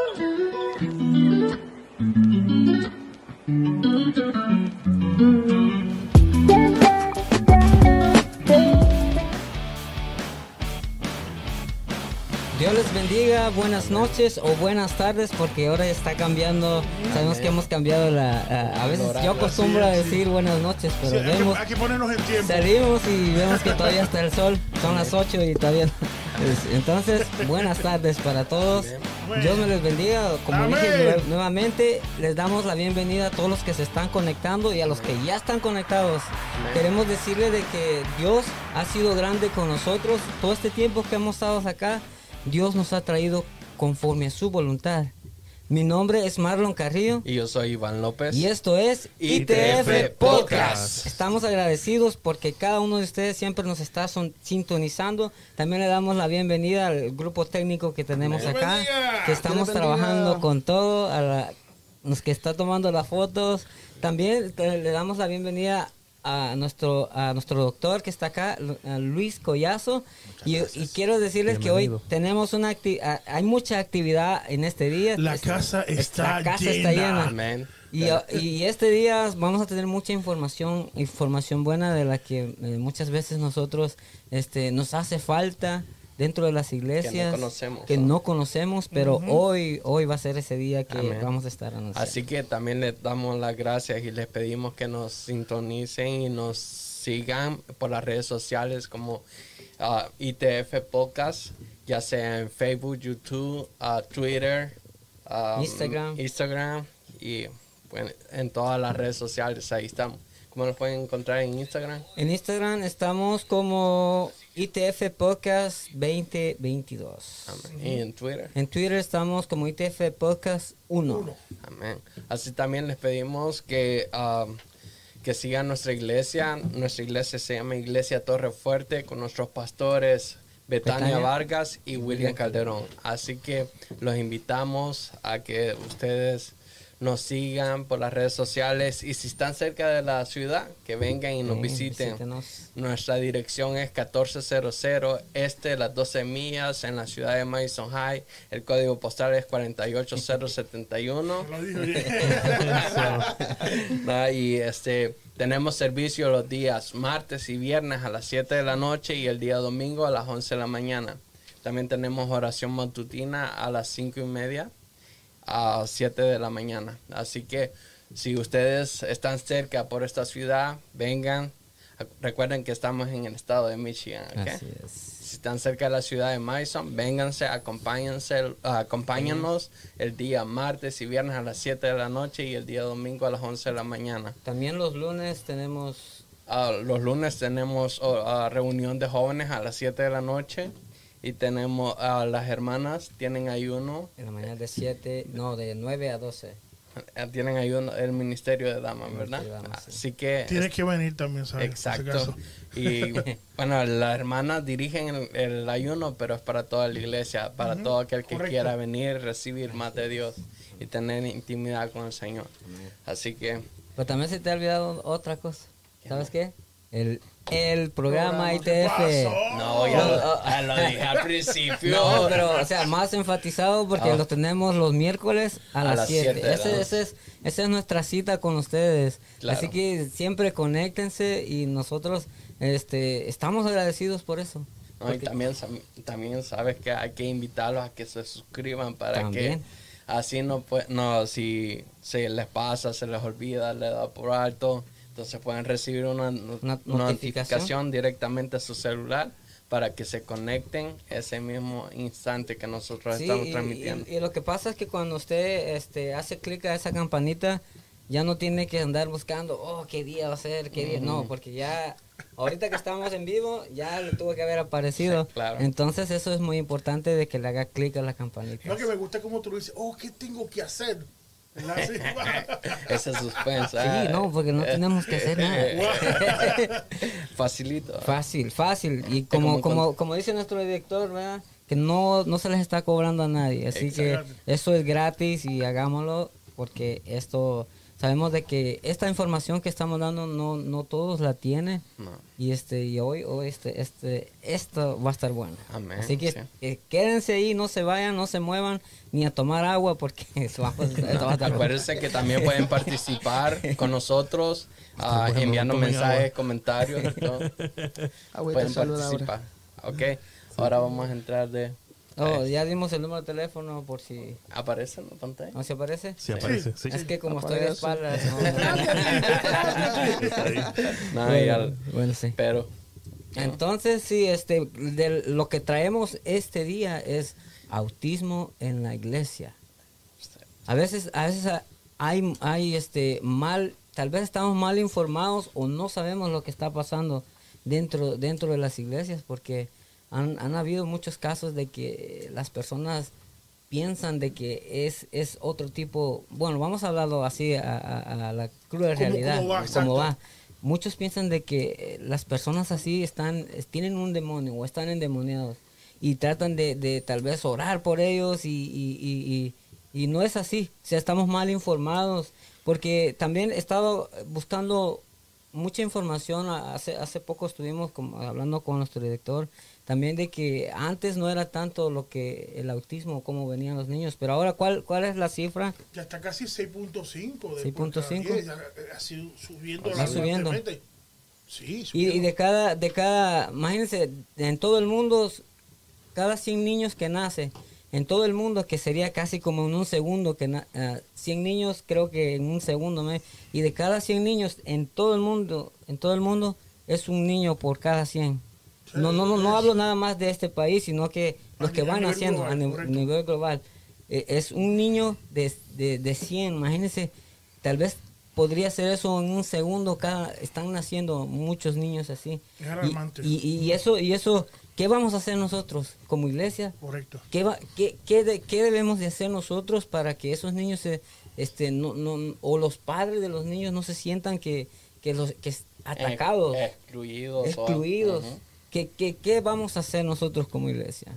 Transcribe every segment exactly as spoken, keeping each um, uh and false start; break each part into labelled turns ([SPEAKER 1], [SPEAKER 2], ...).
[SPEAKER 1] Dios les bendiga, buenas noches o buenas tardes, porque ahora está cambiando. Sabemos que hemos cambiado la. A, a veces yo acostumbro a decir buenas noches, pero
[SPEAKER 2] Sí,
[SPEAKER 1] vemos.
[SPEAKER 2] hay que, hay que ponernos en tiempo.
[SPEAKER 1] Salimos y vemos que todavía está el sol. Son las ocho y todavía no. Entonces, buenas tardes para todos. Dios me les bendiga. Como
[SPEAKER 2] Amén.
[SPEAKER 1] dije nuevamente, les damos la bienvenida a todos los que se están conectando y a los que ya están conectados.
[SPEAKER 3] Amén.
[SPEAKER 1] Queremos decirles de que Dios ha sido grande con nosotros. Todo este tiempo que hemos estado acá, Dios nos ha traído conforme a su voluntad. Mi nombre es Marlon Carrillo.
[SPEAKER 3] Y yo soy Iván López.
[SPEAKER 1] Y esto es I T F Podcast. Estamos agradecidos porque cada uno de ustedes siempre nos está son, sintonizando. También le damos la bienvenida al grupo técnico que tenemos
[SPEAKER 2] Amén.
[SPEAKER 1] acá,
[SPEAKER 2] Bienvenida.
[SPEAKER 1] que estamos trabajando con todo, a la, los que está tomando las fotos. También te- le damos la bienvenida a nuestro a nuestro doctor que está acá, Lu- a Luis Collazo. Y, y quiero decirles que hoy tenemos una acti- a- hay mucha actividad en este día.
[SPEAKER 2] La
[SPEAKER 1] Es-
[SPEAKER 2] casa está
[SPEAKER 1] la casa
[SPEAKER 2] llena.
[SPEAKER 1] está llena.
[SPEAKER 3] Amén.
[SPEAKER 1] Y, y este día vamos a tener mucha información, información buena de la que eh, muchas veces nosotros este, nos hace falta dentro de las iglesias
[SPEAKER 3] conocemos,
[SPEAKER 1] que
[SPEAKER 3] ¿no?
[SPEAKER 1] no conocemos, pero
[SPEAKER 2] Ujú.
[SPEAKER 1] hoy hoy va a ser ese día que
[SPEAKER 3] Amén.
[SPEAKER 1] vamos a estar anunciando.
[SPEAKER 3] Así que también les damos las gracias y les pedimos que nos sintonicen y nos sigan por las redes sociales como uh, I T F Podcast, ya sea en Facebook, YouTube, uh, Twitter, um,
[SPEAKER 1] Instagram.
[SPEAKER 3] Instagram y bueno, en todas las redes sociales. Ahí estamos. ¿Cómo nos pueden encontrar en Instagram?
[SPEAKER 1] En Instagram estamos como I T F Podcast veinte veintidós.
[SPEAKER 3] Amén. Y en Twitter.
[SPEAKER 1] En Twitter estamos como I T F Podcast uno.
[SPEAKER 2] Uno.
[SPEAKER 3] Amén. Así también les pedimos que, um, que sigan nuestra iglesia. Nuestra iglesia se llama Iglesia Torre Fuerte con nuestros pastores Betania,
[SPEAKER 1] Betania.
[SPEAKER 3] Vargas y William Calderón. Así que los invitamos a que ustedes nos sigan por las redes sociales y si están cerca de la ciudad, que vengan y nos
[SPEAKER 1] Sí,
[SPEAKER 3] visiten.
[SPEAKER 1] visítenos.
[SPEAKER 3] Nuestra dirección es catorcecientos este, las doce millas en la ciudad de Madison High. El código postal es cuarenta y ocho cero setenta y uno.
[SPEAKER 2] Lo dijo bien.
[SPEAKER 3] Ah, y este tenemos servicio los días martes y viernes a las siete de la noche y el día domingo a las once de la mañana. También tenemos oración matutina a las cinco y media a siete de la mañana. Así que si ustedes están cerca por esta ciudad, vengan. Recuerden que estamos en el estado de Michigan. ¿Ok?
[SPEAKER 1] Así es.
[SPEAKER 3] Si están cerca de la ciudad de Madison, vénganse, acompáñense, acompáñennos el día martes y viernes a las siete de la noche y el día domingo a las once de la mañana.
[SPEAKER 1] También los lunes tenemos
[SPEAKER 3] Ah, los lunes tenemos oh, ah, reunión de jóvenes a las siete de la noche y tenemos a las hermanas, tienen ayuno,
[SPEAKER 1] en la mañana de siete, no, de nueve a doce.
[SPEAKER 3] eh, tienen ayuno el ministerio de damas,
[SPEAKER 1] El
[SPEAKER 3] ¿verdad?
[SPEAKER 1] Ministerio de Damas, sí.
[SPEAKER 3] Así que...
[SPEAKER 2] Tienes que venir también, ¿sabes? Por si
[SPEAKER 3] Exacto.
[SPEAKER 2] acaso.
[SPEAKER 3] Y bueno, las hermanas dirigen el, el ayuno, pero es para toda la iglesia, para
[SPEAKER 2] Ujú,
[SPEAKER 3] todo aquel que
[SPEAKER 2] correcto.
[SPEAKER 3] quiera venir, recibir más de Dios y tener intimidad con el Señor. Así que
[SPEAKER 1] Pero también se te ha olvidado otra cosa. ¿Sabes qué? El, el programa I T F.
[SPEAKER 2] ¿Qué pasó?
[SPEAKER 3] no, ya lo, ya lo dije al principio.
[SPEAKER 1] No, pero, o sea, más enfatizado porque
[SPEAKER 3] Ah.
[SPEAKER 1] los tenemos los miércoles a,
[SPEAKER 3] A
[SPEAKER 1] las
[SPEAKER 3] las
[SPEAKER 1] siete.
[SPEAKER 3] siete de la
[SPEAKER 1] Ese,
[SPEAKER 3] noche.
[SPEAKER 1] ese es, esa es nuestra cita con ustedes.
[SPEAKER 3] Claro.
[SPEAKER 1] Así que siempre conéctense y nosotros este, estamos agradecidos por eso.
[SPEAKER 3] No, y
[SPEAKER 1] Porque-
[SPEAKER 3] también, sam- también sabes que hay que invitarlos a que se suscriban para
[SPEAKER 1] También.
[SPEAKER 3] que así no, pue- no si se les pasa, se les olvida, le da por alto, entonces pueden recibir una, no-
[SPEAKER 1] Una
[SPEAKER 3] una
[SPEAKER 1] notificación.
[SPEAKER 3] notificación directamente a su celular para que se conecten ese mismo instante que nosotros
[SPEAKER 1] Sí,
[SPEAKER 3] estamos
[SPEAKER 1] y-
[SPEAKER 3] transmitiendo.
[SPEAKER 1] Y, y lo que pasa es que cuando usted este, hace clic a esa campanita, ya no tiene que andar buscando, oh, qué día va a ser, qué día. No, porque ya, ahorita que estamos en vivo, ya le tuvo que haber aparecido.
[SPEAKER 3] Sí, claro.
[SPEAKER 1] Entonces, eso es muy importante de que le haga clic a la campanita.
[SPEAKER 2] No, que me gusta como tú lo dices. Oh, ¿qué tengo que hacer? ¿Verdad? Sí.
[SPEAKER 3] Ese suspenso.
[SPEAKER 1] Sí, no, porque no tenemos que hacer nada.
[SPEAKER 3] Facilito.
[SPEAKER 1] Fácil, fácil. Y como,
[SPEAKER 3] como
[SPEAKER 1] como, como dice nuestro director, ¿verdad? Que no, no se les está cobrando a nadie. Así
[SPEAKER 2] Exacto.
[SPEAKER 1] que eso es gratis y hagámoslo porque esto sabemos de que esta información que estamos dando no, no todos la tienen.
[SPEAKER 3] No.
[SPEAKER 1] Y este y hoy, hoy este, este, esto va a estar bueno.
[SPEAKER 3] Amén,
[SPEAKER 1] Así que
[SPEAKER 3] sí.
[SPEAKER 1] eh, quédense ahí, no se vayan, no se muevan, ni a tomar agua porque esto va, esto va a estar bueno.
[SPEAKER 3] Acuérdense que también pueden participar con nosotros, ah,
[SPEAKER 4] bueno,
[SPEAKER 3] enviando
[SPEAKER 4] no tomen
[SPEAKER 3] mensajes,
[SPEAKER 4] agua.
[SPEAKER 3] comentarios y todo.
[SPEAKER 5] Agüita,
[SPEAKER 3] Pueden
[SPEAKER 5] salud ahora.
[SPEAKER 3] participar. Ok, ahora vamos a entrar de...
[SPEAKER 1] Oh, ya dimos el número de teléfono por si
[SPEAKER 3] ¿Aparece en la pantalla?
[SPEAKER 1] no se aparece.
[SPEAKER 4] Sí, aparece, sí.
[SPEAKER 1] Es que como estoy de
[SPEAKER 5] Aparece.
[SPEAKER 1] espaldas. no,
[SPEAKER 4] Está ahí.
[SPEAKER 3] No,
[SPEAKER 1] bueno,
[SPEAKER 3] ya-
[SPEAKER 1] bueno, sí.
[SPEAKER 3] pero...
[SPEAKER 1] Entonces, sí, este, de lo que traemos este día es autismo en la iglesia. A veces, a veces hay, hay este mal, tal vez estamos mal informados o no sabemos lo que está pasando dentro, dentro de las iglesias, porque han, han habido muchos casos de que las personas piensan de que es, es otro tipo, bueno, vamos a hablarlo así a, a- a la cruda
[SPEAKER 2] ¿Cómo-
[SPEAKER 1] realidad,
[SPEAKER 2] cómo va?
[SPEAKER 1] cómo
[SPEAKER 2] Exacto.
[SPEAKER 1] va. Muchos piensan de que eh, las personas así están, es- tienen un demonio o están endemoniados y tratan de, de tal vez orar por ellos y, y, y, y, y no es así. O sea, estamos mal informados porque también he estado buscando mucha información. a- Hace, hace poco estuvimos como hablando con nuestro director también de que antes no era tanto lo que el autismo, cómo venían los niños, pero ahora, ¿cuál, cuál es la cifra?
[SPEAKER 2] Ya está casi seis punto cinco. de
[SPEAKER 1] seis punto
[SPEAKER 2] por cada
[SPEAKER 1] cinco.
[SPEAKER 2] diez, ya, eh, Así subiendo.
[SPEAKER 1] Va subiendo.
[SPEAKER 2] alarmantemente. Sí,
[SPEAKER 1] Y,
[SPEAKER 2] subiendo.
[SPEAKER 1] y de cada, de cada, imagínense, en todo el mundo, cada cien niños que nace, en todo el mundo, que sería casi como en un segundo, que na- ah, cien niños creo que en un segundo, ¿me? Y de cada cien niños en todo el mundo, en todo el mundo, es un niño por cada cien. No, no, no, no hablo nada más de este país, sino que los
[SPEAKER 2] A
[SPEAKER 1] que
[SPEAKER 2] nivel
[SPEAKER 1] van haciendo a
[SPEAKER 2] global,
[SPEAKER 1] ni-
[SPEAKER 2] correcto.
[SPEAKER 1] nivel global. Eh, es un niño de, de, de cien, imagínense, tal vez podría ser eso en un segundo, cada, están naciendo muchos niños así.
[SPEAKER 2] Es
[SPEAKER 1] Y-
[SPEAKER 2] alarmante.
[SPEAKER 1] Y, y, y eso, y eso, ¿qué vamos a hacer nosotros como iglesia?
[SPEAKER 2] Correcto.
[SPEAKER 1] ¿Qué, va, qué, qué, de- qué debemos de hacer nosotros para que esos niños, se, este, no, no, o los padres de los niños no se sientan que, que los que es- atacados,
[SPEAKER 3] Eh, excluidos. o-
[SPEAKER 1] excluidos?
[SPEAKER 3] Ujú.
[SPEAKER 1] ¿Qué, qué, qué vamos a hacer nosotros como iglesia?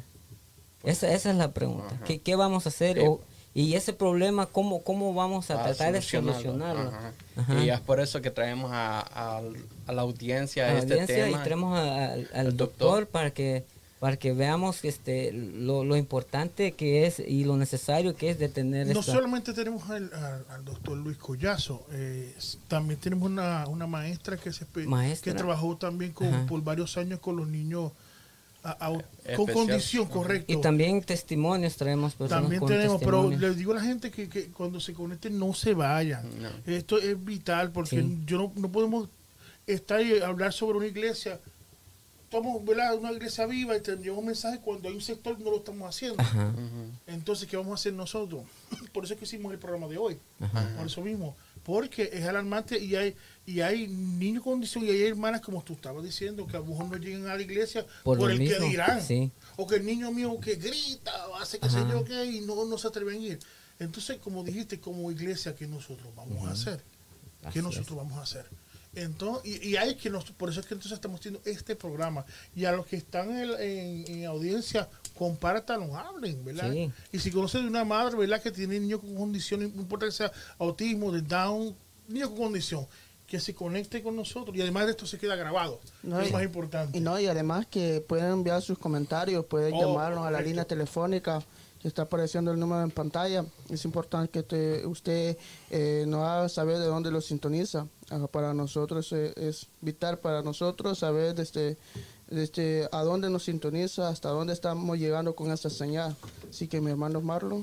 [SPEAKER 1] Esa, esa es la pregunta.
[SPEAKER 3] Ajá.
[SPEAKER 1] ¿Qué, qué vamos a hacer?
[SPEAKER 3] Sí.
[SPEAKER 1] O- y ese problema, ¿cómo, cómo vamos a
[SPEAKER 3] Para
[SPEAKER 1] tratar de
[SPEAKER 3] solucionarlo.
[SPEAKER 1] solucionarlo?
[SPEAKER 3] Ajá.
[SPEAKER 1] Ajá.
[SPEAKER 3] Y es por eso que traemos a, a- a la audiencia
[SPEAKER 1] A la
[SPEAKER 3] este
[SPEAKER 1] audiencia
[SPEAKER 3] tema.
[SPEAKER 1] y traemos a- al, al
[SPEAKER 3] al
[SPEAKER 1] doctor,
[SPEAKER 3] doctor.
[SPEAKER 1] para que para que veamos este lo, lo importante que es y lo necesario que es de tener
[SPEAKER 2] No
[SPEAKER 1] esta-
[SPEAKER 2] solamente tenemos al, al- al doctor Luis Collazo, eh, s- también tenemos una, una maestra que se espe-
[SPEAKER 1] Maestra.
[SPEAKER 2] que trabajó también con,
[SPEAKER 1] Ajá.
[SPEAKER 2] por varios años con los niños a- a- con
[SPEAKER 3] Especial.
[SPEAKER 2] condición,
[SPEAKER 3] Ajá.
[SPEAKER 2] correcto.
[SPEAKER 1] y también testimonios traemos personas
[SPEAKER 2] También
[SPEAKER 1] con
[SPEAKER 2] tenemos, pero
[SPEAKER 1] testimonios.
[SPEAKER 2] les digo a la gente que, que cuando se conecten no se vayan.
[SPEAKER 3] No.
[SPEAKER 2] Esto es vital porque
[SPEAKER 1] Sí.
[SPEAKER 2] yo no, no podemos estar y hablar sobre una iglesia. Estamos, ¿verdad? Una iglesia viva y tendríamos un mensaje cuando hay un sector no lo estamos haciendo.
[SPEAKER 1] Ajá,
[SPEAKER 3] Ujú.
[SPEAKER 2] Entonces, ¿qué vamos a hacer nosotros? Por eso es que hicimos el programa de hoy.
[SPEAKER 1] ajá.
[SPEAKER 2] Por eso mismo. Porque es alarmante y hay y hay niños con condición y hay hermanas, como tú estabas diciendo, que a lo mejor no llegan a la iglesia
[SPEAKER 1] Por
[SPEAKER 2] por,
[SPEAKER 1] lo
[SPEAKER 2] el
[SPEAKER 1] mismo,
[SPEAKER 2] que dirán.
[SPEAKER 1] sí.
[SPEAKER 2] O que el niño mío que grita, o hace que sé
[SPEAKER 1] Ajá.
[SPEAKER 2] yo qué, y no, no se atreven a ir. Entonces, como dijiste, como iglesia, ¿qué nosotros vamos a hacer?
[SPEAKER 1] Así
[SPEAKER 2] ¿Qué
[SPEAKER 1] es.
[SPEAKER 2] nosotros vamos a hacer? Entonces, y, y hay que nos, por eso es que entonces estamos haciendo este programa. Y a los que están en, en- en audiencia, compártanlo, hablen, ¿verdad?
[SPEAKER 1] Sí.
[SPEAKER 2] Y si conocen de una madre, ¿verdad? Que tiene niños con condiciones, no importa que sea autismo, de Down, niños con condición, que se conecte con nosotros. Y además de esto se queda grabado.
[SPEAKER 5] No,
[SPEAKER 2] es
[SPEAKER 5] y-
[SPEAKER 2] lo más importante.
[SPEAKER 5] Y no, y además que pueden enviar sus comentarios, pueden
[SPEAKER 2] Oh,
[SPEAKER 5] llamarnos a la
[SPEAKER 2] correcto.
[SPEAKER 5] línea telefónica que está apareciendo el número en pantalla. Es importante que te- usted eh, nos haga saber de dónde lo sintoniza. Ah, para nosotros eh, es vital para nosotros saber desde, desde a dónde nos sintoniza, hasta dónde estamos llegando con esta señal. Así que mi hermano Marlon,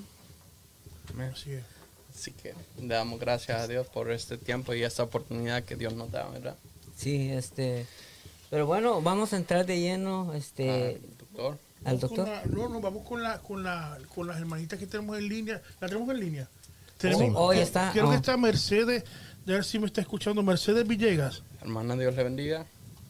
[SPEAKER 3] Amén.
[SPEAKER 2] Así es.
[SPEAKER 3] Así que le damos gracias a Dios por este tiempo y esta oportunidad que Dios nos da, ¿verdad?
[SPEAKER 1] Sí, este pero bueno, vamos a entrar de lleno este
[SPEAKER 3] Ah, doctor.
[SPEAKER 1] al
[SPEAKER 2] Vamos con
[SPEAKER 1] doctor.
[SPEAKER 2] la- no, no, vamos con, la, con, la, con las hermanitas que tenemos en línea. ¿La tenemos en línea?
[SPEAKER 1] Sí. Hoy está,
[SPEAKER 2] Creo
[SPEAKER 1] oh.
[SPEAKER 2] que está Mercedes, de ver si me está escuchando, Mercedes Villegas.
[SPEAKER 3] Hermana, Dios le bendiga.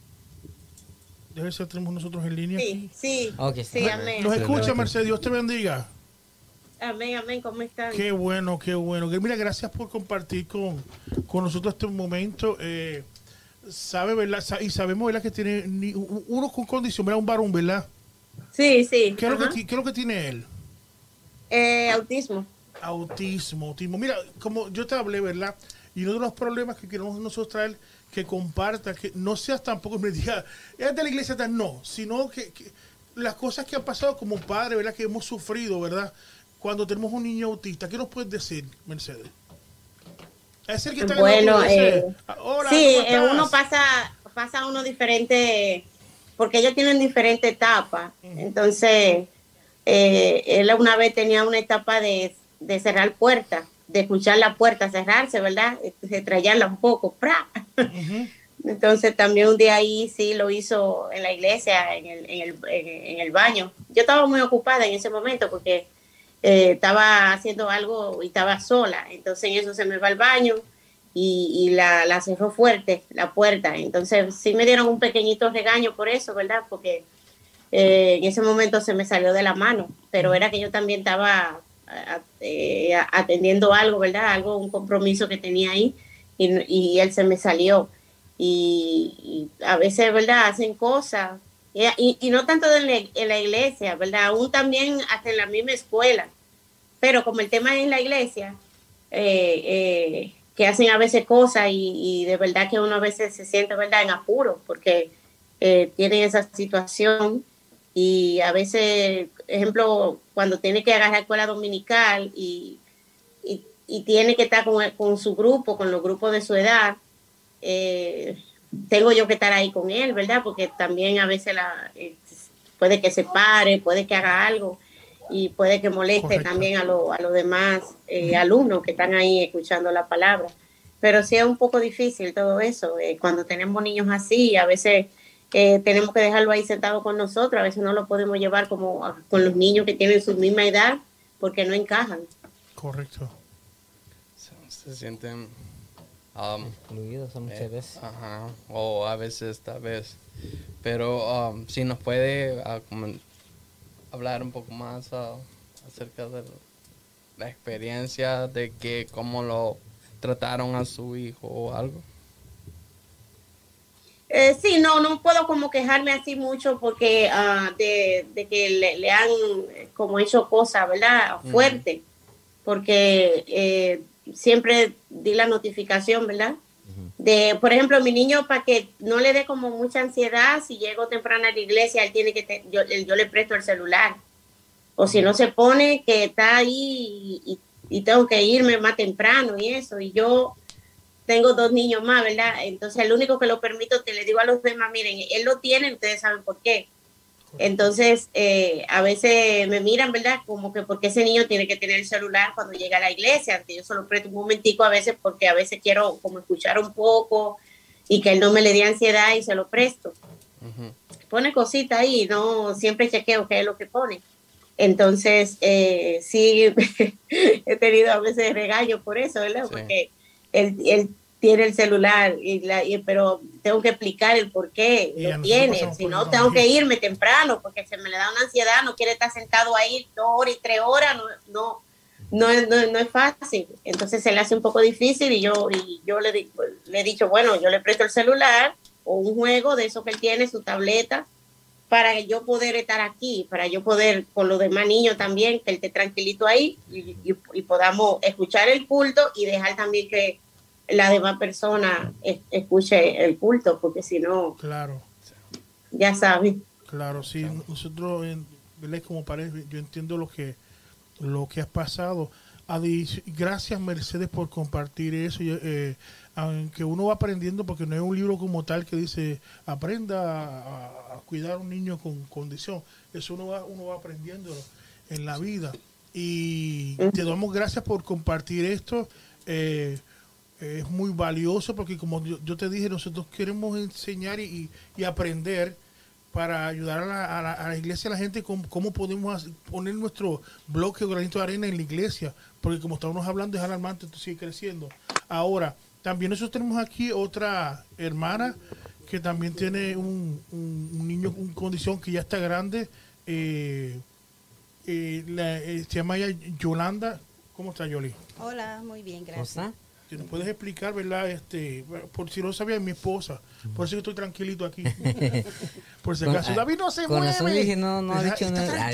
[SPEAKER 2] De ver si la tenemos nosotros en línea.
[SPEAKER 6] Sí, sí.
[SPEAKER 1] Ok,
[SPEAKER 6] Sí,
[SPEAKER 1] sí.
[SPEAKER 6] amén.
[SPEAKER 2] Nos
[SPEAKER 4] Sí,
[SPEAKER 2] escucha,
[SPEAKER 4] adelante.
[SPEAKER 2] Mercedes, Dios te bendiga.
[SPEAKER 6] Amén, amén. ¿Cómo están?
[SPEAKER 2] Qué bueno, qué bueno. Que Mira, gracias por compartir con, con nosotros este momento. Eh, sabe, ¿verdad? Sa- Y sabemos, ¿verdad? Que tiene ni- u- uno con condición, ¿verdad? Un varón, ¿verdad?
[SPEAKER 6] Sí, sí.
[SPEAKER 2] ¿Qué es, lo que,
[SPEAKER 6] ajá.
[SPEAKER 2] ti- qué es lo que tiene él?
[SPEAKER 6] Eh, autismo.
[SPEAKER 2] Autismo, autismo. Mira, como yo te hablé, ¿verdad? Y uno de los problemas que queremos nosotros traer, que comparta, que no seas tampoco, me diga, es de la iglesia, tan no, sino que, que las cosas que han pasado como padres, ¿verdad? Que hemos sufrido, ¿verdad? Cuando tenemos un niño autista. ¿Qué nos puedes decir, Mercedes? Es el que está
[SPEAKER 6] Bueno,
[SPEAKER 2] en el
[SPEAKER 6] eh,
[SPEAKER 2] Hola,
[SPEAKER 6] sí,
[SPEAKER 2] ¿cómo
[SPEAKER 6] eh,
[SPEAKER 2] estás?
[SPEAKER 6] uno pasa, pasa uno diferente, porque ellos tienen diferentes etapas. Uh-huh. Entonces, eh, él una vez tenía una etapa de, de cerrar puertas, de escuchar la puerta cerrarse, ¿verdad? De traerla un poco, ¡pra! Uh-huh. Entonces también un día ahí sí lo hizo en la iglesia, en el, en el, en, en el baño. Yo estaba muy ocupada en ese momento porque eh, estaba haciendo algo y estaba sola. Entonces en eso se me va al baño y, y la, la cerró fuerte, la puerta. Entonces sí me dieron un pequeñito regaño por eso, ¿verdad? Porque eh, en ese momento se me salió de la mano. Pero era que yo también estaba a, eh, atendiendo algo, ¿verdad? Algo, un compromiso que tenía ahí y, y él se me salió. Y, y a veces, ¿verdad? Hacen cosas, y, y, y no tanto en la, en la iglesia, ¿verdad? Aún también hasta en la misma escuela, pero como el tema es en la iglesia, eh, eh, que hacen a veces cosas y, y de verdad que uno a veces se siente, ¿verdad? En apuro, porque eh, tienen esa situación y a veces, ejemplo, cuando tiene que agarrar escuela dominical y, y, y tiene que estar con, con su grupo, con los grupos de su edad, Eh, tengo yo que estar ahí con él, ¿verdad? Porque también a veces la, eh, puede que se pare, puede que haga algo y puede que moleste Correcto. También a, lo, a los demás eh, alumnos que están ahí escuchando la palabra. Pero sí es un poco difícil todo eso. Eh, cuando tenemos niños así, a veces eh, tenemos que dejarlo ahí sentado con nosotros, a veces no lo podemos llevar como a, con los niños que tienen su misma edad porque no encajan.
[SPEAKER 2] Correcto.
[SPEAKER 3] Se, se sienten... Um,
[SPEAKER 1] excluidos muchas
[SPEAKER 3] eh,
[SPEAKER 1] veces.
[SPEAKER 3] Ajá, o a veces tal vez. Pero um, si nos puede uh, como, hablar un poco más uh, acerca de la experiencia de que cómo lo trataron a su hijo o algo.
[SPEAKER 6] Eh, sí, no, no puedo como quejarme así mucho porque uh, de, de que le, le han como hecho cosas, ¿verdad? Fuerte. Mm. Porque eh, siempre di la notificación, ¿verdad? Uh-huh. De, por ejemplo, mi niño, para que no le dé como mucha ansiedad, si llego temprano a la iglesia, él tiene que, te, yo, yo le presto el celular. O uh-huh. si no se pone que está ahí y, y tengo que irme más temprano y eso. Y yo tengo dos niños más, ¿verdad? Entonces, el único que lo permito, te le digo a los demás, miren, él lo tiene, ustedes saben por qué. Entonces, eh, a veces me miran, ¿verdad? Como que porque ese niño tiene que tener el celular cuando llega a la iglesia, que yo solo presto un momentico a veces porque a veces quiero como escuchar un poco y que él no me le dé ansiedad y se lo presto. Uh-huh. Pone cositas ahí, no siempre chequeo qué es lo que pone. Entonces, eh, sí, he tenido a veces regaño por eso, ¿verdad? Sí. Porque él, él tiene el celular, y la, y, pero tengo que explicar el por qué y lo tiene. Si no, tengo que irme temprano porque se me le da una ansiedad, no quiere estar sentado ahí dos horas y tres horas, no, no, no, no, no es fácil. Entonces se le hace un poco difícil y yo, y yo le, le he dicho, bueno, yo le presto el celular o un juego de eso que él tiene, su tableta, para yo poder estar aquí, para yo poder con los demás niños también, que él esté tranquilito ahí y, y, y podamos escuchar el culto y dejar también que la demás persona es, escuche el culto, porque si no,
[SPEAKER 2] claro,
[SPEAKER 6] ya saben.
[SPEAKER 2] Claro, sí, nosotros, ¿verdad? Como pareja, yo entiendo lo que lo que has pasado. Adi, gracias Mercedes por compartir eso, eh, aunque uno va aprendiendo, porque no es un libro como tal que dice aprenda a, a cuidar a un niño con condición, eso uno va, uno va aprendiendo en la vida, y uh-huh. te damos gracias por compartir esto. eh, Es muy valioso porque, como yo, yo te dije, nosotros queremos enseñar y, y aprender para ayudar a la, a la, a la iglesia, a la gente, cómo, cómo podemos poner nuestro bloque de granito de arena en la iglesia, porque como estamos hablando es alarmante, esto sigue creciendo. Ahora, también nosotros tenemos aquí otra hermana que también tiene un, un, un niño con condición que ya está grande, eh, eh, la, eh, se llama ella Yolanda. ¿Cómo está, Yoli?
[SPEAKER 7] Hola, muy bien, gracias.
[SPEAKER 2] Si nos puedes explicar, ¿verdad? Este, por si no sabía, mi esposa. Por eso que estoy tranquilito aquí. Por si acaso. David no se
[SPEAKER 1] con
[SPEAKER 2] mueve.
[SPEAKER 1] Razón dije, no, no ha dicho nada.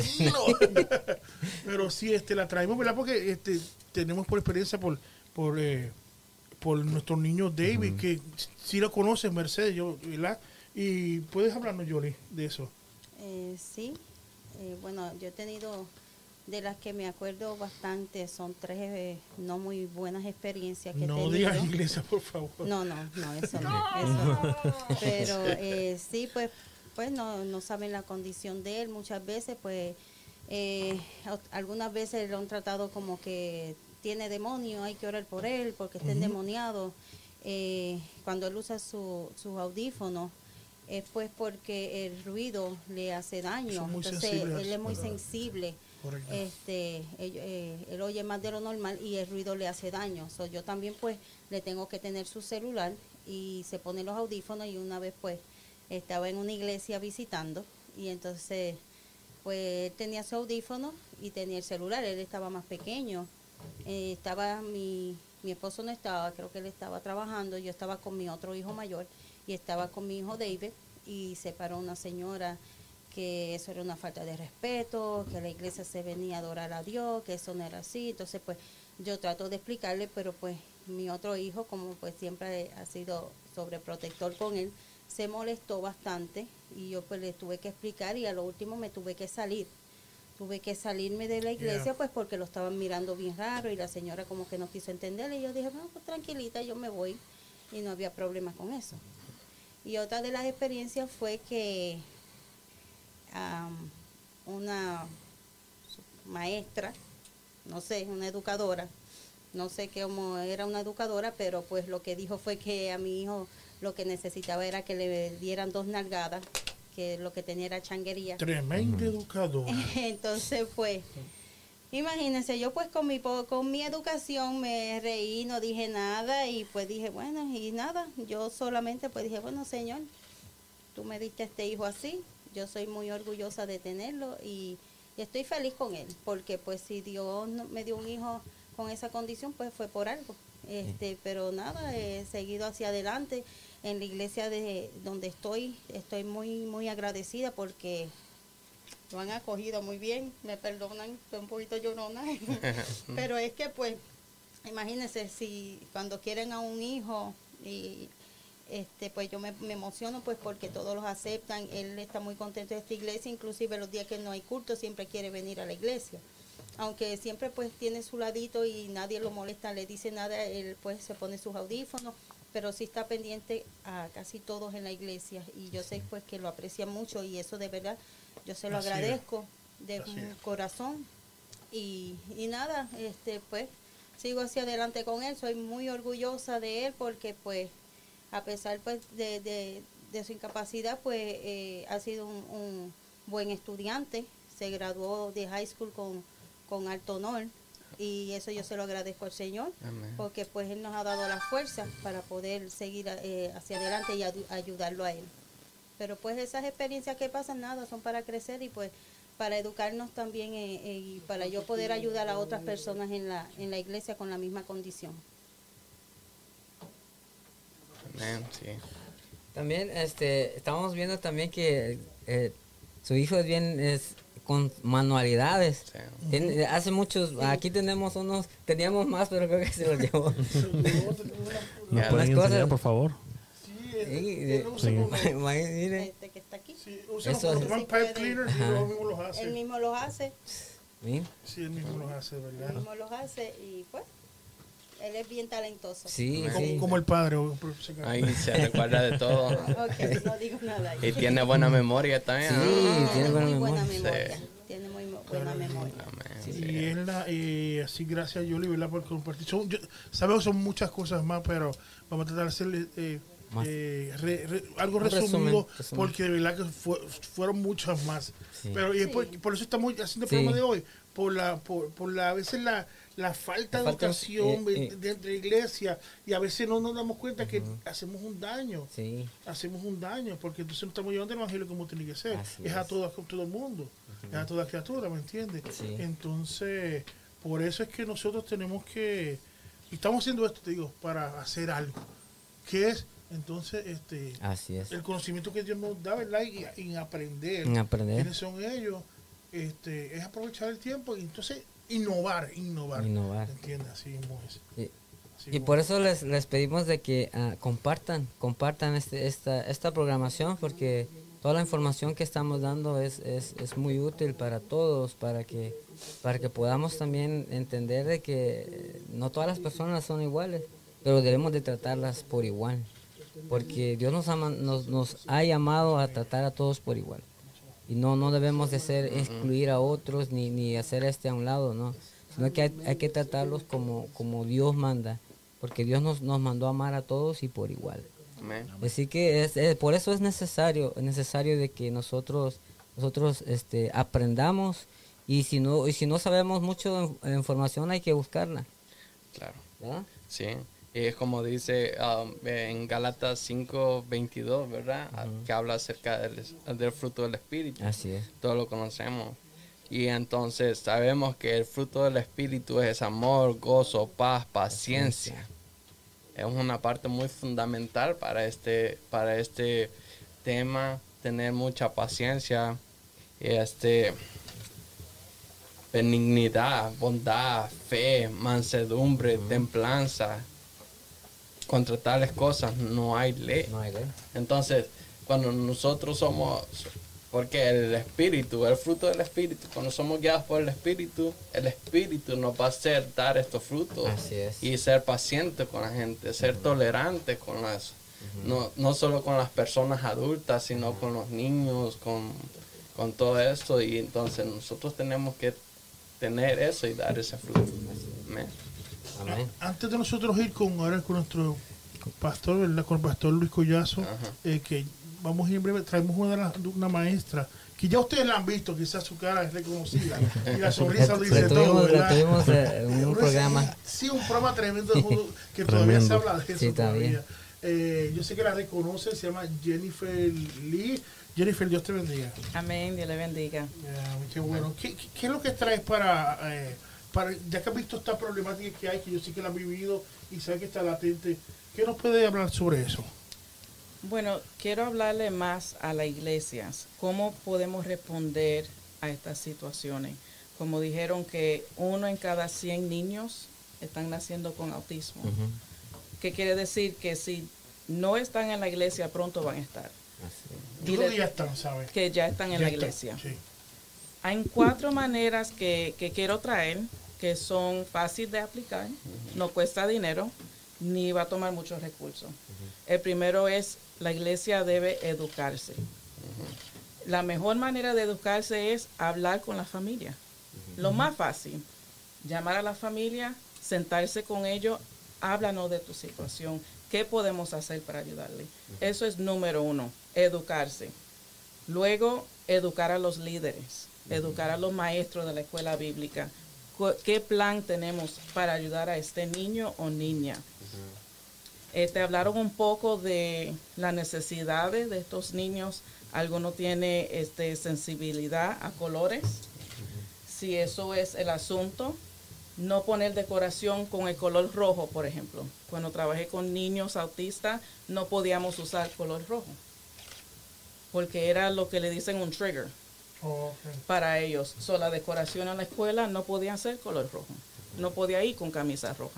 [SPEAKER 2] Pero sí, este, la traemos, ¿verdad? Porque este, tenemos por experiencia, por, por, eh, por nuestro niño David, uh-huh. que si lo conoces, Mercedes, yo, ¿verdad? Y puedes hablarnos, Yoli, de eso.
[SPEAKER 7] Eh, sí, eh, bueno, yo he tenido, de las que me acuerdo bastante, son tres eh, no muy buenas experiencias que
[SPEAKER 2] no
[SPEAKER 7] he tenido.
[SPEAKER 2] No digas iglesia, por favor.
[SPEAKER 7] No, no, no, eso no. Eso. Pero eh, sí, pues, pues no, no saben la condición de él. Muchas veces, pues, eh, algunas veces lo han tratado como que tiene demonio, hay que orar por él porque está uh-huh. endemoniado. Eh, cuando él usa su, sus audífonos, es pues porque el ruido le hace daño. Entonces él es muy sensible. Correcto. Este, él, eh, él oye más de lo normal y el ruido le hace daño. So, yo también pues le tengo que tener su celular y se pone los audífonos, y una vez pues estaba en una iglesia visitando y entonces pues él tenía su audífono y tenía el celular. Él estaba más pequeño. Eh, estaba mi, mi esposo no estaba, creo que él estaba trabajando. Yo estaba con mi otro hijo mayor y estaba con mi hijo David, y se paró una señora que eso era una falta de respeto, que la iglesia se venía a adorar a Dios, que eso no era así. Entonces pues yo trato de explicarle, pero pues mi otro hijo, como pues siempre ha sido sobreprotector con él, se molestó bastante y yo pues le tuve que explicar, y a lo último me tuve que salir. Tuve que salirme de la iglesia yeah. pues porque lo estaban mirando bien raro y la señora como que no quiso entenderle, y yo dije, no, pues tranquilita, yo me voy, y no había problema con eso. Y otra de las experiencias fue que um, una maestra, no sé, una educadora, no sé cómo era una educadora, pero pues lo que dijo fue que a mi hijo lo que necesitaba era que le dieran dos nalgadas, que lo que tenía era changuería.
[SPEAKER 2] Tremenda educadora.
[SPEAKER 7] Entonces pues, imagínense, yo pues con mi con mi educación me reí, no dije nada, y pues dije, bueno, y nada, yo solamente pues dije, bueno, Señor, tú me diste este hijo así, yo soy muy orgullosa de tenerlo, y, y estoy feliz con él, porque pues si Dios no, me dio un hijo con esa condición, pues fue por algo. Este, pero nada, he seguido hacia adelante. En la iglesia de donde estoy, estoy muy, muy agradecida porque lo han acogido muy bien, me perdonan, estoy un poquito llorona, pero es que pues, imagínense, si cuando quieren a un hijo, y este pues yo me, me emociono pues porque todos los aceptan. Él está muy contento de esta iglesia, inclusive los días que no hay culto siempre quiere venir a la iglesia, aunque siempre pues tiene su ladito y nadie lo molesta, le dice nada, él pues se pone sus audífonos, pero sí está pendiente a casi todos en la iglesia, y yo sé pues que lo aprecia mucho, y eso de verdad yo se lo Así agradezco es. de Así corazón. Y, y nada, este pues sigo hacia adelante con él, soy muy orgullosa de él porque pues a pesar pues de, de, de su incapacidad, pues eh, ha sido un, un buen estudiante, se graduó de high school con, con alto honor, y eso yo se lo agradezco al Señor. Amén. Porque pues Él nos ha dado la fuerza para poder seguir eh, hacia adelante y ad- ayudarlo a Él. Pero pues esas experiencias que pasan, nada, son para crecer y pues para educarnos también eh, eh, y para yo poder ayudar a otras personas en la en la iglesia con la misma condición.
[SPEAKER 3] Amén, sí.
[SPEAKER 1] También este estamos viendo también que eh, su hijo es bien es con manualidades. Sí. Tiene, hace muchos, sí. Aquí tenemos unos, teníamos más, pero creo que se los llevó.
[SPEAKER 4] ¿Me pueden enseñar, cosas, por favor?
[SPEAKER 2] Sí, este, sí.
[SPEAKER 7] Mire. Este que está aquí.
[SPEAKER 2] Sí, usa los pipe cleaners y él mismo los hace.
[SPEAKER 7] Él mismo los hace.
[SPEAKER 1] ¿Sí?
[SPEAKER 2] Sí, él mismo los hace, ¿verdad?
[SPEAKER 7] Él mismo los hace y pues, él es bien talentoso.
[SPEAKER 1] Sí,
[SPEAKER 2] como,
[SPEAKER 1] sí.
[SPEAKER 2] como el padre.
[SPEAKER 3] Ahí se recuerda de todo.
[SPEAKER 7] Ok, no digo nada. Ahí.
[SPEAKER 3] Y tiene buena memoria también.
[SPEAKER 1] Sí,
[SPEAKER 3] ¿no?
[SPEAKER 1] tiene buena
[SPEAKER 7] muy
[SPEAKER 1] memoria.
[SPEAKER 7] buena memoria.
[SPEAKER 3] Sí.
[SPEAKER 7] Tiene muy buena memoria.
[SPEAKER 2] Sí, sí. Y, él, y así, gracias a Yoli, ¿verdad? Por compartir. Son, yo, sabemos que son muchas cosas más, pero vamos a tratar de hacerle eh, eh, re, re, algo resumido, resumen, resumen. Porque de verdad que fue, fueron muchas más. Sí. Pero y sí. por, por eso estamos haciendo el sí. programa de hoy, por la, por, por la, a veces la, la falta de educación eh, eh. dentro de la iglesia, y a veces no nos damos cuenta uh-huh. que hacemos un daño,
[SPEAKER 1] sí.
[SPEAKER 2] hacemos un daño, porque entonces no estamos llevando el evangelio como tiene que ser. Es, es a todo, todo el mundo, uh-huh. es a toda criatura, ¿me entiendes?
[SPEAKER 1] Sí.
[SPEAKER 2] Entonces, por eso es que nosotros tenemos que, y estamos haciendo esto, te digo, para hacer algo, que es entonces este
[SPEAKER 1] Así es.
[SPEAKER 2] el conocimiento que Dios nos da, ¿verdad? Y, y en aprender,
[SPEAKER 1] en aprender
[SPEAKER 2] quiénes son ellos, este, es aprovechar el tiempo y entonces innovar, innovar.
[SPEAKER 1] Innovar.
[SPEAKER 2] ¿Entiendes? Así mismo es.
[SPEAKER 1] Sí. Y por eso les, les pedimos de que uh, compartan, compartan este, esta, esta programación, porque toda la información que estamos dando es, es, es muy útil para todos, para que, para que podamos también entender de que no todas las personas son iguales, pero debemos de tratarlas por igual, porque Dios nos ha, nos, nos ha llamado a tratar a todos por igual. Y no, no debemos de ser, excluir a otros, ni, ni hacer este a un lado, ¿no? Sino que hay, hay que tratarlos como, como Dios manda, porque Dios nos, nos mandó a amar a todos y por igual. Amén. Así que es, es, por eso es necesario, es necesario de que nosotros, nosotros este, aprendamos, y si no, y si no sabemos mucho de información hay que buscarla.
[SPEAKER 3] Claro.
[SPEAKER 1] ¿Verdad?
[SPEAKER 3] Sí. Y es como dice um, en Gálatas cinco veintidós, ¿verdad? Uh-huh. Que habla acerca del, del fruto del Espíritu.
[SPEAKER 1] Así es.
[SPEAKER 3] Todos lo conocemos. Y entonces sabemos que el fruto del Espíritu es amor, gozo, paz, paciencia. paciencia. Es una parte muy fundamental para este, para este tema, tener mucha paciencia, este, benignidad, bondad, fe, mansedumbre, uh-huh. templanza. Contra tales cosas no hay ley.
[SPEAKER 1] No hay ley.
[SPEAKER 3] Entonces, cuando nosotros somos, porque el Espíritu, el fruto del Espíritu, cuando somos guiados por el Espíritu, el Espíritu nos va a hacer dar estos frutos.
[SPEAKER 1] Así es.
[SPEAKER 3] Y ser paciente con la gente, ser uh-huh. tolerante con las, uh-huh. no, no solo con las personas adultas, sino uh-huh. con los niños, con, con todo esto. Y entonces nosotros tenemos que tener eso y dar ese fruto. Amén.
[SPEAKER 1] Amén.
[SPEAKER 2] Antes de nosotros ir con ahora con nuestro pastor, ¿verdad? Con el pastor Luis Collazo, eh, que vamos a ir en breve, traemos una, una maestra que ya ustedes la han visto, quizás su cara es reconocida y la sonrisa lo dice todo, ¿verdad?
[SPEAKER 1] Tuvimos eh, un programa.
[SPEAKER 2] Sí, un programa tremendo que todavía se habla de eso
[SPEAKER 1] sí,
[SPEAKER 2] todavía. Eh, yo sé que la reconoce, se llama Jennifer Lee. Jennifer, Dios te bendiga.
[SPEAKER 8] Amén, Dios le bendiga.
[SPEAKER 2] Yeah, qué bueno. ¿Qué, qué, ¿Qué es lo que traes para... Eh, Para, ya que has visto esta problemática que hay, que yo sé que la has vivido y sabes que está latente, ¿qué nos puede hablar sobre eso?
[SPEAKER 8] Bueno, quiero hablarle más a las iglesias, cómo podemos responder a estas situaciones. Como dijeron que uno en cada cien niños están naciendo con autismo. Uh-huh. ¿Qué quiere decir? Que si no están en la iglesia, pronto van a estar.
[SPEAKER 2] Así. Yo creo que ya están, ¿sabes?
[SPEAKER 8] Que ya están en
[SPEAKER 2] ya
[SPEAKER 8] la
[SPEAKER 2] están,
[SPEAKER 8] iglesia.
[SPEAKER 2] Sí.
[SPEAKER 8] Hay cuatro maneras que, que quiero traer, que son fáciles de aplicar, uh-huh. no cuesta dinero, ni va a tomar muchos recursos. Uh-huh. El primero es, la iglesia debe educarse. Uh-huh. La mejor manera de educarse es hablar con la familia. Uh-huh. Lo más fácil, llamar a la familia, sentarse con ellos, háblanos de tu situación, qué podemos hacer para ayudarle. Uh-huh. Eso es número uno, educarse. Luego, educar a los líderes, uh-huh. educar a los maestros de la escuela bíblica. ¿Qué plan tenemos para ayudar a este niño o niña? Uh-huh. Eh, te hablaron un poco de las necesidades de estos niños. Alguno tiene este, sensibilidad a colores. Uh-huh. Si eso es el asunto, no poner decoración con el color rojo, por ejemplo. Cuando trabajé con niños autistas, no podíamos usar color rojo, porque era lo que le dicen un trigger. Oh, okay. Para ellos. So, la decoración en la escuela no podía ser color rojo. No podía ir con camisa roja.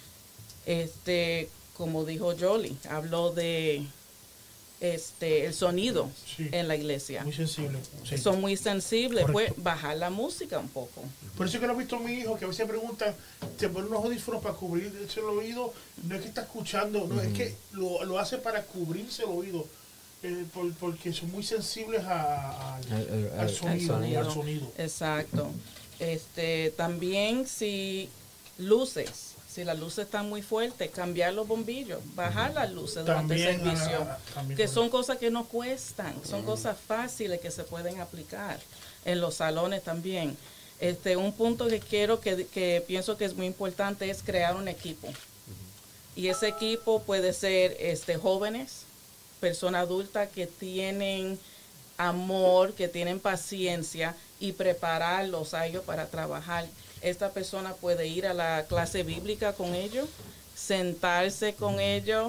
[SPEAKER 8] Este, como dijo Jolie, habló de este el sonido sí. en la iglesia.
[SPEAKER 2] Muy sensible. Sí.
[SPEAKER 8] Son muy sensibles. Pues bajar la música un poco.
[SPEAKER 2] Por eso que lo he visto a mi hijo, que a veces pregunta, te pone unos audífonos para cubrirse el oído. No es que está escuchando, no, uh-huh. es que lo, lo hace para cubrirse el oído. Eh, por, porque son muy sensibles a, a, al, al, al, sonido, al, sonido. al sonido.
[SPEAKER 8] Exacto. Este, también si luces, si las luces están muy fuertes, cambiar los bombillos, bajar las luces durante el servicio, ah, que son cosas que no cuestan, son uh-huh. cosas fáciles que se pueden aplicar en los salones también. Este, un punto que quiero que, que pienso que es muy importante es crear un equipo. Uh-huh. Y ese equipo puede ser este, jóvenes, personas adultas que tienen amor, que tienen paciencia y prepararlos a ellos para trabajar. Esta persona puede ir a la clase bíblica con ellos, sentarse con ellos,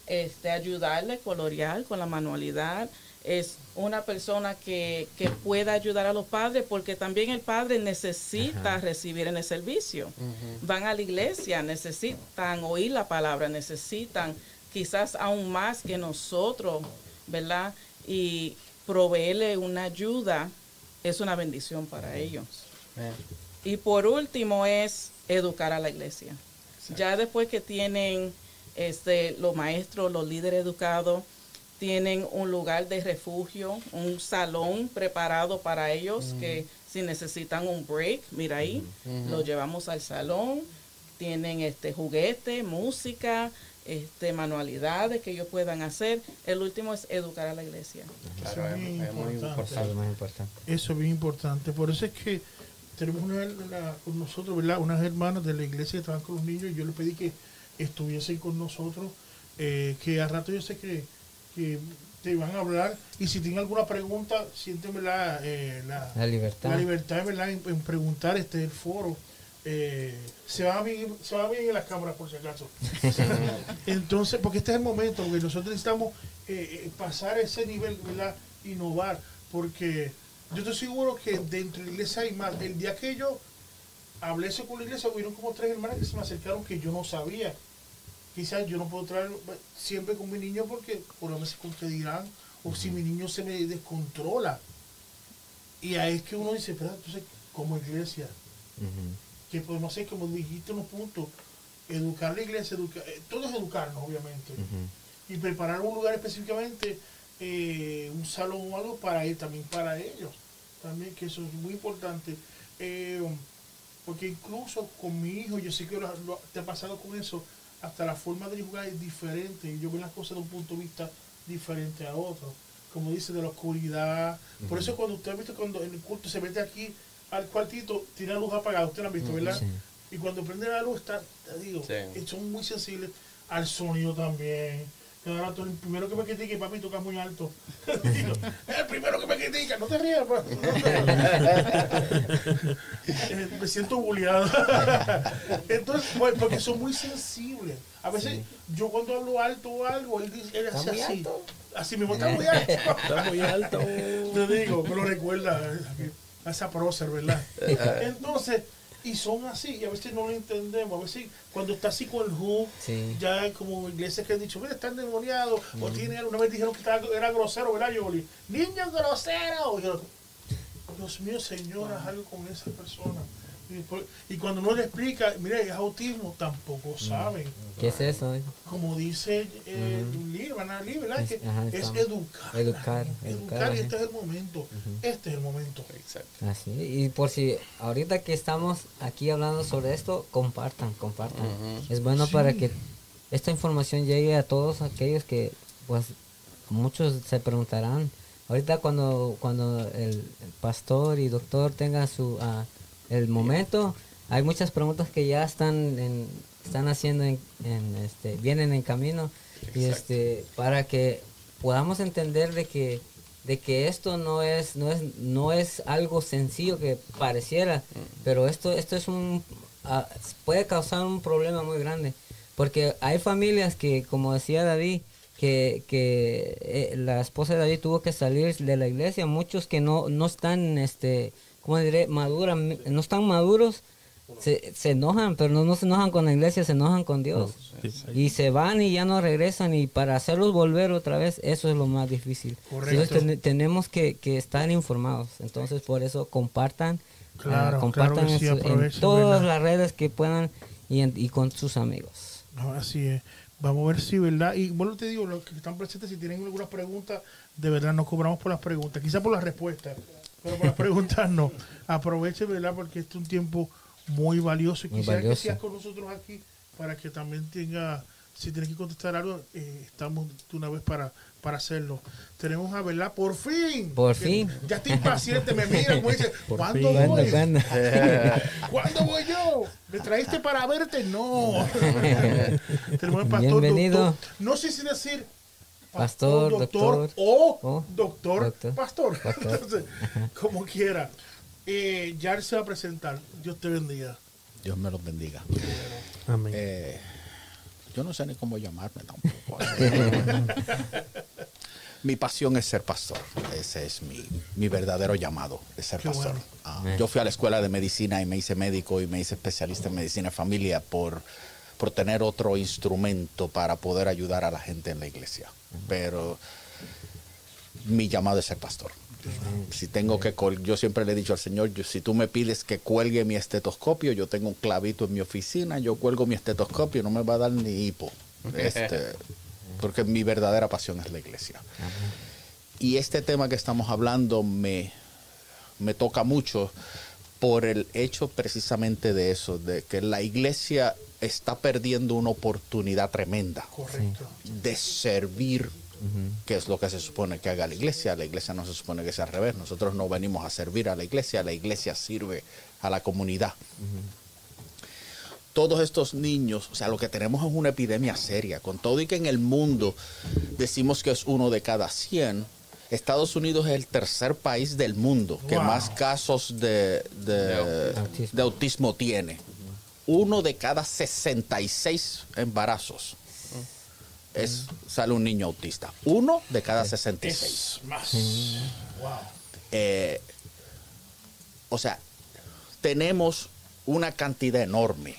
[SPEAKER 8] este, ayudarle, colorear con la manualidad. Es una persona que, que pueda ayudar a los padres, porque también el padre necesita Ajá. recibir en el servicio. Uh-huh. Van a la iglesia, necesitan oír la palabra, necesitan quizás aún más que nosotros, ¿verdad? Y proveerle una ayuda es una bendición para uh-huh. ellos. Uh-huh. Y por último es educar a la iglesia. Exacto. Ya después que tienen este, los maestros, los líderes educados, tienen un lugar de refugio, un salón preparado para ellos, uh-huh. que si necesitan un break, mira ahí, uh-huh. lo llevamos al salón. Tienen este juguete, música, este manualidades que ellos puedan hacer. El último es educar a la iglesia.
[SPEAKER 2] Claro, es, es, es muy importante. Muy importante. Eso es bien importante. Por eso es que tenemos una, una, con nosotros, ¿verdad? Unas hermanas de la iglesia que trabajan con los niños, y yo les pedí que estuviesen con nosotros, eh, que a rato yo sé que que te van a hablar, y si tienen alguna pregunta, siénteme la, eh, la,
[SPEAKER 1] la libertad,
[SPEAKER 2] la libertad ¿verdad? En, en preguntar. Este el foro. Eh, se va bien, se va bien en las cámaras, por si acaso. Entonces, porque este es el momento, porque nosotros necesitamos eh, pasar ese nivel, ¿verdad? Innovar, porque yo estoy seguro que dentro de la iglesia hay más. El día que yo hablé eso con la iglesia, hubieron como tres hermanas que se me acercaron que yo no sabía. Quizás yo no puedo traer siempre con mi niño porque por lo menos se dirán, o si mi niño se me descontrola. Y ahí es que uno dice, pero entonces, como iglesia, uh-huh. que podemos hacer, como dijiste en un punto, educar la iglesia, educa, eh, todo es educarnos, obviamente, uh-huh. y preparar un lugar específicamente, eh, un salón o algo para él, también para ellos, también, que eso es muy importante. Eh, porque incluso con mi hijo, yo sé que lo, lo, te ha pasado con eso, hasta la forma de jugar es diferente, y yo veo las cosas de un punto de vista diferente a otro, como dice, de la oscuridad. Uh-huh. Por eso cuando usted ha visto, cuando en el culto se mete aquí al cuartito, tiene la luz apagada, usted lo ha visto, ¿verdad? Sí. Y cuando prende la luz, está, te digo, sí. son muy sensibles al sonido también. Ahora tú, el primero que me critica, papi, tocas muy alto. Digo, el primero que me critica, no te rías, no te rías. Me siento bulleado. Entonces, pues, porque son muy sensibles. A veces, sí. yo cuando hablo alto o algo, él, él hace así. Alto? Así mismo, está muy alto.
[SPEAKER 4] Está muy alto.
[SPEAKER 2] Te digo, me lo recuerda a esa prócer, ¿verdad? Entonces, y son así, y a veces no lo entendemos. A veces cuando está así con el hook, sí. ya como iglesias que han dicho, mira, está endemoniado, mm. o tiene, una vez dijeron que estaba, era grosero, ¿verdad, Yoli? ¡Niño grosero! Y yo, Dios mío, señora, haz algo con esa persona. Y, y cuando uno le explica, mira, es autismo, tampoco saben.
[SPEAKER 1] ¿Qué es eso?
[SPEAKER 2] Como dice eh, uh-huh. Lee, Lee, ¿verdad? Es, que ajá, es educar.
[SPEAKER 1] Educar.
[SPEAKER 2] Educar, educar y este es el momento. Uh-huh. Este es el momento.
[SPEAKER 1] Exacto. Así. Y por si ahorita que estamos aquí hablando sobre esto, compartan, compartan. Uh-huh. Es bueno sí. para que esta información llegue a todos aquellos que, pues, muchos se preguntarán. Ahorita cuando, cuando el, el pastor y doctor tenga su... Uh, el momento, hay muchas preguntas que ya están en, están haciendo en, en este vienen en camino. Exacto. Y este para que podamos entender de que de que esto no es no es no es algo sencillo que pareciera, mm. pero esto esto es un uh, puede causar un problema muy grande, porque hay familias que, como decía David, que que eh, la esposa de David tuvo que salir de la iglesia, muchos que no no están este ¿cómo diré? Maduras, no están maduros, se, se enojan, pero no, no se enojan con la iglesia, se enojan con Dios. Sí, sí. Y se van y ya no regresan, y para hacerlos volver otra vez, eso es lo más difícil. Entonces ten, tenemos que, que estar informados. Entonces por eso compartan,
[SPEAKER 2] claro,
[SPEAKER 1] uh, compartan
[SPEAKER 2] claro sí,
[SPEAKER 1] en, su, en todas las redes que puedan y, en, y con sus amigos.
[SPEAKER 2] No, así es. Vamos a ver si, ¿verdad? Y bueno, te digo, los que están presentes, si tienen alguna pregunta, de verdad no cobramos por las preguntas, quizás por las respuestas. Pero para preguntarnos, aproveche, ¿verdad? Porque este es un tiempo muy valioso, y muy quisiera valioso. Que seas con nosotros aquí para que también tenga, si tienes que contestar algo, eh, estamos de una vez para, para hacerlo. Tenemos a, ¿verdad? Por fin.
[SPEAKER 1] Por fin.
[SPEAKER 2] Ya estoy impaciente, me miran, me dicen, ¿cuándo fin. voy?
[SPEAKER 1] ¿Cuándo,
[SPEAKER 2] ¿Cuándo voy yo? ¿Me traíste para verte? No. Tenemos al pastor,
[SPEAKER 1] bienvenido.
[SPEAKER 2] Doctor. No sé si decir
[SPEAKER 1] pastor,
[SPEAKER 2] pastor, doctor,
[SPEAKER 1] doctor
[SPEAKER 2] o
[SPEAKER 1] oh,
[SPEAKER 2] doctor,
[SPEAKER 1] doctor,
[SPEAKER 2] pastor.
[SPEAKER 1] pastor.
[SPEAKER 2] Entonces, como quiera. Eh, ya él se va a presentar. Dios te bendiga.
[SPEAKER 9] Dios me los bendiga.
[SPEAKER 2] Amén.
[SPEAKER 9] Eh, yo no sé ni cómo llamarme tampoco. Mi pasión es ser pastor. Ese es mi, mi verdadero llamado, es ser
[SPEAKER 2] Qué
[SPEAKER 9] pastor.
[SPEAKER 2] bueno.
[SPEAKER 9] Ah, yo fui a la escuela de medicina y me hice médico y me hice especialista en medicina de familia por, por tener otro instrumento para poder ayudar a la gente en la iglesia. Pero mi llamado es ser pastor. Si tengo que col yo siempre le he dicho al Señor, yo, si tú me pides que cuelgue mi estetoscopio, yo tengo un clavito en mi oficina, yo cuelgo mi estetoscopio, no me va a dar ni hipo. Este, porque mi verdadera pasión es la iglesia. Y este tema que estamos hablando me, me toca mucho por el hecho precisamente de eso, de que la iglesia está perdiendo una oportunidad tremenda.
[SPEAKER 2] Correcto.
[SPEAKER 9] De servir, uh-huh. que es lo que se supone que haga la iglesia. La iglesia no se supone que sea al revés. Nosotros no venimos a servir a la iglesia, la iglesia sirve a la comunidad. Uh-huh. Todos estos niños, o sea, lo que tenemos es una epidemia seria. Con todo y que en el mundo decimos que es uno de cada cien, Estados Unidos es el tercer país del mundo que wow. más casos de, de, de, autismo. de autismo tiene. Uno de cada sesenta y seis embarazos es, sale un niño autista. Uno de cada sesenta y seis.
[SPEAKER 2] Es más. Wow.
[SPEAKER 9] Eh, o sea, tenemos una cantidad enorme.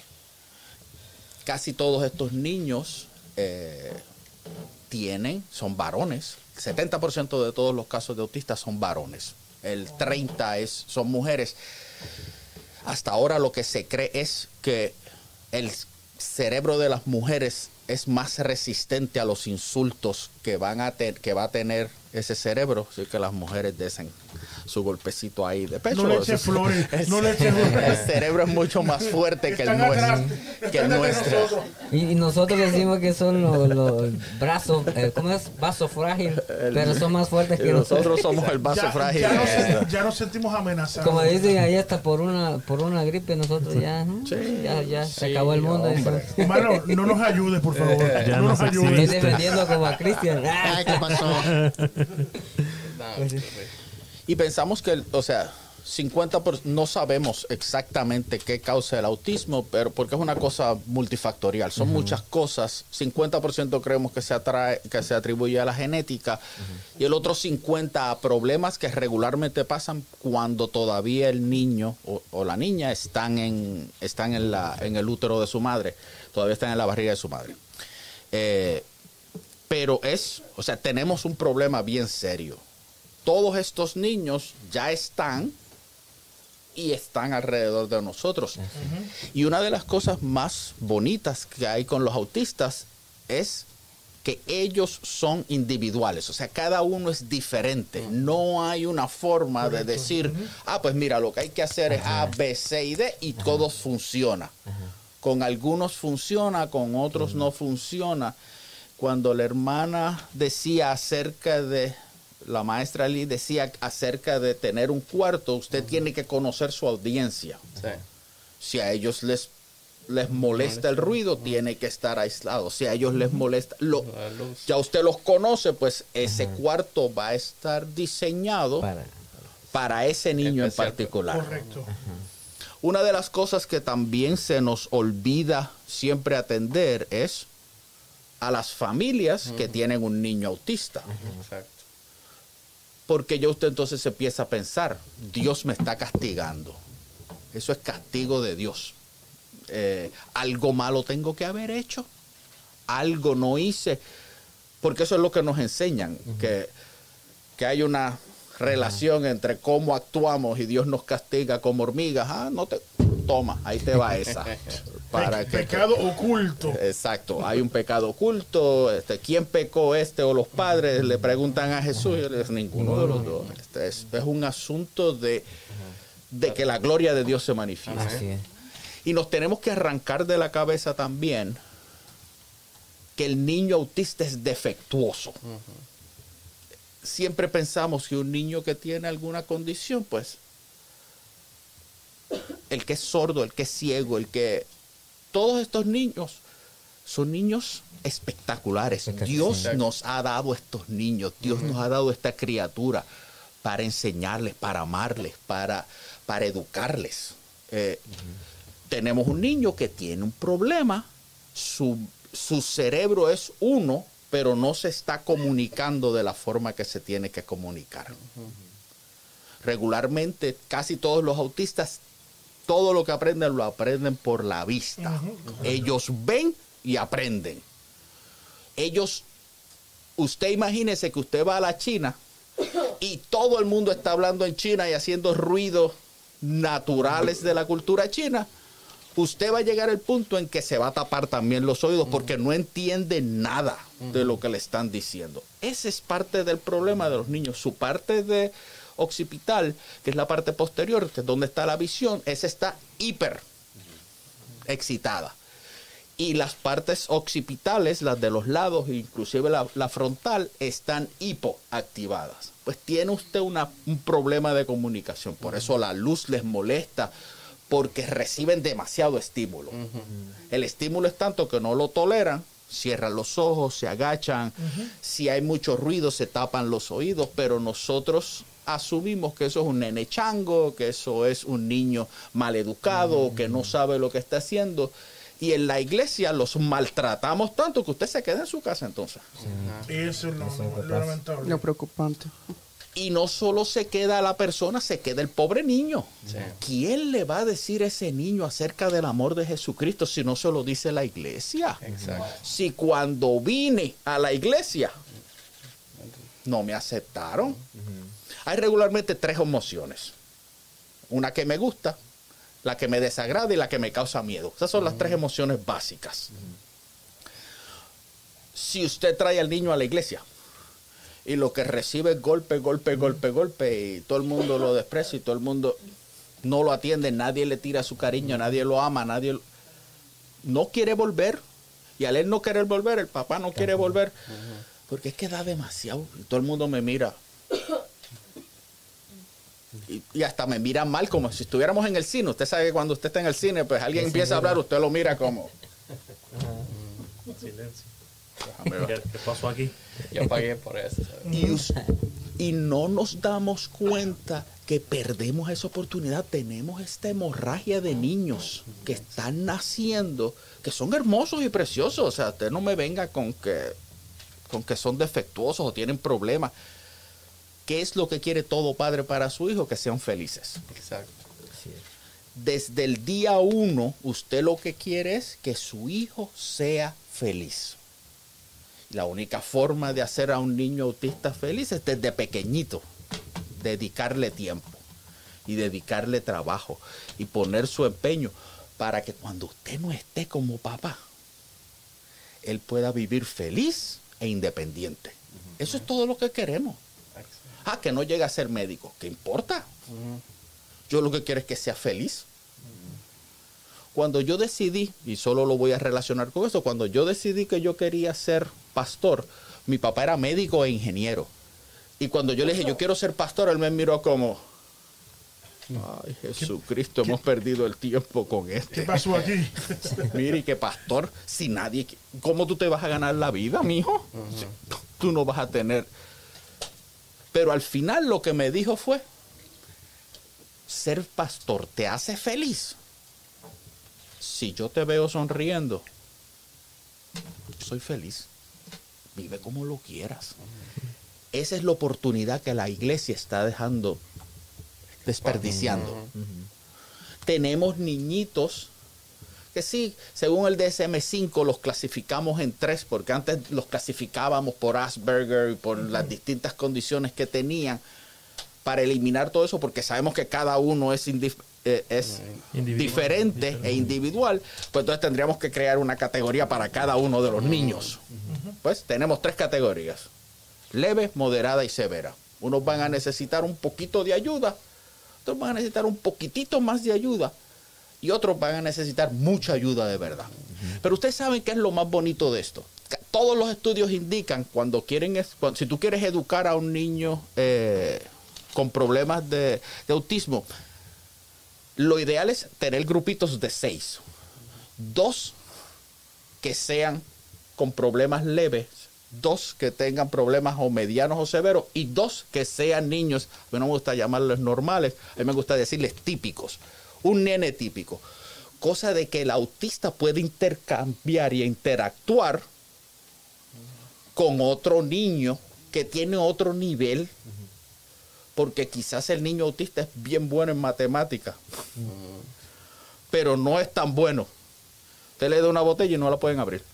[SPEAKER 9] Casi todos estos niños eh, tienen, son varones. El setenta por ciento de todos los casos de autistas son varones. El treinta por ciento es, son mujeres. Hasta ahora lo que se cree es que el cerebro de las mujeres es más resistente a los insultos que, van a te, que va a tener ese cerebro. Así que las mujeres desen su golpecito ahí de pecho.
[SPEAKER 2] No le eches flores.
[SPEAKER 9] El,
[SPEAKER 2] no le eches flores.
[SPEAKER 9] El cerebro es mucho más fuerte que el nuestro. Que el nuestro.
[SPEAKER 1] Y, y nosotros decimos que son los, los brazos, eh, ¿cómo es? Vaso frágil, el, pero son más fuertes que
[SPEAKER 9] nosotros. Nosotros somos el vaso
[SPEAKER 2] ya,
[SPEAKER 9] frágil.
[SPEAKER 2] Ya, nos, ya nos sentimos amenazados.
[SPEAKER 1] Como dicen ahí, hasta por una por una gripe nosotros ya, ¿no?
[SPEAKER 9] Sí,
[SPEAKER 1] ya, ya
[SPEAKER 9] sí,
[SPEAKER 1] se acabó el mundo.
[SPEAKER 2] Hermano, no nos ayudes, por favor.
[SPEAKER 4] Ya
[SPEAKER 2] no nos ayudes.
[SPEAKER 1] Estoy defendiendo como a Cristian.
[SPEAKER 5] Ay, ¿qué pasó?
[SPEAKER 9] Y pensamos que, o sea, cincuenta por ciento no sabemos exactamente qué causa el autismo, pero porque es una cosa multifactorial, son uh-huh. muchas cosas. cincuenta por ciento creemos que se atrae, que se atribuye a la genética, uh-huh. y el otro cincuenta por ciento a problemas que regularmente pasan cuando todavía el niño o, o la niña están en están en la en el útero de su madre, todavía están en la barriga de su madre. Eh, pero es, o sea, tenemos un problema bien serio. Todos estos niños ya están y están alrededor de nosotros. Uh-huh. Y una de las cosas más bonitas que hay con los autistas es que ellos son individuales. O sea, cada uno es diferente. Uh-huh. No hay una forma Correcto. de decir, uh-huh. ah, pues mira, lo que hay que hacer uh-huh. es A, B, C y D y uh-huh. todo funciona. Uh-huh. Con algunos funciona, con otros uh-huh. no funciona. Cuando la hermana decía acerca de... La maestra Lee decía acerca de tener un cuarto, usted uh-huh. tiene que conocer su audiencia. Sí. Si a ellos les, les molesta el ruido, uh-huh. tiene que estar aislado. Si a ellos uh-huh. les molesta, lo, ya usted los conoce, pues ese uh-huh. cuarto va a estar diseñado para, para ese niño en particular.
[SPEAKER 2] Correcto.
[SPEAKER 9] Uh-huh. Una de las cosas que también se nos olvida siempre atender es a las familias uh-huh. que tienen un niño autista. Uh-huh. Exacto. Porque ya usted entonces se empieza a pensar, Dios me está castigando. Eso es castigo de Dios. Eh, algo malo tengo que haber hecho. Algo no hice. Porque eso es lo que nos enseñan. Uh-huh. que, que hay una relación uh-huh. entre cómo actuamos y Dios nos castiga como hormigas. Ah, no te... Toma, ahí te va esa. Para
[SPEAKER 2] Pe-
[SPEAKER 9] que
[SPEAKER 2] pecado
[SPEAKER 9] te...
[SPEAKER 2] oculto.
[SPEAKER 9] Exacto, hay un pecado oculto. Este, ¿quién pecó, este o los padres? Le preguntan a Jesús y él dice, ninguno de los dos. Este es, es un asunto de, de que la gloria de Dios se manifieste. Y nos tenemos que arrancar de la cabeza también que el niño autista es defectuoso. Uh-huh. Siempre pensamos que un niño que tiene alguna condición, pues, el que es sordo, el que es ciego, el que... Todos estos niños son niños espectaculares. Dios nos ha dado estos niños, Dios uh-huh. nos ha dado esta criatura para enseñarles, para amarles, para, para educarles. Eh, uh-huh. Tenemos un niño que tiene un problema, su, su cerebro es uno, pero no se está comunicando de la forma que se tiene que comunicar. Uh-huh. Regularmente, casi todos los autistas, todo lo que aprenden lo aprenden por la vista. Uh-huh. Ellos ven y aprenden. Ellos, usted imagínese que usted va a la China y todo el mundo está hablando en China y haciendo ruidos naturales de la cultura china. Usted va a llegar al punto en que se va a tapar también los oídos porque no entiende nada de lo que le están diciendo. Ese es parte del problema de los niños. Su parte de occipital, que es la parte posterior, que es donde está la visión, esa está hiper excitada. Y las partes occipitales, las de los lados, inclusive la, la frontal, están hipoactivadas. Pues tiene usted una, un problema de comunicación. Por eso la luz les molesta, porque reciben demasiado estímulo. Uh-huh. El estímulo es tanto que no lo toleran, cierran los ojos, se agachan, uh-huh. Si hay mucho ruido se tapan los oídos, pero nosotros asumimos que eso es un nene chango, que eso es un niño maleducado, uh-huh. que no sabe lo que está haciendo. Y en la iglesia los maltratamos tanto que usted se queda en su casa entonces.
[SPEAKER 2] Uh-huh. Eso es lo, lo, lo lamentable.
[SPEAKER 5] Lo preocupante.
[SPEAKER 9] Y no solo se queda la persona, se queda el pobre niño. Sí. ¿Quién le va a decir a ese niño acerca del amor de Jesucristo si no se lo dice la iglesia? Exacto. Si cuando vine a la iglesia no me aceptaron. Uh-huh. Hay regularmente tres emociones. Una que me gusta, la que me desagrada y la que me causa miedo. Esas son uh-huh. las tres emociones básicas. Uh-huh. Si usted trae al niño a la iglesia y lo que recibe es golpe, golpe, golpe, golpe, y todo el mundo lo desprecia y todo el mundo no lo atiende, nadie le tira su cariño, nadie lo ama, nadie no quiere volver. Y al él no querer volver, el papá no quiere volver, porque es que da demasiado. Y todo el mundo me mira. Y, y hasta me mira mal, como si estuviéramos en el cine. Usted sabe que cuando usted está en el cine, pues alguien sí, empieza sí, a hablar, usted lo mira como...
[SPEAKER 4] Silencio. ¿Qué, ¿Qué pasó aquí?
[SPEAKER 3] Yo pagué por eso.
[SPEAKER 9] Y, y no nos damos cuenta que perdemos esa oportunidad. Tenemos esta hemorragia de niños que están naciendo, que son hermosos y preciosos. O sea, usted no me venga con que, con que son defectuosos o tienen problemas. ¿Qué es lo que quiere todo padre para su hijo? Que sean felices.
[SPEAKER 3] Exacto.
[SPEAKER 9] Desde el día uno, usted lo que quiere es que su hijo sea feliz. La única forma de hacer a un niño autista feliz es desde pequeñito, dedicarle tiempo y dedicarle trabajo y poner su empeño para que cuando usted no esté como papá, él pueda vivir feliz e independiente. Uh-huh. Eso es todo lo que queremos. Ah, que no llegue a ser médico, ¿qué importa? Uh-huh. Yo lo que quiero es que sea feliz. Cuando yo decidí, y solo lo voy a relacionar con eso, cuando yo decidí que yo quería ser pastor, mi papá era médico e ingeniero. Y cuando yo le dije, yo quiero ser pastor, él me miró como, ay, Jesucristo, hemos perdido el tiempo con este.
[SPEAKER 2] ¿Qué pasó aquí?
[SPEAKER 9] Mire, que pastor, si nadie, ¿cómo tú te vas a ganar la vida, mijo? Uh-huh. Si, tú no vas a tener. Pero al final lo que me dijo fue, ser pastor te hace feliz. Si yo te veo sonriendo, soy feliz. Vive como lo quieras. Uh-huh. Esa es la oportunidad que la iglesia está dejando, desperdiciando. Uh-huh. Tenemos niñitos que sí, según el D S M cinco los clasificamos en tres, porque antes los clasificábamos por Asperger y por uh-huh. las distintas condiciones que tenían, para eliminar todo eso, porque sabemos que cada uno es indif- eh, es individual, diferente individual. e individual, pues entonces tendríamos que crear una categoría para cada uno de los niños. Uh-huh. Pues tenemos tres categorías: leve, moderada y severa. Unos van a necesitar un poquito de ayuda, otros van a necesitar un poquitito más de ayuda, y otros van a necesitar mucha ayuda de verdad. Uh-huh. Pero ustedes saben qué es lo más bonito de esto. Todos los estudios indican, cuando quieren, cuando, si tú quieres educar a un niño eh, con problemas de, de autismo, lo ideal es tener grupitos de seis. Dos que sean con problemas leves, dos que tengan problemas o medianos o severos, y dos que sean niños, a mí no me gusta llamarlos normales, a mí me gusta decirles típicos. Un nene típico. cosa de que el autista puede intercambiar y interactuar con otro niño que tiene otro nivel, porque quizás el niño autista es bien bueno en matemáticas, pero no es tan bueno. Usted le da una botella y no la pueden abrir,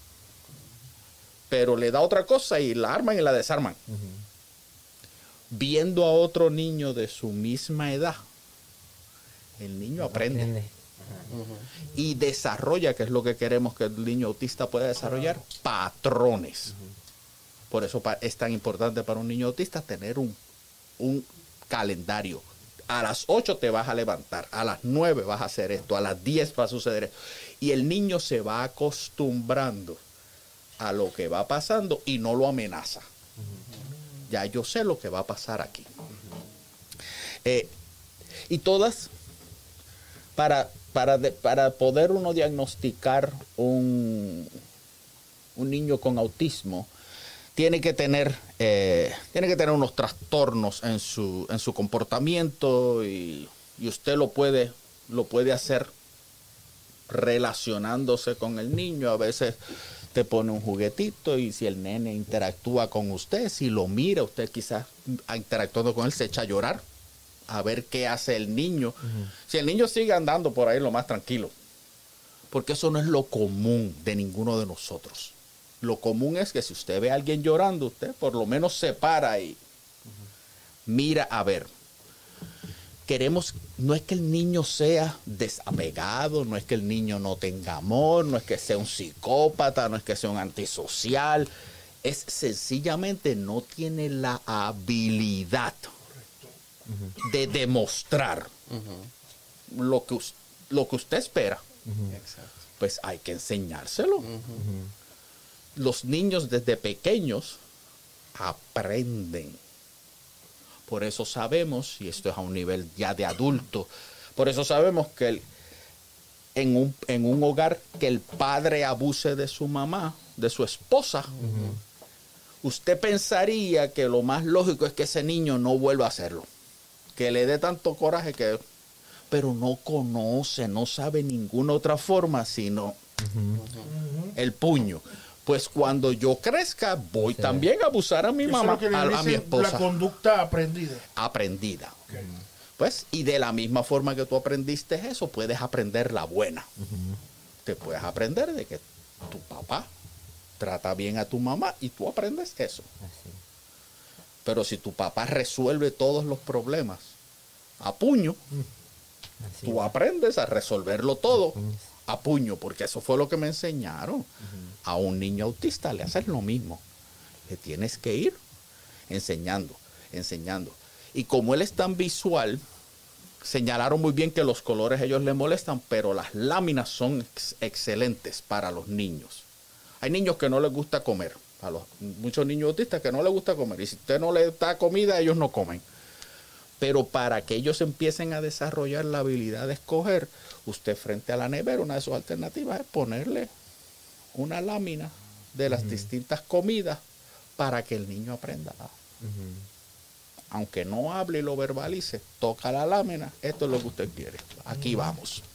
[SPEAKER 9] pero le da otra cosa y la arman y la desarman. Viendo a otro niño de su misma edad, el niño aprende. aprende. Y desarrolla, que es lo que queremos que el niño autista pueda desarrollar, patrones. Uh-huh. Por eso es tan importante para un niño autista tener un, un calendario. A las ocho te vas a levantar, a las nueve vas a hacer esto, a las diez va a suceder esto. Y el niño se va acostumbrando a lo que va pasando y no lo amenaza. Uh-huh. Ya yo sé lo que va a pasar aquí. Uh-huh. Eh, y todas, para... Para, de, para poder uno diagnosticar un, un niño con autismo, tiene que tener, eh, tiene que tener unos trastornos en su, en su comportamiento y, y usted lo puede, lo puede hacer relacionándose con el niño. A veces te pone un juguetito y si el nene interactúa con usted, si lo mira, usted quizás interactuando con él se echa a llorar, a ver qué hace el niño. Uh-huh. Si el niño sigue andando por ahí lo más tranquilo, porque eso no es lo común de ninguno de nosotros. Lo común es que si usted ve a alguien llorando, usted por lo menos se para y uh-huh. mira a ver. Queremos, no es que el niño sea desapegado, no es que el niño no tenga amor, no es que sea un psicópata, no es que sea un antisocial, es sencillamente no tiene la habilidad de demostrar uh-huh. lo, que, lo que usted espera. Uh-huh. Pues hay que enseñárselo. Uh-huh. Los niños desde pequeños aprenden. Por eso sabemos, y esto es a un nivel ya de adulto, por eso sabemos que el, en, un, en un hogar que el padre abuse de su mamá, de su esposa, uh-huh. usted pensaría que lo más lógico es que ese niño no vuelva a hacerlo. Que le dé tanto coraje que... Pero no conoce, no sabe ninguna otra forma sino uh-huh. el puño. Pues cuando yo crezca, voy sí. también a abusar a mi Eso mamá, a, a mi esposa.
[SPEAKER 2] La conducta aprendida.
[SPEAKER 9] Aprendida. Okay. Pues, y de la misma forma que tú aprendiste eso, puedes aprender la buena. Uh-huh. Te puedes aprender de que tu papá trata bien a tu mamá y tú aprendes eso. Así. Pero si tu papá resuelve todos los problemas a puño, Así tú va. aprendes a resolverlo todo a puño, porque eso fue lo que me enseñaron. Uh-huh. A un niño autista le haces lo mismo. Le tienes que ir enseñando, enseñando. Y como él es tan visual, señalaron muy bien que los colores a ellos les molestan, pero las láminas son ex- excelentes para los niños. Hay niños que no les gusta comer. A los, muchos niños autistas que no les gusta comer. Y si usted no les da comida, ellos no comen. Pero para que ellos empiecen a desarrollar la habilidad de escoger, usted frente a la nevera, una de sus alternativas es ponerle una lámina de las uh-huh. distintas comidas para que el niño aprenda. Uh-huh. Aunque no hable y lo verbalice, toca la lámina, esto es lo que usted quiere. Aquí uh-huh. vamos.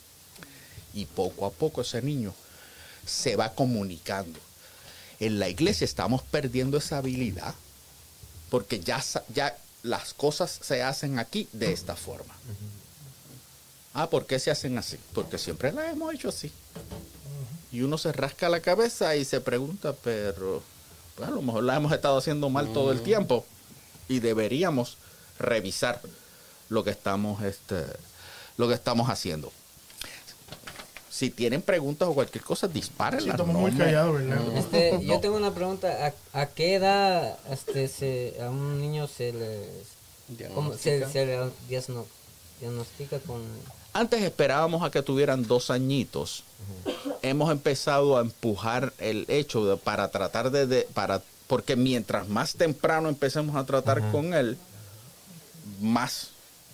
[SPEAKER 9] Y poco a poco ese niño se va comunicando. En la iglesia estamos perdiendo esa habilidad porque ya, ya las cosas se hacen aquí de esta forma. Uh-huh. Ah, ¿por qué se hacen así? Porque siempre las hemos hecho así. Uh-huh. Y uno se rasca la cabeza y se pregunta, pero pues a lo mejor la hemos estado haciendo mal uh-huh. todo el tiempo y deberíamos revisar lo que estamos, este, lo que estamos haciendo. Si tienen preguntas o cualquier cosa, dispárenlas. Sí,
[SPEAKER 2] estamos no muy callados, ¿verdad?
[SPEAKER 1] Este,
[SPEAKER 2] no.
[SPEAKER 1] Yo tengo una pregunta. ¿A, a qué edad este, se, a un niño se le se, se le diagno, diagnostica con...?
[SPEAKER 9] Antes esperábamos a que tuvieran dos añitos. Uh-huh. Hemos empezado a empujar el hecho de, para tratar de, de... para porque mientras más temprano empecemos a tratar uh-huh. con él, más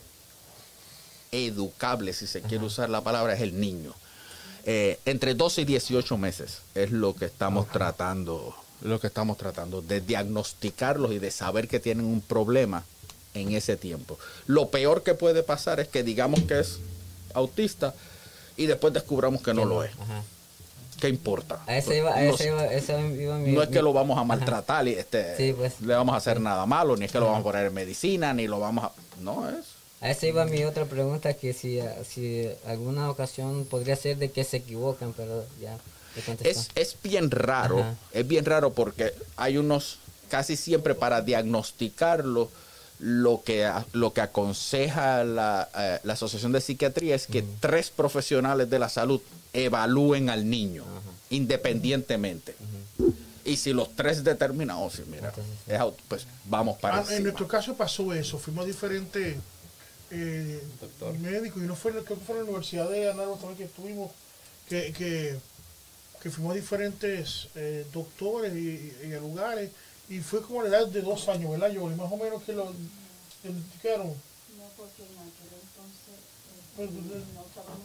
[SPEAKER 9] educable, si se uh-huh. quiere usar la palabra, es el niño. Eh, entre doce y dieciocho meses es lo que estamos uh-huh. tratando, lo que estamos tratando de diagnosticarlos y de saber que tienen un problema en ese tiempo. Lo peor que puede pasar es que digamos que es autista y después descubramos que no
[SPEAKER 1] Que
[SPEAKER 9] lo
[SPEAKER 1] no,
[SPEAKER 9] es.
[SPEAKER 1] ajá.
[SPEAKER 9] ¿Qué importa?
[SPEAKER 1] A ese iba, a
[SPEAKER 9] no,
[SPEAKER 1] ese iba, ese iba mi-
[SPEAKER 9] no es que
[SPEAKER 1] mi-
[SPEAKER 9] lo vamos a
[SPEAKER 1] Ajá.
[SPEAKER 9] maltratar y este,
[SPEAKER 1] Sí, pues.
[SPEAKER 9] le vamos a hacer nada malo, ni es que lo vamos a poner en medicina, ni lo vamos a... No es...
[SPEAKER 1] A esa iba mi otra pregunta, que si, si alguna ocasión podría ser de que se equivocan, pero ya te contestó.
[SPEAKER 9] Es, es bien raro,
[SPEAKER 1] Ajá.
[SPEAKER 9] es bien raro porque hay unos, casi siempre para diagnosticarlo, lo que, a- lo que aconseja la, eh, la Asociación de Psiquiatría es que tres profesionales de la salud evalúen al niño independientemente. Y si los tres determinan, oh, sí, mira,
[SPEAKER 1] Entonces, sí.
[SPEAKER 9] es auto- pues vamos para
[SPEAKER 2] Ah,
[SPEAKER 9] encima.
[SPEAKER 2] en nuestro caso pasó eso, fuimos a diferentes eh, médicos y no fue, creo que fue en la Universidad de Anáhuac también que estuvimos, que, que, que fuimos a diferentes eh, doctores y, y a lugares y fue como a la edad de dos años, ¿verdad, Yoli? Más o menos que lo diagnosticaron.
[SPEAKER 7] No, porque en aquel entonces
[SPEAKER 2] Pues,
[SPEAKER 7] eh, no estábamos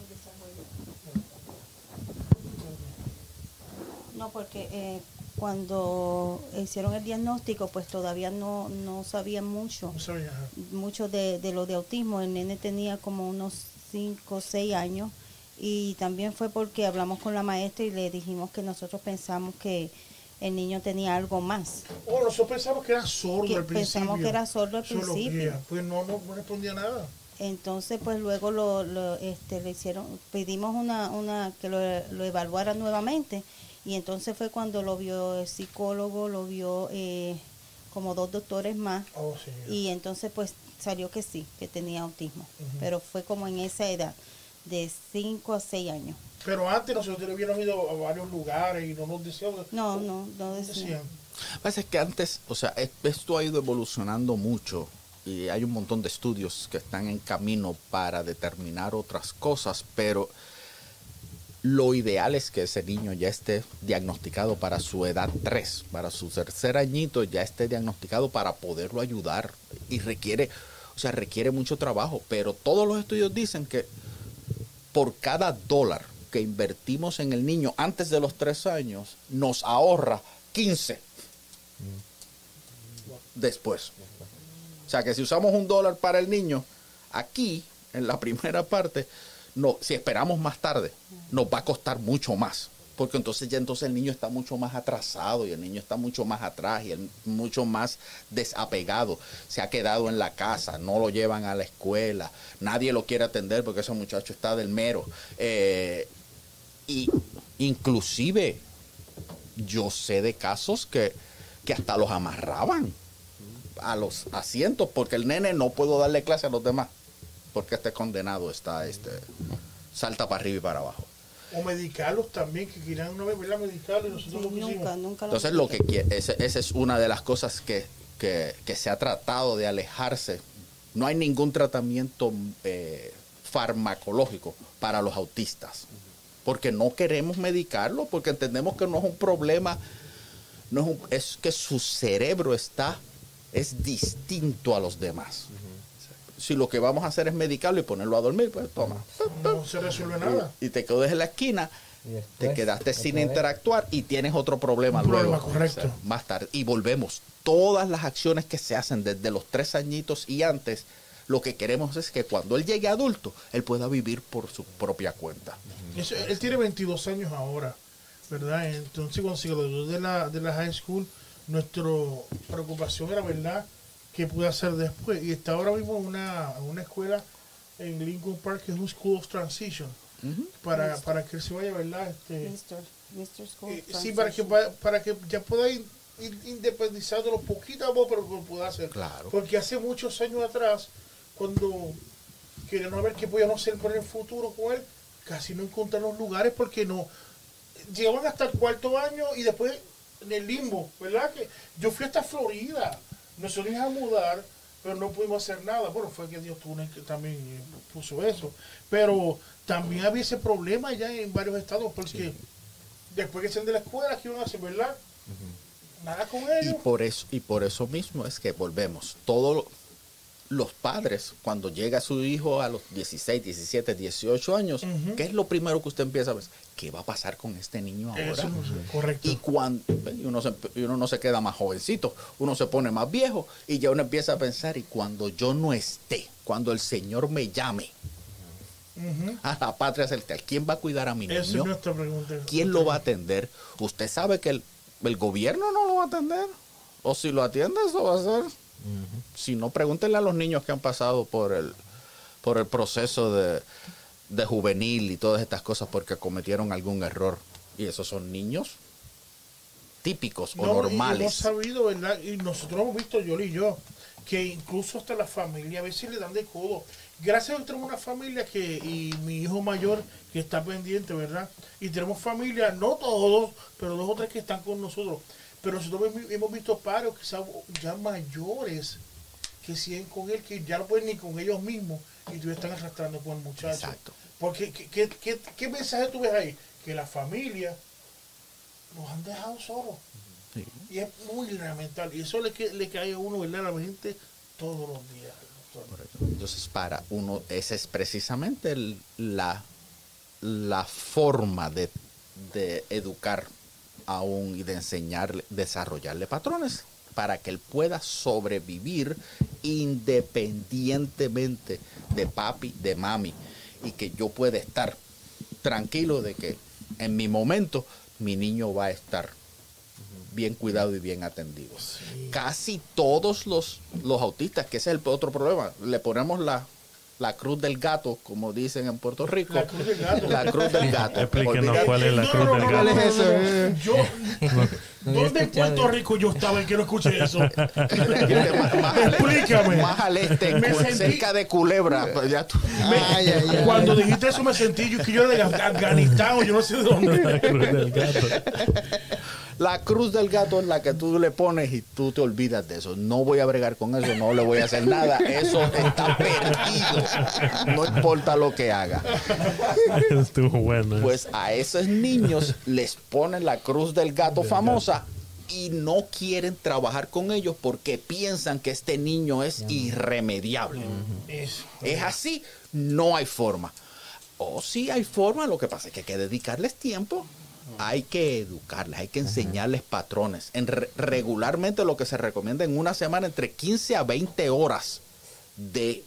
[SPEAKER 7] desarrollados. No, porque eh, cuando hicieron el diagnóstico, pues todavía no, no sabían mucho,
[SPEAKER 2] No sabía, ajá.
[SPEAKER 7] mucho de, de lo de autismo. El nene tenía como unos cinco o seis años y también fue porque hablamos con la maestra y le dijimos que nosotros pensamos que el niño tenía algo más.
[SPEAKER 2] Oh, nosotros pensamos que era sordo
[SPEAKER 7] Que
[SPEAKER 2] al principio.
[SPEAKER 7] pensamos que era sordo al
[SPEAKER 2] Zoología.
[SPEAKER 7] principio.
[SPEAKER 2] Pues no, no, no respondía nada.
[SPEAKER 7] Entonces, pues luego lo, lo, este, le hicieron, pedimos una, una que lo, lo evaluara nuevamente y entonces fue cuando lo vio el psicólogo, lo vio eh, como dos doctores más
[SPEAKER 2] Oh, sí.
[SPEAKER 7] y entonces pues salió que sí, que tenía autismo,
[SPEAKER 2] Ujú.
[SPEAKER 7] pero fue como en esa edad, de cinco a seis años.
[SPEAKER 2] Pero antes nosotros hubiéramos ido a varios lugares y no nos decían.
[SPEAKER 7] No, no, no
[SPEAKER 2] decían.
[SPEAKER 7] decía.
[SPEAKER 9] Lo que pasa es que antes, o sea, es- esto ha ido evolucionando mucho y hay un montón de estudios que están en camino para determinar otras cosas, pero lo ideal es que ese niño ya esté diagnosticado para su edad tres, para su tercer añito ya esté diagnosticado para poderlo ayudar y requiere, o sea, requiere mucho trabajo, pero todos los estudios dicen que por cada dólar que invertimos en el niño antes de los tres años, nos ahorra quince después. O sea que si usamos un dólar para el niño, aquí, en la primera parte, no, si esperamos más tarde, nos va a costar mucho más. Porque entonces ya entonces el niño está mucho más atrasado y el niño está mucho más atrás y el, mucho más desapegado. Se ha quedado en la casa, no lo llevan a la escuela, nadie lo quiere atender porque ese muchacho está del mero. Eh, y inclusive yo sé de casos que, que hasta los amarraban a los asientos porque el nene no puedo darle clase a los demás porque este condenado está, este, salta para arriba y para abajo.
[SPEAKER 2] O medicarlos también, que querían una vez, ¿verdad? Medicarlos y nosotros
[SPEAKER 7] Sí,
[SPEAKER 2] lo pusimos.
[SPEAKER 7] nunca, nunca lo
[SPEAKER 9] Entonces lo que quiere, ese- esa es una de las cosas que, que, que se ha tratado de alejarse. No hay ningún tratamiento eh, farmacológico para los autistas, porque no queremos medicarlo, porque entendemos que no es un problema, no es, un- es que su cerebro está, es distinto a los demás. Si lo que vamos a hacer es medicarlo y ponerlo a dormir, pues toma.
[SPEAKER 2] No se resuelve nada.
[SPEAKER 9] Y te quedas en la esquina,
[SPEAKER 1] Y
[SPEAKER 9] te
[SPEAKER 1] después,
[SPEAKER 9] quedaste
[SPEAKER 1] otra
[SPEAKER 9] sin
[SPEAKER 1] vez.
[SPEAKER 9] interactuar y tienes otro problema
[SPEAKER 2] Un
[SPEAKER 9] luego.
[SPEAKER 2] problema, correcto.
[SPEAKER 9] O sea, más tarde. Y volvemos. Todas las acciones que se hacen desde los tres añitos y antes, lo que queremos es que cuando él llegue adulto, él pueda vivir por su propia cuenta.
[SPEAKER 2] Eso, él tiene veintidós años ahora, ¿verdad? Entonces, cuando se graduó de la, de la high school, nuestra preocupación era, ¿verdad?, qué puede hacer después. Y está ahora mismo en una, en una escuela en Lincoln Park, que es un School of Transition, para, para que él se vaya, ¿verdad? Este,
[SPEAKER 7] mister mister School
[SPEAKER 2] eh, sí, para que, va- para que ya pueda ir, ir independizándolo poquito a poco, pero que lo pueda hacer.
[SPEAKER 9] Claro.
[SPEAKER 2] Porque hace muchos años atrás, cuando queríamos ver qué podíamos hacer por el futuro con él, casi no encontramos lugares porque no llegaban hasta el cuarto año y después en el limbo, ¿verdad? Que yo fui hasta Florida, nos íbamos a mudar, pero no pudimos hacer nada. Bueno, fue que Dios tuvo una- que también eh, puso eso, pero también había ese problema ya en varios estados porque después que salen de la escuela, ¿qué iban a hacer, verdad? Nada con
[SPEAKER 9] Y
[SPEAKER 2] ellos.
[SPEAKER 9] por eso, y por eso mismo es que volvemos. Todos los padres, cuando llega su hijo a los dieciséis, diecisiete, dieciocho años,
[SPEAKER 2] Ujú.
[SPEAKER 9] ¿qué es lo primero que usted empieza a ver? ¿Qué va a pasar con este niño ahora?
[SPEAKER 2] Eso, correcto.
[SPEAKER 9] Y cuando y uno, se, y uno no se queda más jovencito, uno se pone más viejo y ya uno empieza a pensar, y cuando yo no esté, cuando el Señor me llame,
[SPEAKER 2] Ujú.
[SPEAKER 9] A la patria celestial. ¿Quién va a cuidar a mi
[SPEAKER 2] Esa es
[SPEAKER 9] niño?
[SPEAKER 2] nuestra pregunta.
[SPEAKER 9] ¿Quién lo va a atender? Usted sabe que el, el gobierno no lo va a atender. O si lo atiende, eso va a ser. Uh-huh. Si no, pregúntenle a los niños que han pasado por el, por el proceso de, de juvenil y todas estas cosas porque cometieron algún error. Y esos son niños típicos
[SPEAKER 2] no,
[SPEAKER 9] o normales.
[SPEAKER 2] Y hemos sabido, ¿verdad? Y nosotros hemos visto, Yoli y yo, que incluso hasta la familia a veces le dan de codo. Gracias a Dios tenemos una familia que, y mi hijo mayor que está pendiente, ¿verdad? Y tenemos familia, no todos, pero dos o tres que están con nosotros. Pero nosotros hemos visto padres quizás ya mayores que siguen con él, que ya no pueden ni con ellos mismos y tú están arrastrando con el muchacho.
[SPEAKER 9] Exacto.
[SPEAKER 2] Porque, ¿qué, qué, qué, qué mensaje tú ves ahí? Que la familia nos han dejado solos. Sí. Y es muy lamentable. Y eso le, le cae a uno, ¿verdad? A la gente todos los días.
[SPEAKER 9] Correcto. Entonces, para uno, esa es precisamente el, la, la forma de, de educar aún y de enseñarle, desarrollarle patrones para que él pueda sobrevivir independientemente de papi, de mami, y que yo pueda estar tranquilo de que en mi momento mi niño va a estar bien cuidado y bien atendido. Sí. Casi todos los, los autistas, que ese es el otro problema, le ponemos la la cruz del gato, como dicen en Puerto Rico.
[SPEAKER 2] La cruz del gato.
[SPEAKER 9] La cruz del gato.
[SPEAKER 4] Explíquenos cuál es la cruz no, no, del gato.
[SPEAKER 2] No, no, no, no, no. Yo, ¿dónde en Puerto Rico yo estaba y que no escuché eso?
[SPEAKER 9] más, más
[SPEAKER 2] Explícame.
[SPEAKER 9] Más al este,
[SPEAKER 2] me
[SPEAKER 9] cerca
[SPEAKER 2] sentí,
[SPEAKER 9] de Culebra. Pues ya tú,
[SPEAKER 2] me, ay, ay, ay, cuando ay. dijiste eso me sentí yo que yo era de Afganistán o yo no sé de dónde.
[SPEAKER 4] La cruz del gato.
[SPEAKER 9] La cruz del gato es la que tú le pones y tú te olvidas de eso. No voy a bregar con eso, no le voy a hacer nada. Eso está perdido. No importa lo que haga.
[SPEAKER 4] Estuvo bueno.
[SPEAKER 9] Pues a esos niños les ponen la cruz del gato famosa y no quieren trabajar con ellos porque piensan que este niño es irremediable. Es así, no hay forma. O sí hay forma, lo que pasa es que hay que dedicarles tiempo. Hay que educarles, hay que enseñarles patrones. En re regularmente lo que se recomienda en una semana entre quince a veinte horas de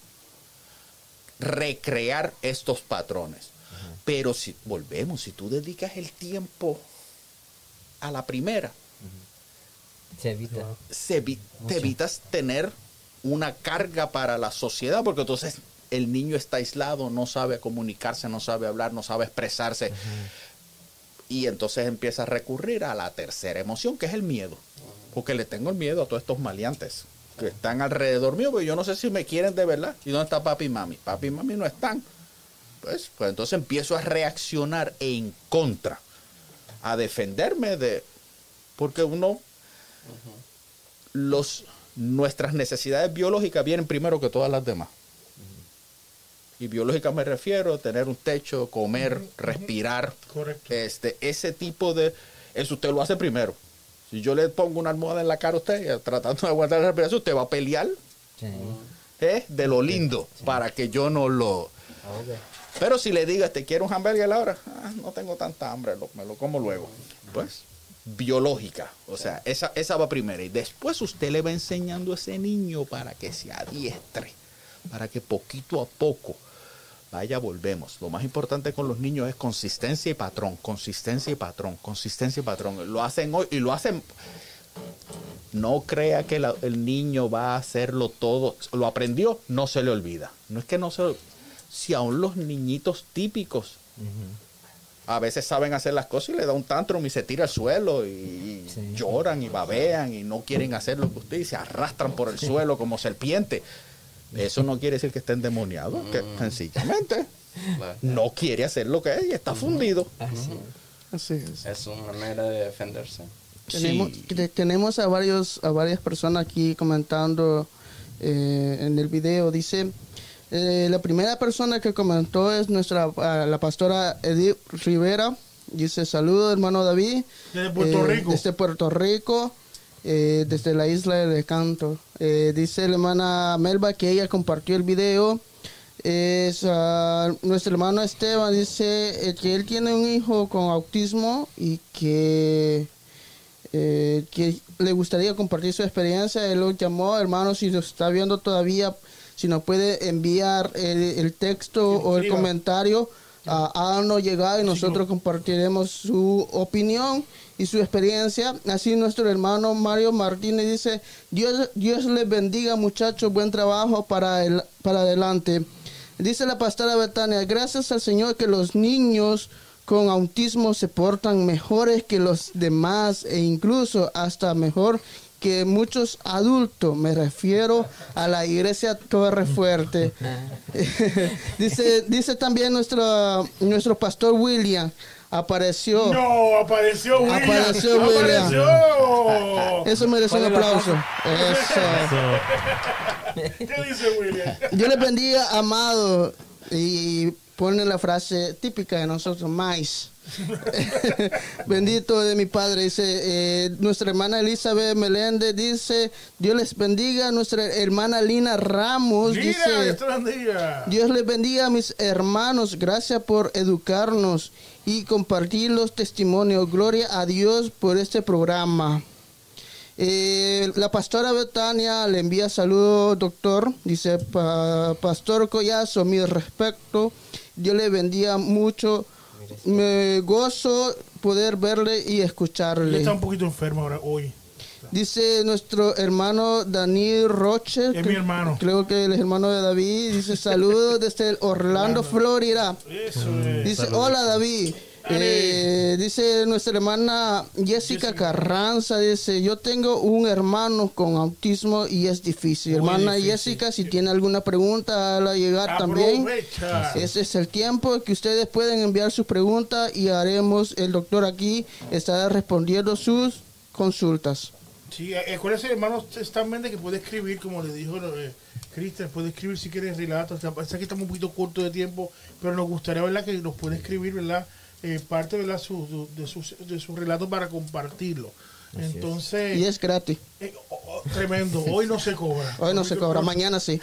[SPEAKER 9] recrear estos patrones. Uh-huh. Pero si volvemos, si tú dedicas el tiempo a la primera,
[SPEAKER 1] uh-huh. se evita.
[SPEAKER 9] Se evi te evitas tener una carga para la sociedad, porque entonces el niño está aislado, no sabe comunicarse, no sabe hablar, no sabe expresarse. Uh-huh. Y entonces empieza a recurrir a la tercera emoción, que es el miedo. Porque le tengo el miedo a todos estos maleantes que están alrededor mío, porque yo no sé si me quieren de verdad. ¿Y dónde está papi y mami? Papi y mami no están. Pues, pues entonces empiezo a reaccionar en contra, a defenderme de... Porque uno... Uh-huh. los, nuestras necesidades biológicas vienen primero que todas las demás. Y biológica me refiero a tener un techo, comer, uh-huh, respirar.
[SPEAKER 2] Correcto.
[SPEAKER 9] Este, ese tipo de... Eso usted lo hace primero. Si yo le pongo una almohada en la cara a usted, tratando de aguantar la respiración, usted va a pelear, sí, ¿eh? De lo lindo, sí, para que yo no lo... Okay. Pero si le digo, ¿te quiero un hamburger ahora? Ah, no tengo tanta hambre, lo, me lo como luego. Pues, biológica. O sea, esa, esa va primero. Y después usted le va enseñando a ese niño para que se adiestre, para que poquito a poco... Vaya, volvemos. Lo más importante con los niños es consistencia y patrón, consistencia y patrón, consistencia y patrón. Lo hacen hoy y lo hacen. No crea que la, el niño va a hacerlo todo. Lo aprendió, no se le olvida. No es que no se... Si aún los niñitos típicos uh-huh. a veces saben hacer las cosas y le da un tantrum y se tira al suelo y sí. lloran y babean y no quieren hacer lo que usted dice, se arrastran por el suelo como serpiente. Eso no quiere decir que esté endemoniado, mm. que sencillamente no quiere hacer lo que es y está fundido.
[SPEAKER 3] Así,
[SPEAKER 5] Así es.
[SPEAKER 3] Es una manera de defenderse.
[SPEAKER 5] Tenemos,
[SPEAKER 9] Sí.
[SPEAKER 5] te- tenemos a varios a varias personas aquí comentando eh, en el video. Dice, eh, la primera persona que comentó es nuestra uh, la pastora Edith Rivera. Dice, saludos hermano David.
[SPEAKER 2] Desde Puerto
[SPEAKER 5] Eh,
[SPEAKER 2] Rico.
[SPEAKER 5] Desde Puerto Rico. Eh, desde la isla de Canto. Eh, dice la hermana Melba que ella compartió el video. Es, uh, nuestro hermano Esteban dice eh, que él tiene un hijo con autismo y que, eh, que le gustaría compartir su experiencia. Él lo llamó, hermano, si lo está viendo todavía, si nos puede enviar el, el texto o el comentario, uh, háganos llegar y nosotros compartiremos su opinión y su experiencia. Así nuestro hermano Mario Martínez dice, Dios, Dios les bendiga, muchachos, buen trabajo para, el, para adelante. Dice la pastora Betania, gracias al Señor que los niños con autismo se portan mejores que los demás e incluso hasta mejor que muchos adultos. Me refiero a la iglesia Torre Fuerte. dice, dice también nuestro, nuestro pastor William. Apareció.
[SPEAKER 2] No, apareció William.
[SPEAKER 5] Apareció William.
[SPEAKER 2] Apareció.
[SPEAKER 5] Eso merece un aplauso. Eso.
[SPEAKER 2] ¿Qué dice William?
[SPEAKER 5] Dios les bendiga, amado. Y pone la frase típica de nosotros, mais. Bendito de mi Padre, dice eh, nuestra hermana Elizabeth Meléndez, dice Dios les bendiga. Nuestra hermana Lina Ramos
[SPEAKER 2] Mira,
[SPEAKER 5] dice
[SPEAKER 2] Dios te bendiga.
[SPEAKER 5] Dios les bendiga a mis hermanos, gracias por educarnos y compartir los testimonios. Gloria a Dios por este programa. Eh, la pastora Betania le envía saludos, doctor. Dice, pa, Pastor Collazo, mi respeto. Dios le bendiga mucho. Me gozo poder verle y escucharle.
[SPEAKER 2] Está un poquito enfermo ahora, hoy.
[SPEAKER 5] Dice nuestro hermano Daniel Roche.
[SPEAKER 2] Es mi hermano.
[SPEAKER 5] Creo que el hermano de David. Dice, saludos desde Orlando, Florida.
[SPEAKER 2] Eso es.
[SPEAKER 5] Dice, hola David. Eh, dice nuestra hermana Jessica Carranza, dice, yo tengo un hermano con autismo y es difícil.
[SPEAKER 2] Muy
[SPEAKER 5] Hermana
[SPEAKER 2] difícil.
[SPEAKER 5] Jessica, si tiene alguna pregunta, hágala llegar también. Ese es el tiempo que ustedes pueden enviar sus preguntas y haremos, el doctor aquí estará respondiendo sus consultas.
[SPEAKER 2] Sí, acuérdense, hermanos, Stan Méndez, que puede escribir, como le dijo eh, Cristian, puede escribir si quiere relatos. Parece que estamos un poquito cortos de tiempo, pero nos gustaría, ¿verdad?, que nos puede escribir, ¿verdad?, Eh, parte de, la, su, de, sus, de sus relatos para compartirlo.
[SPEAKER 5] Así
[SPEAKER 2] Entonces,
[SPEAKER 5] es. Y es gratis.
[SPEAKER 2] Eh, oh, oh, tremendo. Hoy no se cobra.
[SPEAKER 5] Hoy no se cobra, mañana sí.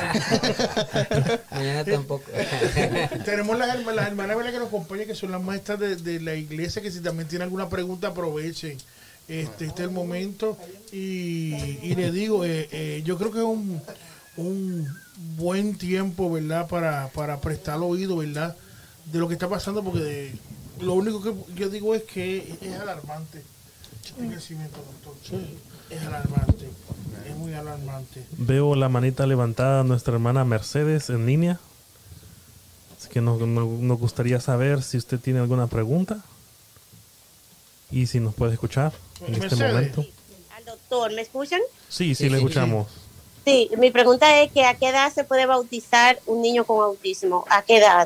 [SPEAKER 1] Mañana tampoco.
[SPEAKER 2] Tenemos las, hermanas, las hermanas ¿verdad?, que nos acompañan, que son las maestras de, de la iglesia, que si también tienen alguna pregunta, aprovechen. Este, este es el momento. Y, y le digo, eh, eh, yo creo que es un, un buen tiempo, ¿verdad?, para, para prestar oído, ¿verdad?, de lo que está pasando, porque lo único que yo digo es que es alarmante el crecimiento, doctor. Sí. Es alarmante, es muy alarmante.
[SPEAKER 4] Veo la manita levantada a nuestra hermana Mercedes en línea. Así que nos, nos, nos gustaría saber si usted tiene alguna pregunta y si nos puede escuchar en
[SPEAKER 2] Mercedes.
[SPEAKER 4] este momento.
[SPEAKER 6] Al doctor, ¿me escuchan?
[SPEAKER 4] Sí, sí, sí le escuchamos.
[SPEAKER 6] Sí, mi pregunta es que ¿a qué edad se puede bautizar un niño con autismo? ¿A qué edad?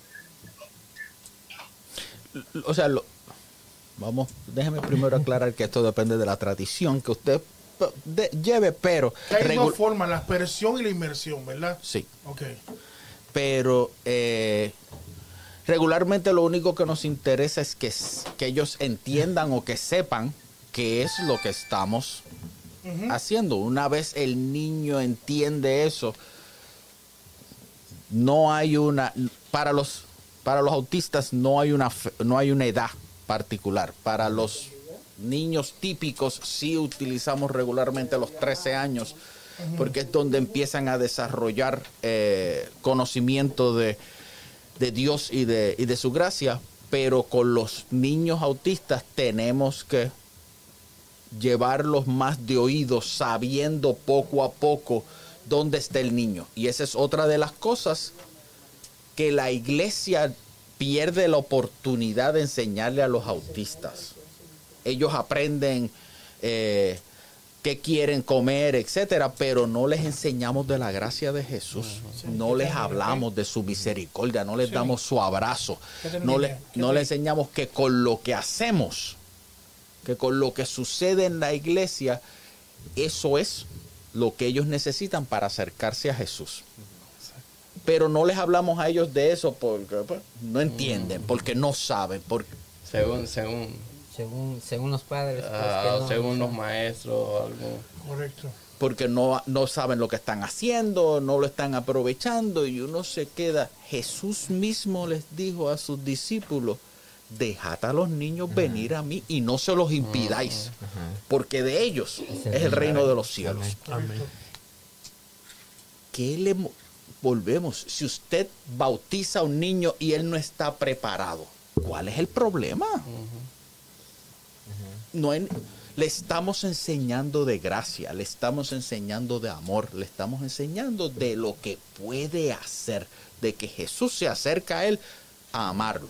[SPEAKER 9] O sea, lo, vamos, déjeme primero aclarar que esto depende de la tradición que usted de, lleve, pero...
[SPEAKER 2] Que hay dos formas, la aspersión y la inmersión, ¿verdad?
[SPEAKER 9] Sí.
[SPEAKER 2] Ok.
[SPEAKER 9] Pero eh, regularmente lo único que nos interesa es que, que ellos entiendan o que sepan qué es lo que estamos uh-huh. haciendo. Una vez el niño entiende eso, no hay una... Para los... Para los autistas no hay una no hay una edad particular. Para los niños típicos sí utilizamos regularmente los trece años, porque es donde empiezan a desarrollar eh, conocimiento de, de Dios y de, y de su gracia. Pero con los niños autistas tenemos que llevarlos más de oído, sabiendo poco a poco dónde está el niño. Y esa es otra de las cosas que la iglesia pierde la oportunidad de enseñarle a los autistas. Ellos aprenden eh, qué quieren comer, etcétera, pero no les enseñamos de la gracia de Jesús. No les hablamos de su misericordia, no les damos su abrazo. No, le, no les enseñamos que con lo que hacemos, que con lo que sucede en la iglesia, eso es lo que ellos necesitan para acercarse a Jesús. Pero no les hablamos a ellos de eso porque pues, no entienden, porque no saben. Porque...
[SPEAKER 3] Según, según,
[SPEAKER 1] según, según los padres. Pues,
[SPEAKER 3] uh,
[SPEAKER 1] no,
[SPEAKER 3] según
[SPEAKER 1] no
[SPEAKER 3] los maestros o algo.
[SPEAKER 2] Correcto.
[SPEAKER 9] Porque no, no saben lo que están haciendo, no lo están aprovechando y uno se queda. Jesús mismo les dijo a sus discípulos, dejad a los niños uh-huh. venir a mí y no se los impidáis, uh-huh. porque de ellos es el, es el reino de los cielos.
[SPEAKER 4] Amén.
[SPEAKER 9] qué le mo- volvemos? Si usted bautiza a un niño y él no está preparado, ¿cuál es el problema? No hay- le estamos enseñando de gracia, le estamos enseñando de amor, le estamos enseñando de lo que puede hacer, de que Jesús se acerca a él a amarlo.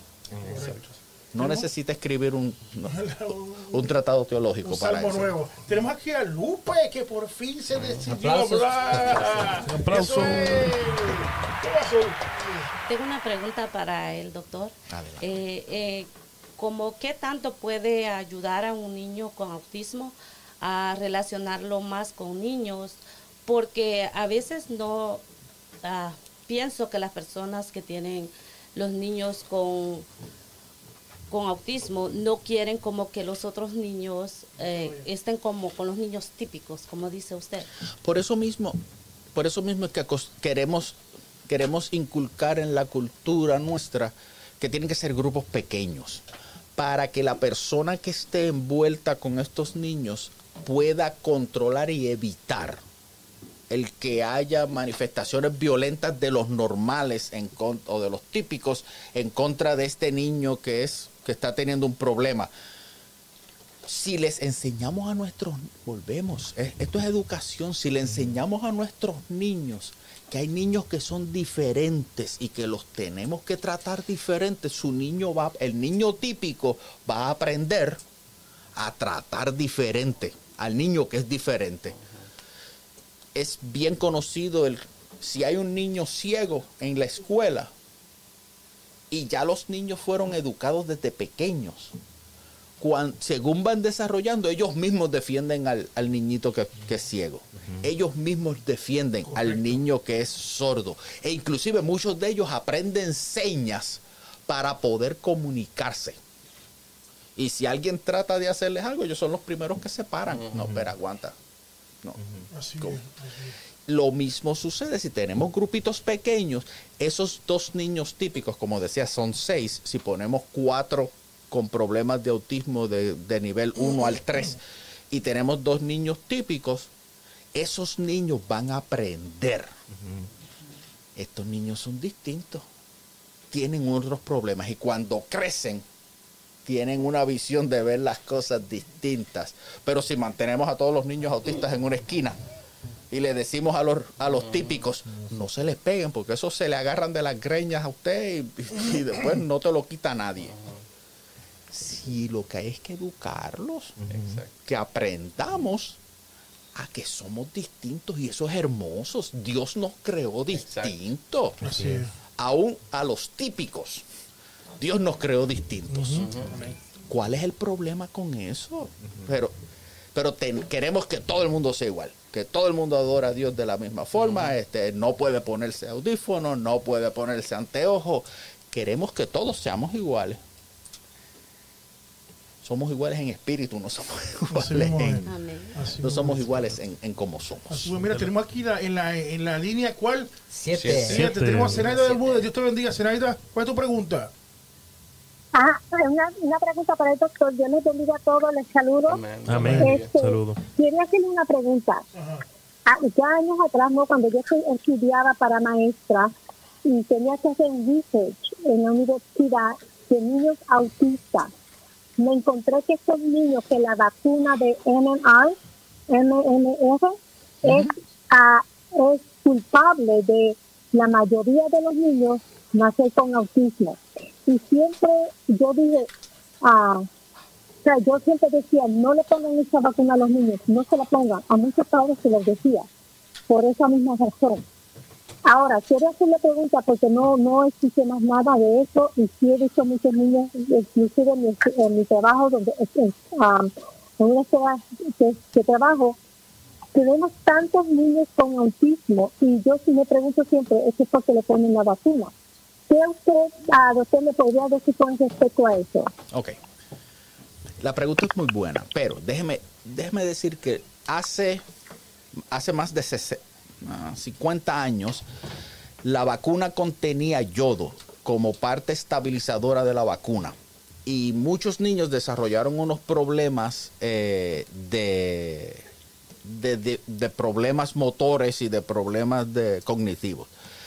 [SPEAKER 9] No necesita escribir un, no, un tratado teológico
[SPEAKER 2] Un
[SPEAKER 9] para
[SPEAKER 2] salmo
[SPEAKER 9] eso.
[SPEAKER 2] nuevo. Tenemos aquí a Lupe, que por fin se decidió
[SPEAKER 1] Aplausos.
[SPEAKER 2] hablar.
[SPEAKER 4] Un aplauso.
[SPEAKER 2] Eso es. ¿Qué pasó?
[SPEAKER 10] Tengo una pregunta para el doctor.
[SPEAKER 9] Adelante.
[SPEAKER 10] Eh, eh, ¿Cómo qué tanto puede ayudar a un niño con autismo a relacionarlo más con niños? Porque a veces no ah, pienso que las personas que tienen los niños con, con autismo no quieren como que los otros niños eh, estén como con los niños típicos, como dice usted.
[SPEAKER 9] Por eso mismo, por eso mismo es que acos- queremos, queremos inculcar en la cultura nuestra que tienen que ser grupos pequeños, para que la persona que esté envuelta con estos niños pueda controlar y evitar el que haya manifestaciones violentas de los normales en con- o de los típicos en contra de este niño que es que está teniendo un problema. Si les enseñamos a nuestros, volvemos, es- esto es educación, si le enseñamos a nuestros niños que hay niños que son diferentes y que los tenemos que tratar diferentes, su niño va, el niño típico va a aprender a tratar diferente al niño que es diferente. Es bien conocido el, si hay un niño ciego en la escuela y ya los niños fueron educados desde pequeños, cuan- según van desarrollando, ellos mismos defienden al, al niñito que, que es ciego. Ellos mismos defienden al niño que es sordo. E inclusive muchos de ellos aprenden señas para poder comunicarse. Y si alguien trata de hacerles algo, ellos son los primeros que se paran. No, pero aguanta. No.
[SPEAKER 2] Así
[SPEAKER 9] ¿Cómo?
[SPEAKER 2] es, así es.
[SPEAKER 9] Lo mismo sucede si tenemos grupitos pequeños. Esos dos niños típicos, como decía, son seis. Si ponemos cuatro con problemas de autismo de, de nivel uno al tres y tenemos dos niños típicos, esos niños van a aprender. Estos niños son distintos, tienen otros problemas y cuando crecen tienen una visión de ver las cosas distintas. Pero si mantenemos a todos los niños autistas en una esquina y le decimos a los, a los típicos, no se les peguen porque eso se le agarran de las greñas a usted y, y después no te lo quita nadie. Si lo que hay es que educarlos, que aprendamos a que somos distintos y eso es hermoso. Dios nos creó distintos.
[SPEAKER 2] Así es.
[SPEAKER 9] Aún a los típicos, Dios nos creó distintos. ¿Cuál es el problema con eso? Pero, pero ten- queremos que todo el mundo sea igual, que todo el mundo adora a Dios de la misma forma. Este, no puede ponerse audífonos, no puede ponerse anteojos. Queremos que todos seamos iguales. Somos iguales en espíritu, no somos
[SPEAKER 2] Así
[SPEAKER 9] iguales
[SPEAKER 2] mismo es.
[SPEAKER 9] en,
[SPEAKER 10] Amén.
[SPEAKER 2] Así
[SPEAKER 9] no
[SPEAKER 2] mismo
[SPEAKER 9] somos
[SPEAKER 2] es.
[SPEAKER 9] iguales en, en cómo somos.
[SPEAKER 2] Así es. Mira, tenemos aquí la- en, la, en la línea, ¿cuál?
[SPEAKER 1] Siete.
[SPEAKER 2] Siete.
[SPEAKER 4] Siete.
[SPEAKER 2] Tenemos a Zenaida del Buda. Dios te bendiga, Zenaida. ¿Cuál es tu pregunta?
[SPEAKER 11] Ah, una, una pregunta para el doctor. Dios les bendiga a todos, les saludo.
[SPEAKER 3] Amén.
[SPEAKER 4] Amén.
[SPEAKER 11] Este,
[SPEAKER 4] Saludo.
[SPEAKER 11] Quería hacerle una pregunta.
[SPEAKER 2] Ajá.
[SPEAKER 11] Ah, ya años atrás, ¿no? Cuando yo estu- estudiaba para maestra y tenía que hacer un research en la universidad de niños autistas, me encontré que estos niños, que la vacuna de M M R, M M R, es, ah, es culpable de la mayoría de los niños nacer con autismo. Y siempre yo dije, ah, o sea, yo siempre decía, no le pongan esa vacuna a los niños, no se la pongan. A muchos padres se les decía, por esa misma razón. Ahora, quiero hacerle pregunta porque no no existe más nada de eso y sí he visto muchos niños, inclusive en mi, en mi trabajo, donde en, um, en una escuela que, que trabajo, tenemos tantos niños con autismo y yo sí me pregunto siempre, ¿es porque le ponen la vacuna? ¿Qué usted, uh, doctor, me podría decir con respecto a eso?
[SPEAKER 9] Ok. La pregunta es muy buena, pero déjeme, déjeme decir que hace, hace más de sesenta, ah, cincuenta años, la vacuna contenía yodo como parte estabilizadora de la vacuna. Y muchos niños desarrollaron unos problemas eh, de, de, de, de problemas motores y de problemas de cognitivos.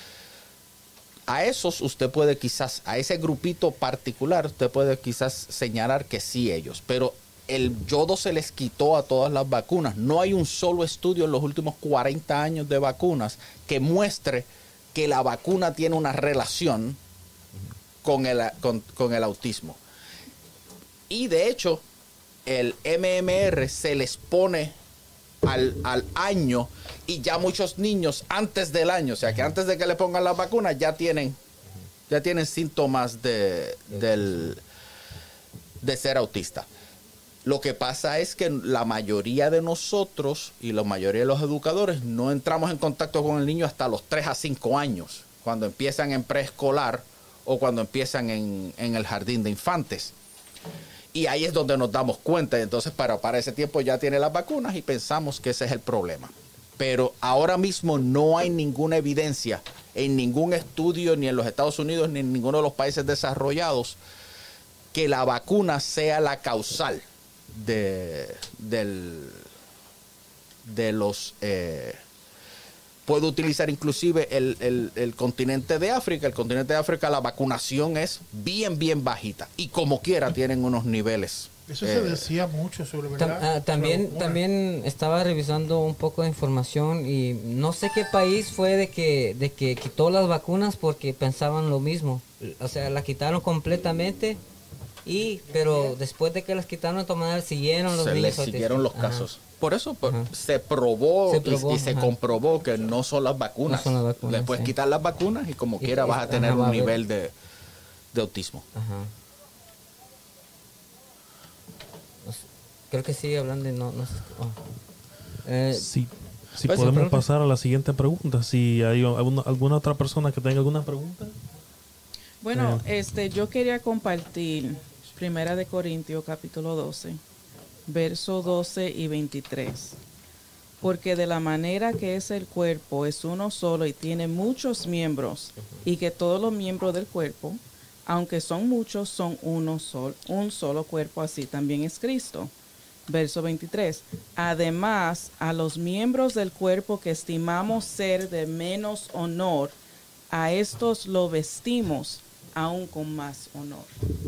[SPEAKER 9] A esos usted puede quizás, a ese grupito particular, usted puede quizás señalar que sí ellos, pero el yodo se les quitó a todas las vacunas. No hay un solo estudio en los últimos cuarenta años de vacunas que muestre que la vacuna tiene una relación con el, con, con el autismo. Y de hecho, el M M R se les pone al, al año y ya muchos niños antes del año, o sea que antes de que le pongan las vacunas ya tienen, ya tienen síntomas de, del, de ser autista. Lo que pasa es que la mayoría de nosotros y la mayoría de los educadores no entramos en contacto con el niño hasta los tres a cinco años, cuando empiezan en preescolar o cuando empiezan en, en el jardín de infantes. Y ahí es donde nos damos cuenta. Entonces, para, para ese tiempo ya tiene las vacunas y pensamos que ese es el problema. Pero ahora mismo no hay ninguna evidencia en ningún estudio, ni en los Estados Unidos, ni en ninguno de los países desarrollados, que la vacuna sea la causal de, del, de los... Eh, puedo utilizar inclusive el, el, el continente de África. El continente de África, la vacunación es bien, bien bajita. Y como quiera tienen unos niveles.
[SPEAKER 2] Eso
[SPEAKER 9] eh,
[SPEAKER 2] se decía mucho sobre,
[SPEAKER 1] Tam-
[SPEAKER 2] ¿verdad?
[SPEAKER 1] ah, también,
[SPEAKER 2] Pero,
[SPEAKER 1] también estaba revisando un poco de información y no sé qué país fue de que, de que quitó las vacunas porque pensaban lo mismo. O sea, la quitaron completamente y, pero después de que las quitaron, de todas maneras siguieron los
[SPEAKER 9] se
[SPEAKER 1] niños
[SPEAKER 9] les
[SPEAKER 1] autistas.
[SPEAKER 9] siguieron los
[SPEAKER 1] Ajá.
[SPEAKER 9] casos. Por eso por-
[SPEAKER 1] Ajá.
[SPEAKER 9] se probó,
[SPEAKER 1] Se
[SPEAKER 9] y-
[SPEAKER 1] probó,
[SPEAKER 9] y, se
[SPEAKER 1] ajá.
[SPEAKER 9] comprobó que no son las vacunas.
[SPEAKER 1] No son las vacunas,
[SPEAKER 9] Le puedes
[SPEAKER 1] sí.
[SPEAKER 9] quitar las vacunas y como
[SPEAKER 1] Y-
[SPEAKER 9] quiera
[SPEAKER 1] y-
[SPEAKER 9] vas a tener
[SPEAKER 1] ajá, va
[SPEAKER 9] un
[SPEAKER 1] a haber-
[SPEAKER 9] nivel de, de autismo.
[SPEAKER 1] Ajá. No sé, creo que sigue hablando y no, no sé. oh. Eh,
[SPEAKER 4] Sí, si
[SPEAKER 9] Pues,
[SPEAKER 4] podemos
[SPEAKER 1] pregunta.
[SPEAKER 4] pasar a la siguiente pregunta. Si hay alguna, alguna otra persona que tenga alguna pregunta.
[SPEAKER 8] Bueno, este, yo quería compartir Primera de Corintios capítulo doce, verso doce y veintitrés. Porque de la manera que es el cuerpo, es uno solo y tiene muchos miembros, y que todos los miembros del cuerpo, aunque son muchos, son uno sol, un solo cuerpo, así también es Cristo. Verso veintitrés. Además, a los miembros del cuerpo que estimamos ser de menos honor, a estos lo vestimos aún con más honor.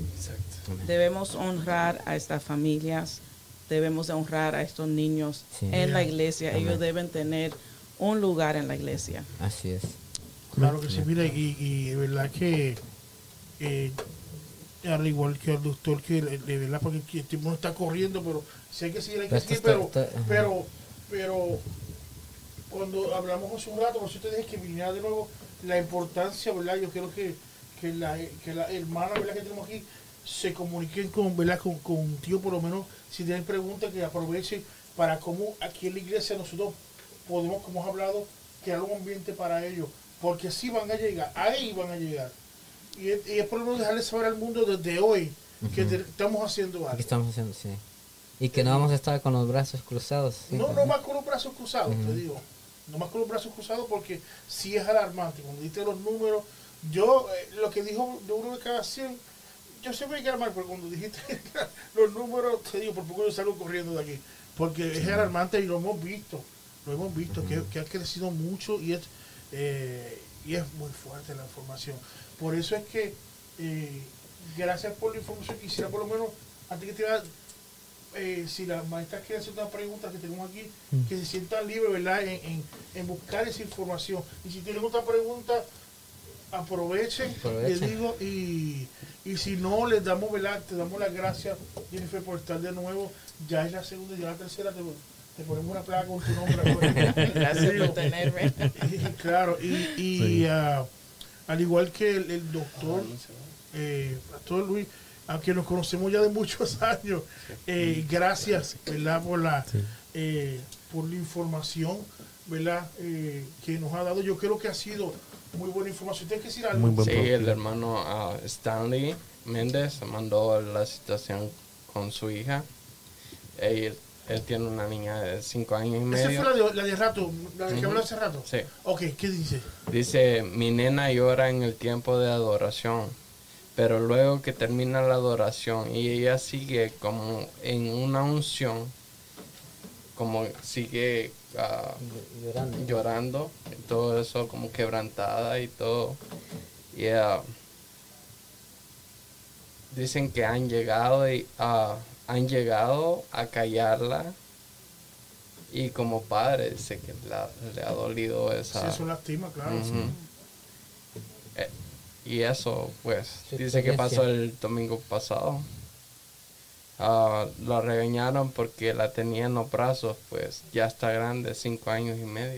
[SPEAKER 8] Debemos honrar a estas familias, debemos de honrar a estos niños
[SPEAKER 1] Sí.
[SPEAKER 8] en la iglesia.
[SPEAKER 1] Amén.
[SPEAKER 8] Ellos deben tener un lugar en la iglesia.
[SPEAKER 1] así es.
[SPEAKER 2] Claro que sí, mira, y, y de verdad que, eh, al igual que el doctor, que de de verdad, porque aquí el tiempo no está corriendo, pero sé que sí hay que
[SPEAKER 1] Pero
[SPEAKER 2] seguir,
[SPEAKER 1] esto
[SPEAKER 2] pero,
[SPEAKER 1] está- está- ajá.
[SPEAKER 2] pero, pero, cuando hablamos hace un rato, por eso te dije que viniera de nuevo la importancia, ¿verdad? Yo creo que, que la, que la hermana, ¿verdad? Que tenemos aquí, se comuniquen con, ¿verdad? Con, contigo, por lo menos, si tienen preguntas, que aprovechen para cómo aquí en la iglesia nosotros podemos, como hemos hablado, crear un ambiente para ellos, porque sí van a llegar, ahí van a llegar. Y es, y es por lo menos dejarles saber al mundo desde hoy que te- estamos haciendo
[SPEAKER 1] Aquí
[SPEAKER 2] algo.
[SPEAKER 1] estamos haciendo, sí. Y que no vamos a estar con los brazos cruzados. sí.
[SPEAKER 2] No, no más con los brazos cruzados, te
[SPEAKER 1] Ujú.
[SPEAKER 2] digo. No más con los brazos cruzados porque sí es alarmante. Cuando diste los números, yo, eh, lo que dijo de uno de cada cien, yo sé que me queda mal, pero cuando dijiste los números, te digo, por poco yo salgo corriendo de aquí. Porque es alarmante y lo hemos visto. Lo hemos visto, que, que ha crecido mucho y es, eh, y es muy fuerte la información. Por eso es que, eh, gracias por la información, quisiera por lo menos, antes que te vaya, eh, si las maestras quieren hacer una pregunta que tenemos aquí, que se sientan libres, ¿verdad?, en, en, en buscar esa información. Y si tienen otra pregunta, aprovechen,
[SPEAKER 1] Aprovechen.
[SPEAKER 2] les digo, y, y si no, les damos, ¿verdad?, te damos las gracias, Jennifer, por estar de nuevo. Ya es la segunda, ya la tercera, te, te ponemos una placa con tu nombre.
[SPEAKER 8] Gracias
[SPEAKER 2] Digo,
[SPEAKER 8] por tenerme.
[SPEAKER 2] y, claro, y, y
[SPEAKER 4] Sí.
[SPEAKER 2] ah, al igual que el, el doctor, eh, Pastor Luis, aunque nos conocemos ya de muchos años, eh, gracias, ¿verdad?, por la,
[SPEAKER 4] Sí.
[SPEAKER 2] eh, por la información, ¿verdad?, eh, que nos ha dado. Yo creo que ha sido muy buena información. ¿Tienes que decir algo?
[SPEAKER 4] Muy buen
[SPEAKER 3] Sí,
[SPEAKER 4] punto.
[SPEAKER 3] el hermano ah, Stanley Méndez mandó la situación con su hija. Él, él tiene una niña de cinco años y
[SPEAKER 2] Esa
[SPEAKER 3] medio.
[SPEAKER 2] fue la de, la de rato, la de que
[SPEAKER 3] Ujú.
[SPEAKER 2] habló hace rato.
[SPEAKER 3] Sí.
[SPEAKER 2] Ok, ¿qué dice?
[SPEAKER 3] Dice, mi nena llora en el tiempo de adoración, pero luego que termina la adoración y ella sigue como en una unción, como sigue ah,
[SPEAKER 1] Llorando.
[SPEAKER 3] llorando, y todo eso como quebrantada y todo. Y ah, dicen que han llegado y ah, han llegado a callarla, y como padre dice que la- le ha dolido esa.
[SPEAKER 2] Sí, eso lastima, claro.
[SPEAKER 3] Ujú.
[SPEAKER 2] sí.
[SPEAKER 3] Eh, y eso, pues,
[SPEAKER 1] Su
[SPEAKER 3] dice que
[SPEAKER 1] experiencia.
[SPEAKER 3] pasó el domingo pasado. Ah, la regañaron porque la tenía en los brazos, pues ya está grande, cinco años y medio.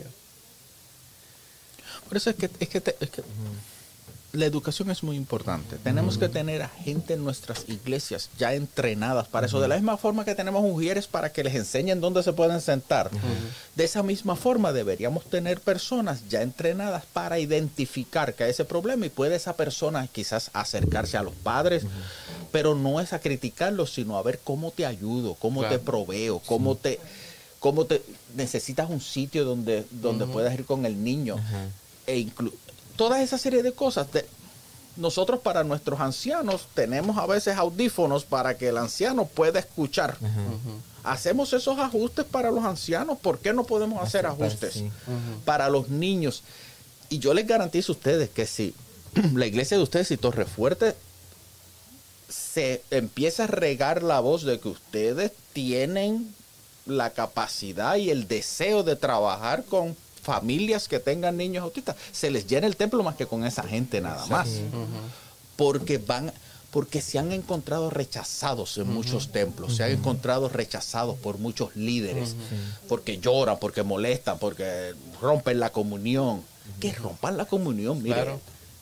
[SPEAKER 9] Por eso es que, es que, te- es que la educación es muy importante. Tenemos que tener a gente en nuestras iglesias ya entrenadas para eso. De la misma forma que tenemos mujeres para que les enseñen dónde se pueden sentar. De esa misma forma deberíamos tener personas ya entrenadas para identificar que hay ese problema, y puede esa persona quizás acercarse a los padres, pero no es a criticarlos, sino a ver cómo te ayudo, cómo
[SPEAKER 3] Claro.
[SPEAKER 9] te proveo, cómo te... cómo te necesitas un sitio donde, donde
[SPEAKER 3] Ujú.
[SPEAKER 9] puedas ir con el niño. E inclu- toda esa serie de cosas. De- nosotros para nuestros ancianos tenemos a veces audífonos para que el anciano pueda escuchar.
[SPEAKER 3] Ujú.
[SPEAKER 9] Hacemos esos ajustes para los ancianos. ¿Por qué no podemos hacer
[SPEAKER 1] Así, pues,
[SPEAKER 9] ajustes
[SPEAKER 1] sí.
[SPEAKER 3] Ujú.
[SPEAKER 9] para los niños? Y yo les garantizo a ustedes que si la iglesia de ustedes, si Torrefuerte, se empieza a regar la voz de que ustedes tienen la capacidad y el deseo de trabajar con familias que tengan niños autistas, se les llena el templo más que con esa gente nada más. Porque van, porque se han encontrado rechazados en muchos templos, se han encontrado rechazados por muchos líderes, porque lloran, porque molestan, porque rompen la comunión. Que rompan la comunión, mire.
[SPEAKER 3] Claro.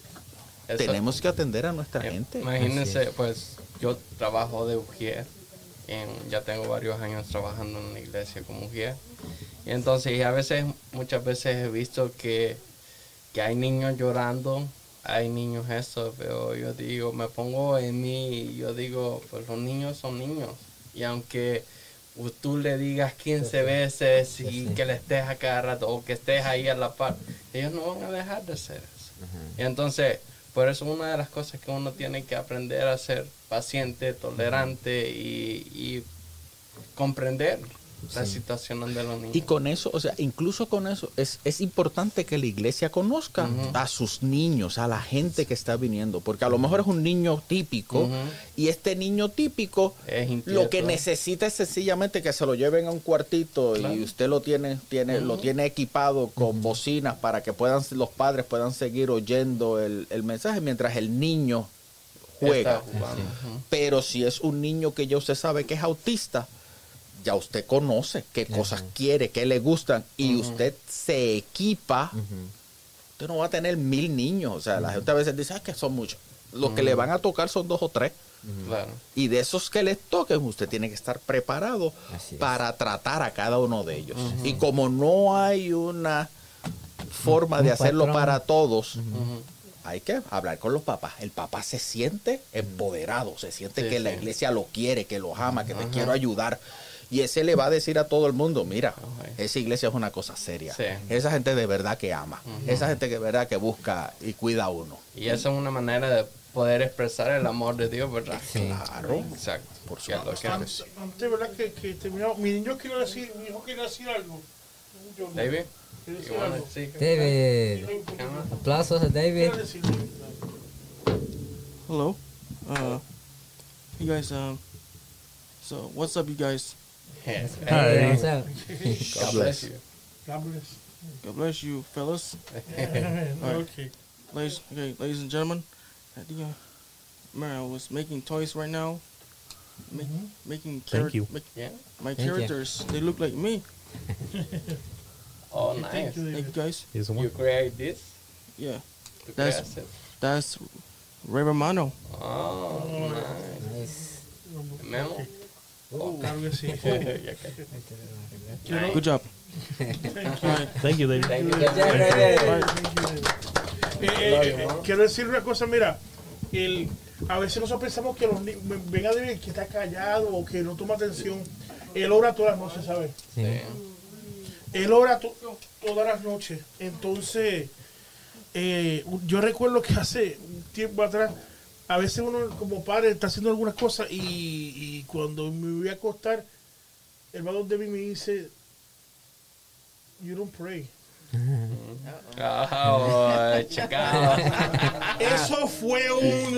[SPEAKER 3] Eso-
[SPEAKER 9] Tenemos que atender a nuestra
[SPEAKER 3] Eh,
[SPEAKER 9] gente.
[SPEAKER 3] Imagínense, pues yo trabajo de ujier, en- ya tengo varios años trabajando en una iglesia como ujier, y entonces y a veces, muchas veces he visto que, que hay niños llorando, hay niños eso, pero yo digo, me pongo en mí y yo digo, pues los niños son niños, y aunque u- tú le digas quince veces y que le estés a cada rato o que estés ahí a la par, ellos no van a dejar de hacer eso. Y entonces, por eso una de las cosas que uno tiene que aprender a ser paciente, tolerante y, y comprender la situación de los niños.
[SPEAKER 9] Y con eso, o sea, incluso con eso, es, es importante que la iglesia conozca
[SPEAKER 3] Ujú.
[SPEAKER 9] a sus niños, a la gente que está viniendo, porque a lo mejor es un niño típico,
[SPEAKER 3] Ujú.
[SPEAKER 9] y este niño típico
[SPEAKER 3] Es inquieto.
[SPEAKER 9] lo que necesita es sencillamente que se lo lleven a un cuartito,
[SPEAKER 3] Claro.
[SPEAKER 9] y usted lo tiene, tiene, lo tiene equipado con bocinas para que puedan, los padres puedan seguir oyendo el, el mensaje mientras el niño juega.
[SPEAKER 3] Está jugando. Ujú.
[SPEAKER 9] Pero si es un niño que ya usted sabe que es autista, ya usted conoce qué cosas quiere, qué le gustan, y
[SPEAKER 3] Ujú.
[SPEAKER 9] usted se equipa. Usted no va a tener mil niños. O sea, la gente a veces dice, ah, que son muchos. Los que le van a tocar son dos o tres.
[SPEAKER 3] Claro.
[SPEAKER 9] Y de esos que les toquen, usted tiene que estar preparado
[SPEAKER 1] Así es.
[SPEAKER 9] para tratar a cada uno de ellos. Y como no hay una forma de
[SPEAKER 1] Un
[SPEAKER 9] hacerlo
[SPEAKER 1] patrón.
[SPEAKER 9] para todos,
[SPEAKER 3] Ujú.
[SPEAKER 9] hay que hablar con los papás. El papá se siente empoderado, se siente
[SPEAKER 3] Sí,
[SPEAKER 9] que la
[SPEAKER 3] sí.
[SPEAKER 9] iglesia lo quiere, que lo ama, que te
[SPEAKER 3] Ajá.
[SPEAKER 9] quiero ayudar. Y ese le va a decir a todo el mundo, mira,
[SPEAKER 3] Ok.
[SPEAKER 9] esa iglesia es una cosa seria.
[SPEAKER 3] Sí.
[SPEAKER 9] Esa gente de verdad que ama. Esa gente que de verdad que busca y cuida a uno.
[SPEAKER 3] Y esa es una manera de poder expresar el amor de Dios, ¿verdad?
[SPEAKER 9] Claro.
[SPEAKER 3] Exacto.
[SPEAKER 9] Por
[SPEAKER 3] Que es lo que-
[SPEAKER 2] Antes, antes, ¿verdad? Que, que terminamos. Mi niño quiere decir, mi hijo quiere decir algo. Yo-
[SPEAKER 3] David,
[SPEAKER 2] quiere decir
[SPEAKER 3] you wanna
[SPEAKER 2] algo.
[SPEAKER 3] see?
[SPEAKER 1] David, aplausos a David.
[SPEAKER 2] Quiere decir-
[SPEAKER 12] Hello. Uh, you guys. Um. So what's up, you guys?
[SPEAKER 3] Yeah.
[SPEAKER 1] Hey, what's up?
[SPEAKER 3] God bless you.
[SPEAKER 2] God bless.
[SPEAKER 12] God bless you, fellas.
[SPEAKER 2] Okay.
[SPEAKER 12] Ladies, okay, ladies and gentlemen. I think, uh, man, I was making toys right now. Make, Making
[SPEAKER 4] Thank you.
[SPEAKER 12] make,
[SPEAKER 3] Yeah.
[SPEAKER 12] my
[SPEAKER 1] Thank you.
[SPEAKER 12] characters. They look like me.
[SPEAKER 3] Oh,
[SPEAKER 2] Thank
[SPEAKER 3] nice.
[SPEAKER 2] you,
[SPEAKER 12] Thank you, guys.
[SPEAKER 4] Here's
[SPEAKER 3] You
[SPEAKER 4] one.
[SPEAKER 3] create this?
[SPEAKER 12] Yeah,
[SPEAKER 3] You
[SPEAKER 12] That's-
[SPEAKER 3] create it?
[SPEAKER 12] that's Ray Romano.
[SPEAKER 3] Oh, nice.
[SPEAKER 1] Nice.
[SPEAKER 3] Memo?
[SPEAKER 2] Claro que sí.
[SPEAKER 3] Yeah, okay.
[SPEAKER 12] Good job. Alright.
[SPEAKER 4] Thank you, David.
[SPEAKER 3] Thank you.
[SPEAKER 1] Good job, David.
[SPEAKER 2] Eh, eh, eh, quiero decir una cosa, mira, el, a veces nosotros pensamos que los niños, ven a David que está callado o que no toma atención. Él ora todas las noches, ¿sabes?
[SPEAKER 1] Sí.
[SPEAKER 2] Él ora to- todas las noches. Entonces, eh, yo recuerdo que hace un tiempo atrás, a veces uno como padre está haciendo algunas cosas y, y cuando me voy a acostar, el valor de mí me dice, you don't pray.
[SPEAKER 3] Oh, checado.
[SPEAKER 2] Eso fue un...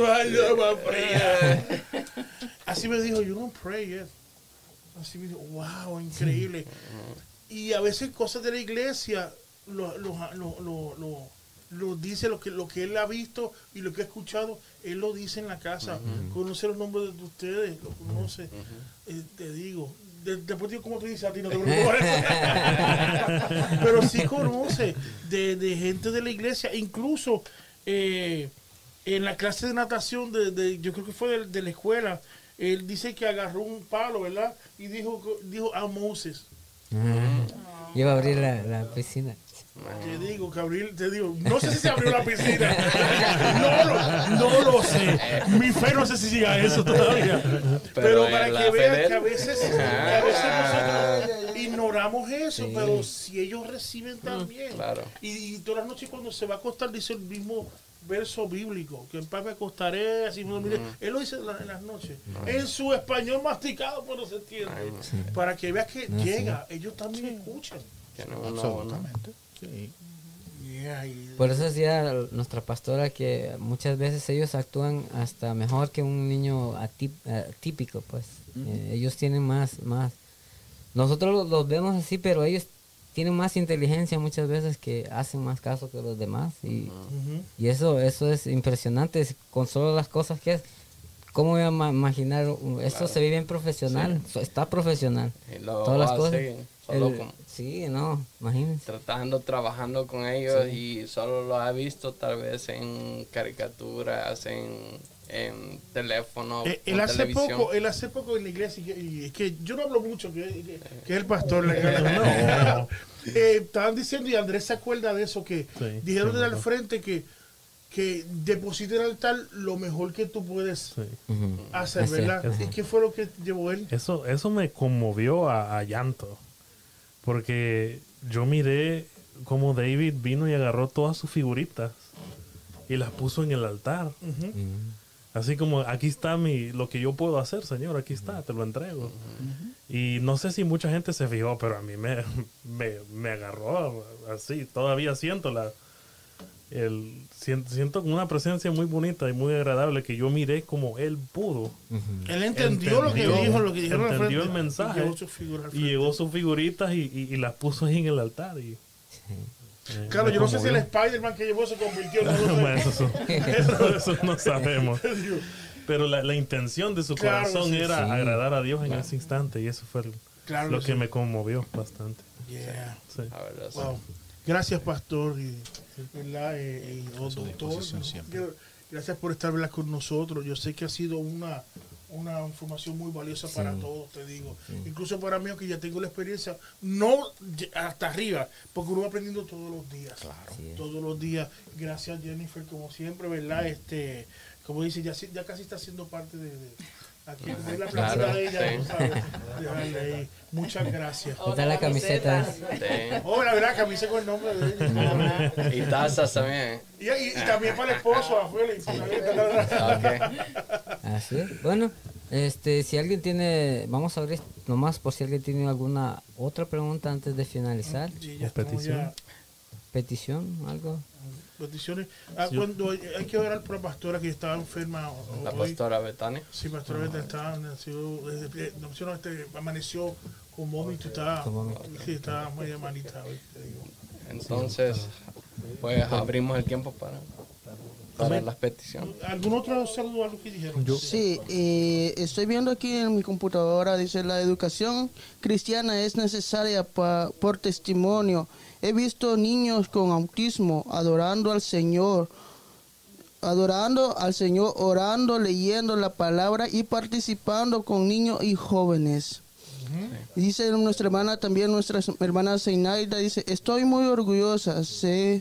[SPEAKER 2] Así me dijo, you don't pray yet. Así me dijo, wow, increíble. Y a veces cosas de la iglesia lo, lo, lo, lo, lo, lo dice lo que, lo que él ha visto y lo que ha escuchado, él lo dice en la casa. Uh-huh. Conoce los nombres de ustedes, lo conoce. Uh-huh. eh, te digo, de, después digo como tú dices a ti, no te preocupes. Pero sí conoce de, de gente de la iglesia, incluso eh, en la clase de natación, de, de, yo creo que fue de, de la escuela, él dice que agarró un palo, ¿verdad? Y dijo, dijo a Moses.
[SPEAKER 1] Uh-huh. Iba a abrir la, la piscina.
[SPEAKER 2] Te digo que abrir, te digo, no sé si se abrió la piscina. No lo, no lo sé. Mi fe no sé si llega a eso todavía. Pero, pero para que vean que a veces, que a veces nosotros ignoramos eso, sí. Pero si ellos reciben también.
[SPEAKER 3] Claro.
[SPEAKER 2] Y, y todas las noches cuando se va a acostar dice el mismo verso bíblico, que en paz me acostaré, así me mire. Él lo dice en, la, en las noches. Uh-huh. En su español masticado, pero se entiende. Sí. Para que veas que no, llega, sí. Ellos también sí. Escuchan.
[SPEAKER 3] Que no, no, absolutamente.
[SPEAKER 2] Sí. Yeah, y...
[SPEAKER 1] Por eso decía nuestra pastora que muchas veces ellos actúan hasta mejor que un niño atip, atípico, pues. Uh-huh. Eh, ellos tienen más, más. Nosotros los, los vemos así, pero ellos tienen más inteligencia muchas veces, que hacen más caso que los demás. Y, uh-huh. y eso, eso es impresionante, con solo las cosas que es. ¿Cómo voy a ma- imaginar? Esto claro. Se ve bien profesional, sí. Está profesional.
[SPEAKER 3] Y lo
[SPEAKER 1] todas las cosas.
[SPEAKER 3] Solo
[SPEAKER 1] El,
[SPEAKER 3] con,
[SPEAKER 1] sí, no, imagínense.
[SPEAKER 3] Tratando, trabajando con ellos, sí. Y solo lo ha visto tal vez en caricaturas, en, en teléfono,
[SPEAKER 2] eh,
[SPEAKER 3] en
[SPEAKER 2] él hace
[SPEAKER 3] televisión.
[SPEAKER 2] Poco, él hace poco en la iglesia, y, y que yo no hablo mucho, que, que, que es el pastor. La no. eh, estaban diciendo, y Andrés se acuerda de eso, que sí, dijeron desde al frente que que deposite en el altar lo mejor que tú puedes sí. hacer, es ¿verdad? Cierto. ¿Y qué fue lo que llevó él?
[SPEAKER 4] Eso, eso me conmovió a, a llanto, porque yo miré cómo David vino y agarró todas sus figuritas y las puso en el altar. Uh-huh. Uh-huh. Así como, aquí está mi, lo que yo puedo hacer, Señor, aquí está, te lo entrego. Uh-huh. Y no sé si mucha gente se fijó, pero a mí me, me, me agarró así, todavía siento la... El, siento, siento una presencia muy bonita y muy agradable, que yo miré como él pudo.
[SPEAKER 2] Uh-huh. Él entendió, entendió lo que dijo, lo que dijeron
[SPEAKER 4] entendió el mensaje, y llevó sus figuritas y, y, y las puso ahí en el altar. Y,
[SPEAKER 2] eh, claro, yo no sé si el Spider-Man que llevó se convirtió en no,
[SPEAKER 4] no, eso, eso, eso no sabemos. Pero la, la intención de su claro, corazón sí, era sí. agradar a Dios en claro. ese instante, y eso fue el, claro lo que sí. me conmovió bastante.
[SPEAKER 2] Yeah.
[SPEAKER 4] Sí.
[SPEAKER 2] Wow. Gracias, pastor. Y, ¿verdad? Eh, eh, oh, doctor, gracias por estar, ¿verdad?, con nosotros. Yo sé que ha sido una, una información muy valiosa, sí. para todos, te digo. Sí. Incluso para mí, que ya tengo la experiencia, no hasta arriba, porque uno va aprendiendo todos los días.
[SPEAKER 4] Claro.
[SPEAKER 2] Sí. Todos los días. Gracias, Jennifer, como siempre, ¿verdad? Sí. Este, como dice, ya, ya casi está siendo parte de... de aquí, de la plática claro, de ella, sí. ¿Sabes? Ahí. Muchas gracias.
[SPEAKER 1] Está la camiseta.
[SPEAKER 3] Sí.
[SPEAKER 2] Oh, la verdad, camiseta con el nombre de ella.
[SPEAKER 3] Y tazas también.
[SPEAKER 2] Y, y, y también para el esposo, afuera.
[SPEAKER 1] Okay. Así es. Bueno, este, si alguien tiene, vamos a abrir nomás por si alguien tiene alguna otra pregunta antes de finalizar.
[SPEAKER 2] Sí, ya
[SPEAKER 4] petición.
[SPEAKER 2] Ya.
[SPEAKER 1] Petición, algo.
[SPEAKER 2] Peticiones. Ah, sí. Cuando hay, hay que orar por la pastora que estaba enferma.
[SPEAKER 3] La
[SPEAKER 2] hoy.
[SPEAKER 3] pastora Betania.
[SPEAKER 2] Sí, pastora Betania estaba, nació, desde, no, este, amaneció con vómito, estaba, sí, estaba muy malita hoy, te digo.
[SPEAKER 3] Entonces, pues abrimos el tiempo para, para las peticiones.
[SPEAKER 2] ¿Algún otro saludo, algo que dijeron?
[SPEAKER 5] Yo. Sí, eh, estoy viendo aquí en mi computadora, dice, la educación cristiana es necesaria pa, por testimonio. He visto niños con autismo adorando al Señor, adorando al Señor, orando, leyendo la palabra y participando con niños y jóvenes. Uh-huh. Dice nuestra hermana, también nuestra hermana Zeinaida, dice, estoy muy orgullosa, se,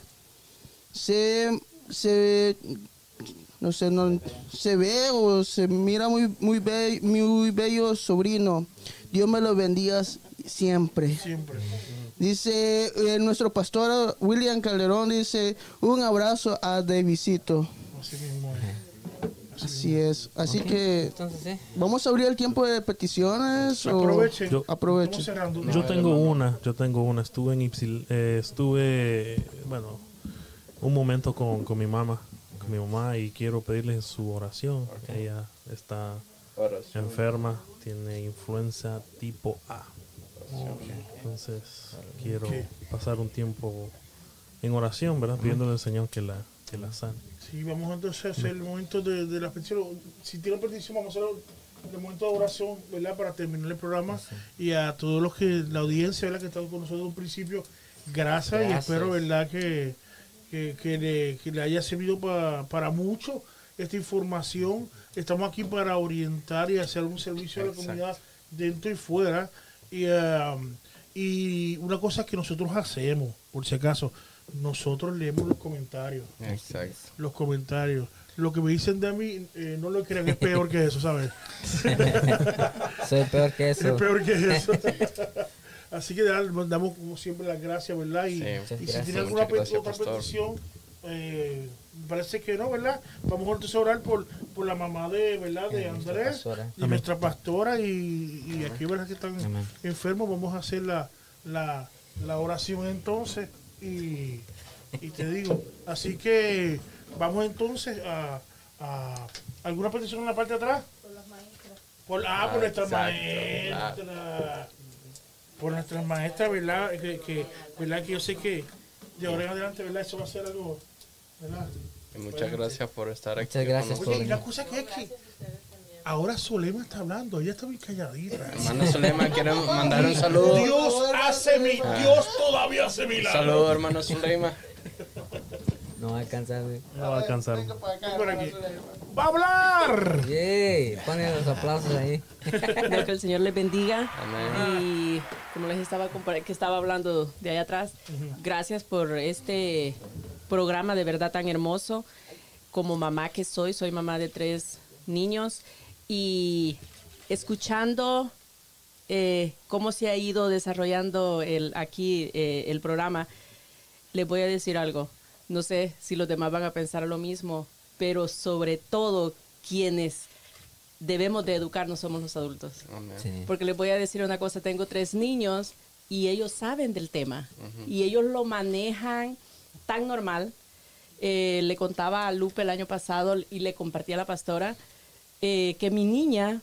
[SPEAKER 5] se, se, no sé, no, se ve o se mira muy, muy, be, muy bello sobrino. Dios me lo bendiga siempre.
[SPEAKER 2] Siempre.
[SPEAKER 5] Dice eh, nuestro pastor William Calderón, dice, un abrazo a Davidcito.
[SPEAKER 2] Así mismo.
[SPEAKER 5] Así es. Así
[SPEAKER 1] Ok,
[SPEAKER 5] que
[SPEAKER 1] entonces, sí.
[SPEAKER 5] vamos a abrir el tiempo de peticiones. o-
[SPEAKER 2] Aprovechen.
[SPEAKER 4] Yo-
[SPEAKER 5] Aprovechen.
[SPEAKER 2] Estamos cerrando.
[SPEAKER 4] Yo tengo una, yo tengo una. Estuve en Ipsil, eh, estuve, bueno, un momento con, con mi mamá, con mi mamá y quiero pedirle su oración. Ella está
[SPEAKER 3] Oración.
[SPEAKER 4] enferma, tiene influenza tipo A. Entonces quiero
[SPEAKER 2] Ok.
[SPEAKER 4] pasar un tiempo en oración, ¿verdad? Pidiéndole al Señor que la, que la sane.
[SPEAKER 2] Sí, vamos entonces a hacer el momento de, de la petición. Si tienen petición, vamos a hacer el momento de oración, ¿verdad? Para terminar el programa. Y a todos los que, la audiencia, ¿verdad? Que están con nosotros desde un principio, gracias, y
[SPEAKER 1] Gracias.
[SPEAKER 2] espero, ¿verdad? Que, que, que le, que le haya servido pa- para mucho esta información. Estamos aquí para orientar y hacer un servicio a la
[SPEAKER 3] Exacto.
[SPEAKER 2] comunidad dentro y fuera. Y, um, y una cosa que nosotros hacemos, por si acaso, nosotros leemos los comentarios.
[SPEAKER 3] Exacto.
[SPEAKER 2] Los comentarios. Lo que me dicen de mí, eh, no lo crean, es peor que eso, ¿sabes?
[SPEAKER 1] Soy peor que
[SPEAKER 2] Es
[SPEAKER 1] eso.
[SPEAKER 2] peor que eso. Así que da- damos como siempre las gracias, ¿verdad? Y,
[SPEAKER 3] Sí.
[SPEAKER 2] y
[SPEAKER 1] Muchas
[SPEAKER 2] si
[SPEAKER 1] gracias.
[SPEAKER 2] tiene alguna
[SPEAKER 3] Muchas
[SPEAKER 2] pe-
[SPEAKER 3] gracias,
[SPEAKER 2] otra
[SPEAKER 3] pastor.
[SPEAKER 2] petición, eh, parece que no, ¿verdad? Vamos entonces a orar por, por la mamá de, ¿verdad? De
[SPEAKER 1] Eh, nuestra
[SPEAKER 2] Andrés,
[SPEAKER 1] pastora.
[SPEAKER 2] y nuestra pastora, y, y aquí, ¿verdad? Que están
[SPEAKER 1] Amén.
[SPEAKER 2] enfermos. Vamos a hacer la, la, la oración entonces. Y, y te digo, así que vamos entonces a, a alguna petición en la parte de atrás. Por, ah, por
[SPEAKER 3] Ah,
[SPEAKER 2] nuestras
[SPEAKER 3] exacto,
[SPEAKER 2] maestras. Por nuestras maestras, ¿verdad? Que, que, ¿verdad? Que yo sé que de ahora en adelante, ¿verdad? Eso va a ser algo, ¿verdad?
[SPEAKER 3] Y muchas gracias por estar aquí.
[SPEAKER 1] Muchas gracias
[SPEAKER 3] con
[SPEAKER 1] por
[SPEAKER 2] Oye, y
[SPEAKER 3] nosotros.
[SPEAKER 2] la cosa que es que ahora Solema está hablando, ella está bien calladita.
[SPEAKER 3] Hermano Zulema, quiere mandar un saludo.
[SPEAKER 2] Dios hace mi, Dios todavía hace milagros.
[SPEAKER 3] Saludo, hermano Zulema.
[SPEAKER 1] No va a alcanzar. güey.
[SPEAKER 4] No va a alcanzar.
[SPEAKER 2] Ven por aquí. ¡Va a hablar!
[SPEAKER 1] Yay, ponen los aplausos ahí.
[SPEAKER 13] Dios, que el Señor les bendiga.
[SPEAKER 3] Amén.
[SPEAKER 13] Y como les estaba compar- que estaba hablando de allá atrás, gracias por este programa de verdad tan hermoso. Como mamá que soy, soy mamá de tres niños y escuchando eh, cómo se ha ido desarrollando el, aquí eh, el programa, les voy a decir algo. No sé si los demás van a pensar lo mismo, pero sobre todo quienes debemos de educarnos somos los adultos.
[SPEAKER 3] Amén.
[SPEAKER 1] Sí.
[SPEAKER 13] Porque les voy a decir una cosa, tengo tres niños y ellos saben del tema y ellos lo manejan tan normal. Eh, le contaba a Lupe el año pasado y le compartí a la pastora eh, que mi niña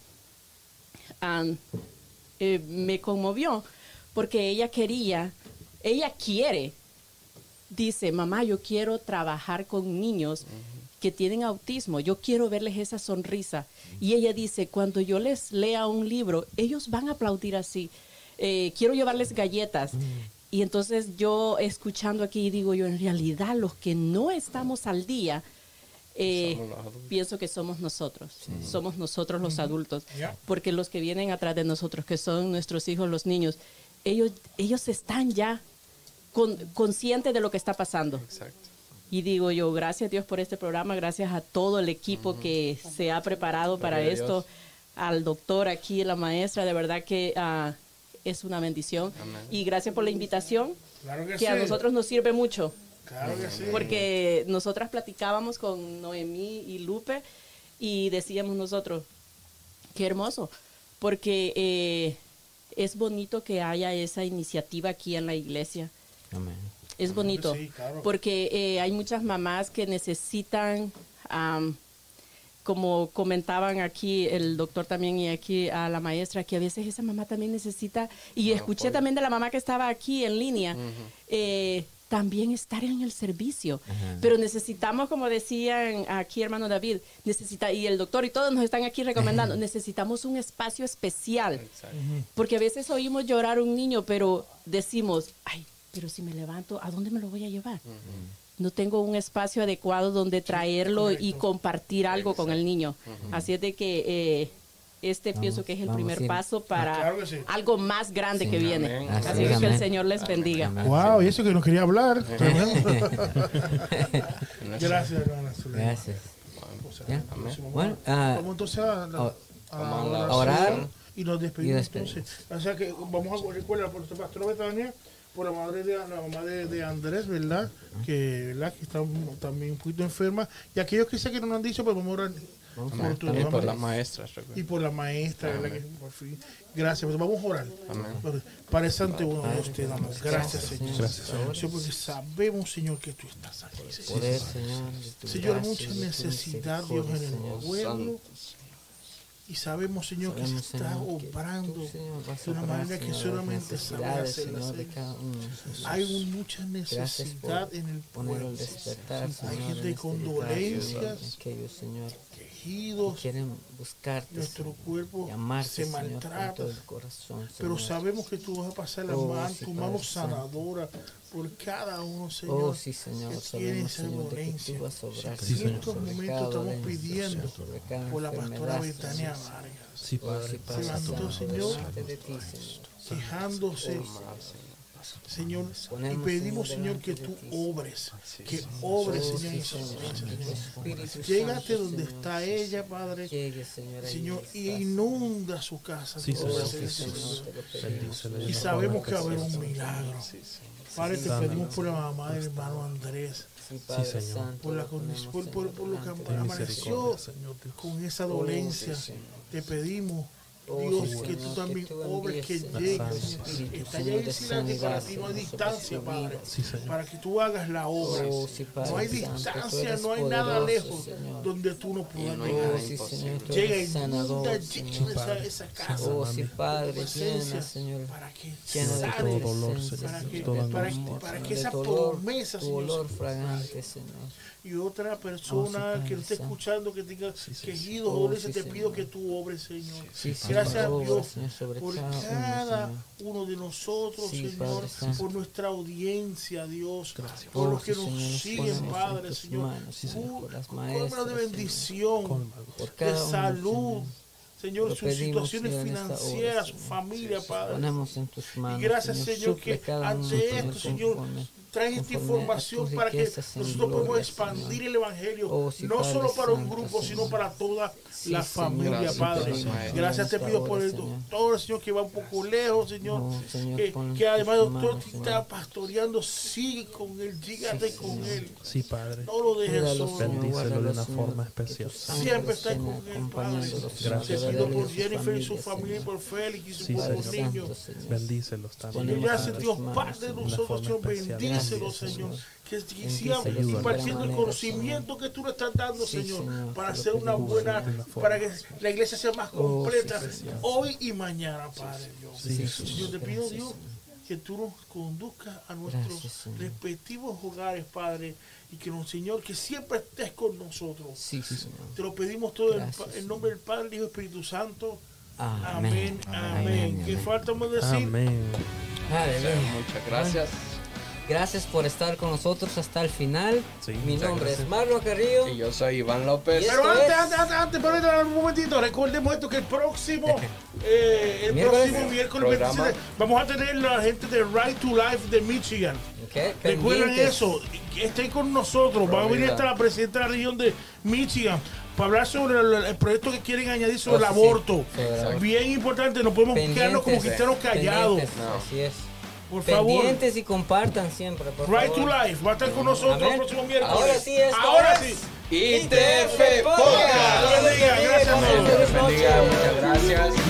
[SPEAKER 13] um, eh, me conmovió porque ella quería, ella quiere, dice, mamá, yo quiero trabajar con niños que tienen autismo, yo quiero verles esa sonrisa. Y ella dice, cuando yo les lea un libro, ellos van a aplaudir así. Eh, quiero llevarles galletas. Y entonces yo escuchando aquí digo yo, en realidad los que no estamos al día, eh,
[SPEAKER 3] Somos los adultos.
[SPEAKER 13] pienso que somos nosotros, somos nosotros los adultos,
[SPEAKER 2] Ya.
[SPEAKER 13] porque los que vienen atrás de nosotros, que son nuestros hijos, los niños, ellos, ellos están ya con- conscientes de lo que está pasando.
[SPEAKER 3] Exacto.
[SPEAKER 13] Y digo yo, gracias a Dios por este programa, gracias a todo el equipo que se ha preparado para
[SPEAKER 3] Gloria a
[SPEAKER 13] esto,
[SPEAKER 3] Dios.
[SPEAKER 13] al doctor aquí, la maestra, de verdad que ah, es una bendición.
[SPEAKER 3] Amén.
[SPEAKER 13] Y gracias por la invitación,
[SPEAKER 2] Claro que,
[SPEAKER 13] que
[SPEAKER 2] sí.
[SPEAKER 13] a nosotros nos sirve mucho,
[SPEAKER 2] Claro que sí.
[SPEAKER 13] porque nosotras platicábamos con Noemí y Lupe y decíamos nosotros, qué hermoso, porque eh, es bonito que haya esa iniciativa aquí en la iglesia.
[SPEAKER 1] Amén.
[SPEAKER 13] Es bonito,
[SPEAKER 2] Sí, claro.
[SPEAKER 13] porque eh, hay muchas mamás que necesitan, am, como comentaban aquí el doctor también y aquí a la maestra, que a veces esa mamá también necesita, y escuché también de la mamá que estaba aquí en línea, eh, también estar en el servicio. Pero necesitamos, como decían aquí hermano David, necesita, y el doctor y todos nos están aquí recomendando, necesitamos un espacio especial.
[SPEAKER 3] Exacto.
[SPEAKER 13] Porque a veces oímos llorar a un niño, pero decimos, ay, pero si me levanto, ¿a dónde me lo voy a llevar? No tengo un espacio adecuado donde traerlo y compartir algo con el niño. Así es de que eh, este pienso que es el
[SPEAKER 1] vamos
[SPEAKER 13] primer
[SPEAKER 1] a ir.
[SPEAKER 13] paso para
[SPEAKER 2] Claro que sí.
[SPEAKER 13] algo más grande que viene.
[SPEAKER 3] Amén.
[SPEAKER 1] Así
[SPEAKER 13] Así
[SPEAKER 1] es,
[SPEAKER 13] es que el
[SPEAKER 1] amén.
[SPEAKER 13] Señor les bendiga.
[SPEAKER 1] Amén.
[SPEAKER 2] Wow, y eso que no quería hablar. Tremendo. Gracias, hermana Zulema.
[SPEAKER 1] Gracias. Ya.
[SPEAKER 3] Amén.
[SPEAKER 1] Bueno, ah,
[SPEAKER 2] Vamos entonces a, la-
[SPEAKER 1] a-
[SPEAKER 2] a
[SPEAKER 3] vamos a la
[SPEAKER 2] la
[SPEAKER 1] orar
[SPEAKER 2] oración y nos despedimos.
[SPEAKER 1] y despedimos.
[SPEAKER 2] Entonces, o sea que vamos a recordar por nuestra pastora Betania, por la madre de la mamá de, de Andrés, ¿verdad? Que, ¿verdad? Que está también un poquito enferma. Y aquellos que sé que no nos han dicho, pues vamos a orar
[SPEAKER 1] Vamos a
[SPEAKER 3] Amén.
[SPEAKER 1] orar
[SPEAKER 2] tu-
[SPEAKER 3] También por
[SPEAKER 2] vamos-
[SPEAKER 3] las maestras, recuerda.
[SPEAKER 2] y por la maestra, ¿verdad?
[SPEAKER 3] Amén.
[SPEAKER 2] Que por fin. Gracias, pues vamos a orar.
[SPEAKER 3] Amén.
[SPEAKER 2] Padre Santo, uno de Dios te damos gracias, Señor.
[SPEAKER 4] Gracias, Señor.
[SPEAKER 2] Señor, porque sabemos, Señor, que tú estás aquí. Señor,
[SPEAKER 1] Poder, Señor, de tu
[SPEAKER 2] Señor,
[SPEAKER 1] gracia,
[SPEAKER 2] mucha
[SPEAKER 1] de tu
[SPEAKER 2] necesidad, Dios, en el
[SPEAKER 1] misericordia, Señor.
[SPEAKER 2] pueblo. Y sabemos, Señor, que se
[SPEAKER 1] Sabemos,
[SPEAKER 2] está
[SPEAKER 1] Señor, que
[SPEAKER 2] obrando
[SPEAKER 1] tú, Señor, vas a
[SPEAKER 2] de una
[SPEAKER 1] obrar,
[SPEAKER 2] manera que
[SPEAKER 1] Señor, las
[SPEAKER 2] solamente sabes
[SPEAKER 1] necesidades,
[SPEAKER 2] hacerla,
[SPEAKER 1] Señor, de
[SPEAKER 2] Señor.
[SPEAKER 1] cada uno de nosotros.
[SPEAKER 2] Hay un- mucha
[SPEAKER 1] Gracias
[SPEAKER 2] necesidad
[SPEAKER 1] por
[SPEAKER 2] en el
[SPEAKER 1] poner
[SPEAKER 2] pueblo.
[SPEAKER 1] el despertar,
[SPEAKER 2] Hay
[SPEAKER 1] Señor, en
[SPEAKER 2] gente
[SPEAKER 1] este
[SPEAKER 2] con
[SPEAKER 1] lugar,
[SPEAKER 2] dolencias,
[SPEAKER 1] Señor, aquellos, Señor, que
[SPEAKER 2] quejidos.
[SPEAKER 1] quieren buscarte,
[SPEAKER 2] Nuestro
[SPEAKER 1] Señor,
[SPEAKER 2] cuerpo
[SPEAKER 1] y amarte,
[SPEAKER 2] se
[SPEAKER 1] Señor, con
[SPEAKER 2] maltrata,
[SPEAKER 1] todo el corazón,
[SPEAKER 2] pero
[SPEAKER 1] Señor.
[SPEAKER 2] sabemos que tú vas a pasar la
[SPEAKER 1] Oh,
[SPEAKER 2] mano,
[SPEAKER 1] sí,
[SPEAKER 2] tu
[SPEAKER 1] Padre
[SPEAKER 2] mano
[SPEAKER 1] Santo.
[SPEAKER 2] sanadora por cada uno, Señor,
[SPEAKER 1] Oh, sí, Señor,
[SPEAKER 2] que tiene
[SPEAKER 1] sabemos,
[SPEAKER 2] esa
[SPEAKER 1] Señor, de que
[SPEAKER 2] dolencia.
[SPEAKER 1] tú vas a obrar,
[SPEAKER 2] En
[SPEAKER 1] Señor,
[SPEAKER 2] estos
[SPEAKER 1] sobre
[SPEAKER 2] momentos
[SPEAKER 1] cada
[SPEAKER 2] estamos
[SPEAKER 1] dolencia,
[SPEAKER 2] pidiendo
[SPEAKER 1] sobre cada
[SPEAKER 2] por la pastora
[SPEAKER 1] enfermedad,
[SPEAKER 2] Betania
[SPEAKER 1] Señor.
[SPEAKER 2] Vargas.
[SPEAKER 4] Sí,
[SPEAKER 1] Oh,
[SPEAKER 4] Padre.
[SPEAKER 1] sí, Padre
[SPEAKER 2] Se levantó,
[SPEAKER 1] Santo,
[SPEAKER 2] Señor,
[SPEAKER 1] delante de ti, Señor.
[SPEAKER 2] quejándose, Señor, y
[SPEAKER 1] Ponemos,
[SPEAKER 2] pedimos,
[SPEAKER 1] Señor,
[SPEAKER 2] Señor, que
[SPEAKER 1] delante
[SPEAKER 2] tú
[SPEAKER 1] de ti,
[SPEAKER 2] obres,
[SPEAKER 3] Sí,
[SPEAKER 2] que
[SPEAKER 3] Señor.
[SPEAKER 2] obres,
[SPEAKER 1] Oh,
[SPEAKER 2] Señor, en
[SPEAKER 1] sí,
[SPEAKER 2] esa
[SPEAKER 1] Señor,
[SPEAKER 2] dolencia,
[SPEAKER 1] que tu
[SPEAKER 2] Señor.
[SPEAKER 1] Espíritu
[SPEAKER 2] Llégate
[SPEAKER 1] Santo,
[SPEAKER 2] donde
[SPEAKER 1] Señor,
[SPEAKER 2] está ella, Padre,
[SPEAKER 1] llegue, Señor, ahí
[SPEAKER 2] Señor, y
[SPEAKER 1] estás.
[SPEAKER 2] inunda su casa.
[SPEAKER 4] Sí,
[SPEAKER 2] con tu
[SPEAKER 4] Señor.
[SPEAKER 2] presencia,
[SPEAKER 1] Señor,
[SPEAKER 2] Señor.
[SPEAKER 1] te lo pedimos.
[SPEAKER 4] Bendícele de
[SPEAKER 2] Y
[SPEAKER 4] una
[SPEAKER 2] sabemos
[SPEAKER 4] forma
[SPEAKER 2] que va a haber
[SPEAKER 4] especial.
[SPEAKER 2] un milagro. Padre, te
[SPEAKER 4] Sana.
[SPEAKER 2] pedimos por la mamá del hermano Andrés,
[SPEAKER 1] Sí, Padre
[SPEAKER 4] Sí, Señor.
[SPEAKER 1] Santo,
[SPEAKER 2] por, la
[SPEAKER 1] lo
[SPEAKER 2] condición,
[SPEAKER 1] ponemos,
[SPEAKER 2] por, por,
[SPEAKER 1] Señor,
[SPEAKER 2] por lo que
[SPEAKER 1] delante de
[SPEAKER 4] Ten
[SPEAKER 1] ti.
[SPEAKER 2] amaneció
[SPEAKER 4] misericordia, Señor.
[SPEAKER 2] con esa
[SPEAKER 1] Oh,
[SPEAKER 2] dolencia.
[SPEAKER 1] sí, Señor.
[SPEAKER 2] Te pedimos,
[SPEAKER 1] Oh,
[SPEAKER 2] Dios,
[SPEAKER 1] sí,
[SPEAKER 2] que tú
[SPEAKER 1] Señor,
[SPEAKER 2] también
[SPEAKER 1] que tú
[SPEAKER 2] obres, que
[SPEAKER 1] envíes,
[SPEAKER 2] llegue.
[SPEAKER 4] Señor,
[SPEAKER 1] Espíritu,
[SPEAKER 2] Está
[SPEAKER 1] Señor,
[SPEAKER 2] ya
[SPEAKER 1] de
[SPEAKER 2] diciendo que para
[SPEAKER 1] sanidad,
[SPEAKER 2] ti no hay
[SPEAKER 1] Señor,
[SPEAKER 2] distancia,
[SPEAKER 1] sobre su
[SPEAKER 2] Padre,
[SPEAKER 1] vida.
[SPEAKER 4] Sí, Señor.
[SPEAKER 2] para que tú hagas la obra.
[SPEAKER 1] Oh, sí, Padre
[SPEAKER 2] No hay
[SPEAKER 1] Santo, tú
[SPEAKER 2] distancia,
[SPEAKER 1] eres
[SPEAKER 2] no hay nada
[SPEAKER 1] poderoso,
[SPEAKER 2] lejos
[SPEAKER 1] Señor.
[SPEAKER 2] donde tú no puedas
[SPEAKER 3] no hay
[SPEAKER 2] llegar.
[SPEAKER 1] Oh,
[SPEAKER 3] nada
[SPEAKER 1] sí,
[SPEAKER 3] imposible.
[SPEAKER 1] Señor, tú
[SPEAKER 2] Llega
[SPEAKER 1] eres
[SPEAKER 2] y
[SPEAKER 1] sanador,
[SPEAKER 2] inunda,
[SPEAKER 1] Señor.
[SPEAKER 2] llena esa, esa casa.
[SPEAKER 1] Oh, sí, Padre,
[SPEAKER 2] presencia,
[SPEAKER 1] llena, Señor.
[SPEAKER 2] para que
[SPEAKER 1] Llena de
[SPEAKER 2] sane,
[SPEAKER 4] todo
[SPEAKER 1] tu
[SPEAKER 4] dolor,
[SPEAKER 1] presencia,
[SPEAKER 4] Señor,
[SPEAKER 2] para que,
[SPEAKER 1] Señor,
[SPEAKER 4] toda
[SPEAKER 1] de tu
[SPEAKER 2] para,
[SPEAKER 1] amor,
[SPEAKER 2] para
[SPEAKER 1] Señor,
[SPEAKER 2] que
[SPEAKER 1] de
[SPEAKER 2] esa
[SPEAKER 1] tu olor,
[SPEAKER 2] promesa,
[SPEAKER 1] tu
[SPEAKER 2] Señor,
[SPEAKER 1] olor
[SPEAKER 2] se
[SPEAKER 1] fragante, Señor.
[SPEAKER 2] y otra
[SPEAKER 1] Oh,
[SPEAKER 2] persona
[SPEAKER 1] sí,
[SPEAKER 2] que lo esté
[SPEAKER 1] Padre Santo.
[SPEAKER 2] escuchando que tenga quejidos
[SPEAKER 1] Oh,
[SPEAKER 2] o dolencias,
[SPEAKER 1] sí,
[SPEAKER 2] te pido
[SPEAKER 1] Señor.
[SPEAKER 2] que tú obres, Señor.
[SPEAKER 1] Sí, sí,
[SPEAKER 2] Gracias a
[SPEAKER 1] obra,
[SPEAKER 2] Dios
[SPEAKER 1] Señor, sobre
[SPEAKER 2] por
[SPEAKER 1] cada uno,
[SPEAKER 2] cada
[SPEAKER 1] Señor.
[SPEAKER 2] uno de nosotros,
[SPEAKER 1] Sí,
[SPEAKER 2] Señor,
[SPEAKER 1] Padre Santo.
[SPEAKER 2] por nuestra audiencia, Dios,
[SPEAKER 1] Oh,
[SPEAKER 2] por los
[SPEAKER 1] sí,
[SPEAKER 2] que
[SPEAKER 1] Señor,
[SPEAKER 2] nos
[SPEAKER 1] nos
[SPEAKER 2] siguen,
[SPEAKER 1] ponemos en
[SPEAKER 2] Padre,
[SPEAKER 1] tus
[SPEAKER 2] Señor.
[SPEAKER 1] manos, Señor,
[SPEAKER 2] Cu-
[SPEAKER 1] por las
[SPEAKER 2] cúbrenos
[SPEAKER 1] maestras,
[SPEAKER 2] de
[SPEAKER 1] Señor.
[SPEAKER 2] bendición,
[SPEAKER 1] Por
[SPEAKER 2] de
[SPEAKER 1] cada uno,
[SPEAKER 2] salud,
[SPEAKER 1] Señor.
[SPEAKER 2] Señor,
[SPEAKER 1] Lo
[SPEAKER 2] sus
[SPEAKER 1] pedimos,
[SPEAKER 2] situaciones
[SPEAKER 1] Señor, en esta hora,
[SPEAKER 2] financieras, su
[SPEAKER 1] Señor.
[SPEAKER 2] familia, Padre.
[SPEAKER 1] Ponemos en tus manos,
[SPEAKER 2] Y gracias,
[SPEAKER 1] Señor,
[SPEAKER 2] Señor,
[SPEAKER 1] suple
[SPEAKER 2] que
[SPEAKER 1] cada uno,
[SPEAKER 2] ante
[SPEAKER 1] Señor,
[SPEAKER 2] esto, Señor,
[SPEAKER 1] conforme-
[SPEAKER 2] trae esta
[SPEAKER 1] conforme a
[SPEAKER 2] información
[SPEAKER 1] tus
[SPEAKER 2] para que
[SPEAKER 1] riquezas en
[SPEAKER 2] nosotros podamos
[SPEAKER 1] gloria,
[SPEAKER 2] expandir
[SPEAKER 1] Señor.
[SPEAKER 2] el Evangelio,
[SPEAKER 1] Oh, sí,
[SPEAKER 2] no
[SPEAKER 1] Padre
[SPEAKER 2] solo para un
[SPEAKER 1] Santo,
[SPEAKER 2] grupo,
[SPEAKER 1] Señor.
[SPEAKER 2] sino para toda
[SPEAKER 1] Sí,
[SPEAKER 2] la
[SPEAKER 1] Señor,
[SPEAKER 2] familia,
[SPEAKER 3] gracias,
[SPEAKER 2] Padre.
[SPEAKER 3] Padre Maestro.
[SPEAKER 2] Gracias te
[SPEAKER 1] En
[SPEAKER 2] pido
[SPEAKER 1] esta
[SPEAKER 2] por
[SPEAKER 1] hora,
[SPEAKER 2] el
[SPEAKER 1] Señor.
[SPEAKER 2] doctor, Señor, que va un poco lejos, Señor,
[SPEAKER 1] Oh, Señor,
[SPEAKER 2] que,
[SPEAKER 1] ponlo en
[SPEAKER 2] que además el
[SPEAKER 1] tus
[SPEAKER 2] doctor
[SPEAKER 1] manos,
[SPEAKER 2] te
[SPEAKER 1] Señor.
[SPEAKER 2] está pastoreando, sigue con él, llégate
[SPEAKER 1] Sí,
[SPEAKER 2] con
[SPEAKER 1] Señor.
[SPEAKER 2] él,
[SPEAKER 4] Sí, Padre.
[SPEAKER 2] no lo dejes
[SPEAKER 1] Cuídalo,
[SPEAKER 2] solo.
[SPEAKER 1] Señor,
[SPEAKER 4] Bendícelo de
[SPEAKER 1] guárdalo,
[SPEAKER 4] una
[SPEAKER 1] Señor,
[SPEAKER 4] forma
[SPEAKER 1] que tu
[SPEAKER 4] especial.
[SPEAKER 1] sangre
[SPEAKER 2] Siempre está
[SPEAKER 1] esté
[SPEAKER 2] con él, Padre.
[SPEAKER 1] acompañándolo,
[SPEAKER 2] Te
[SPEAKER 1] Señor,
[SPEAKER 4] Gracias,
[SPEAKER 2] pido
[SPEAKER 1] alrededor
[SPEAKER 2] por
[SPEAKER 1] de su
[SPEAKER 2] Jennifer y su
[SPEAKER 1] familia,
[SPEAKER 2] familia,
[SPEAKER 1] Señor.
[SPEAKER 2] por Félix y sus
[SPEAKER 4] Sí,
[SPEAKER 2] pocos
[SPEAKER 4] Señor.
[SPEAKER 2] niños.
[SPEAKER 1] Señor.
[SPEAKER 4] Bendícelos también.
[SPEAKER 2] Señor, gracias
[SPEAKER 4] Padre.
[SPEAKER 2] Dios,
[SPEAKER 1] Señor.
[SPEAKER 2] Padre de
[SPEAKER 4] De una
[SPEAKER 2] nosotros,
[SPEAKER 4] forma
[SPEAKER 2] Señor,
[SPEAKER 4] especial.
[SPEAKER 2] bendícelo,
[SPEAKER 1] Gracias,
[SPEAKER 2] Señor.
[SPEAKER 1] Señor.
[SPEAKER 2] Que, que
[SPEAKER 1] Bendice
[SPEAKER 2] sigamos
[SPEAKER 1] de
[SPEAKER 4] ayúdanos.
[SPEAKER 2] impartiendo el
[SPEAKER 1] manera,
[SPEAKER 2] conocimiento que tú le estás dando,
[SPEAKER 1] Sí,
[SPEAKER 2] Señor,
[SPEAKER 1] Señor,
[SPEAKER 2] para
[SPEAKER 1] te lo
[SPEAKER 2] hacer una
[SPEAKER 1] pedimos,
[SPEAKER 2] buena,
[SPEAKER 4] de una forma.
[SPEAKER 2] para que la iglesia sea más
[SPEAKER 1] Oh,
[SPEAKER 2] completa
[SPEAKER 1] sí, Señor.
[SPEAKER 2] hoy y mañana, Padre Dios.
[SPEAKER 4] Sí,
[SPEAKER 2] Señor, te pido,
[SPEAKER 1] Gracias,
[SPEAKER 2] Dios,
[SPEAKER 1] Señor.
[SPEAKER 2] que tú nos conduzcas a nuestros
[SPEAKER 1] Gracias, Señor.
[SPEAKER 2] respectivos hogares, Padre, y que, nos, Señor, que siempre estés con nosotros.
[SPEAKER 1] Sí, Señor.
[SPEAKER 2] Te lo pedimos todo en
[SPEAKER 1] Gracias,
[SPEAKER 2] el nombre del Padre, del Hijo y Espíritu Santo.
[SPEAKER 1] Amén.
[SPEAKER 2] Amén. Amén. ¿Qué falta más decir?
[SPEAKER 4] Amén.
[SPEAKER 1] Aleluya.
[SPEAKER 3] Muchas gracias.
[SPEAKER 1] Gracias por estar con nosotros hasta el final.
[SPEAKER 4] Sí,
[SPEAKER 1] Mi
[SPEAKER 4] muchas
[SPEAKER 1] nombre
[SPEAKER 4] gracias.
[SPEAKER 1] es Marlon Carrillo.
[SPEAKER 3] Y yo soy Iván López.
[SPEAKER 1] Y
[SPEAKER 2] Pero
[SPEAKER 1] Esto
[SPEAKER 2] antes,
[SPEAKER 1] es-
[SPEAKER 2] antes, antes, antes, permítame un momentito, recordemos esto que el próximo, eh, el
[SPEAKER 1] Miércoles.
[SPEAKER 2] próximo miércoles
[SPEAKER 3] Programa.
[SPEAKER 2] veintisiete, vamos a tener la gente de Right to Life de Michigan.
[SPEAKER 1] Okay,
[SPEAKER 2] Recuerden
[SPEAKER 1] pendientes.
[SPEAKER 2] eso, que estén con nosotros. Va a venir hasta la presidenta de la región de Michigan para hablar sobre el, el proyecto que quieren añadir sobre
[SPEAKER 1] Oh,
[SPEAKER 2] el
[SPEAKER 1] sí,
[SPEAKER 2] aborto.
[SPEAKER 1] sobre el aborto.
[SPEAKER 2] Bien importante, no podemos quedarnos como cristianos callados.
[SPEAKER 1] Pendientes,
[SPEAKER 3] No.
[SPEAKER 1] Así es.
[SPEAKER 2] Por favor,
[SPEAKER 1] Pendientes y compartan siempre, por
[SPEAKER 2] Right
[SPEAKER 1] favor.
[SPEAKER 2] to Life va a estar con nosotros
[SPEAKER 1] Amén.
[SPEAKER 2] el próximo miércoles.
[SPEAKER 1] Ahora sí, esto
[SPEAKER 2] Ahora
[SPEAKER 1] es
[SPEAKER 2] sí.
[SPEAKER 3] I T F Podcast.
[SPEAKER 2] Dios bendiga, gracias a todos.
[SPEAKER 3] Dios bendiga. Muchas gracias.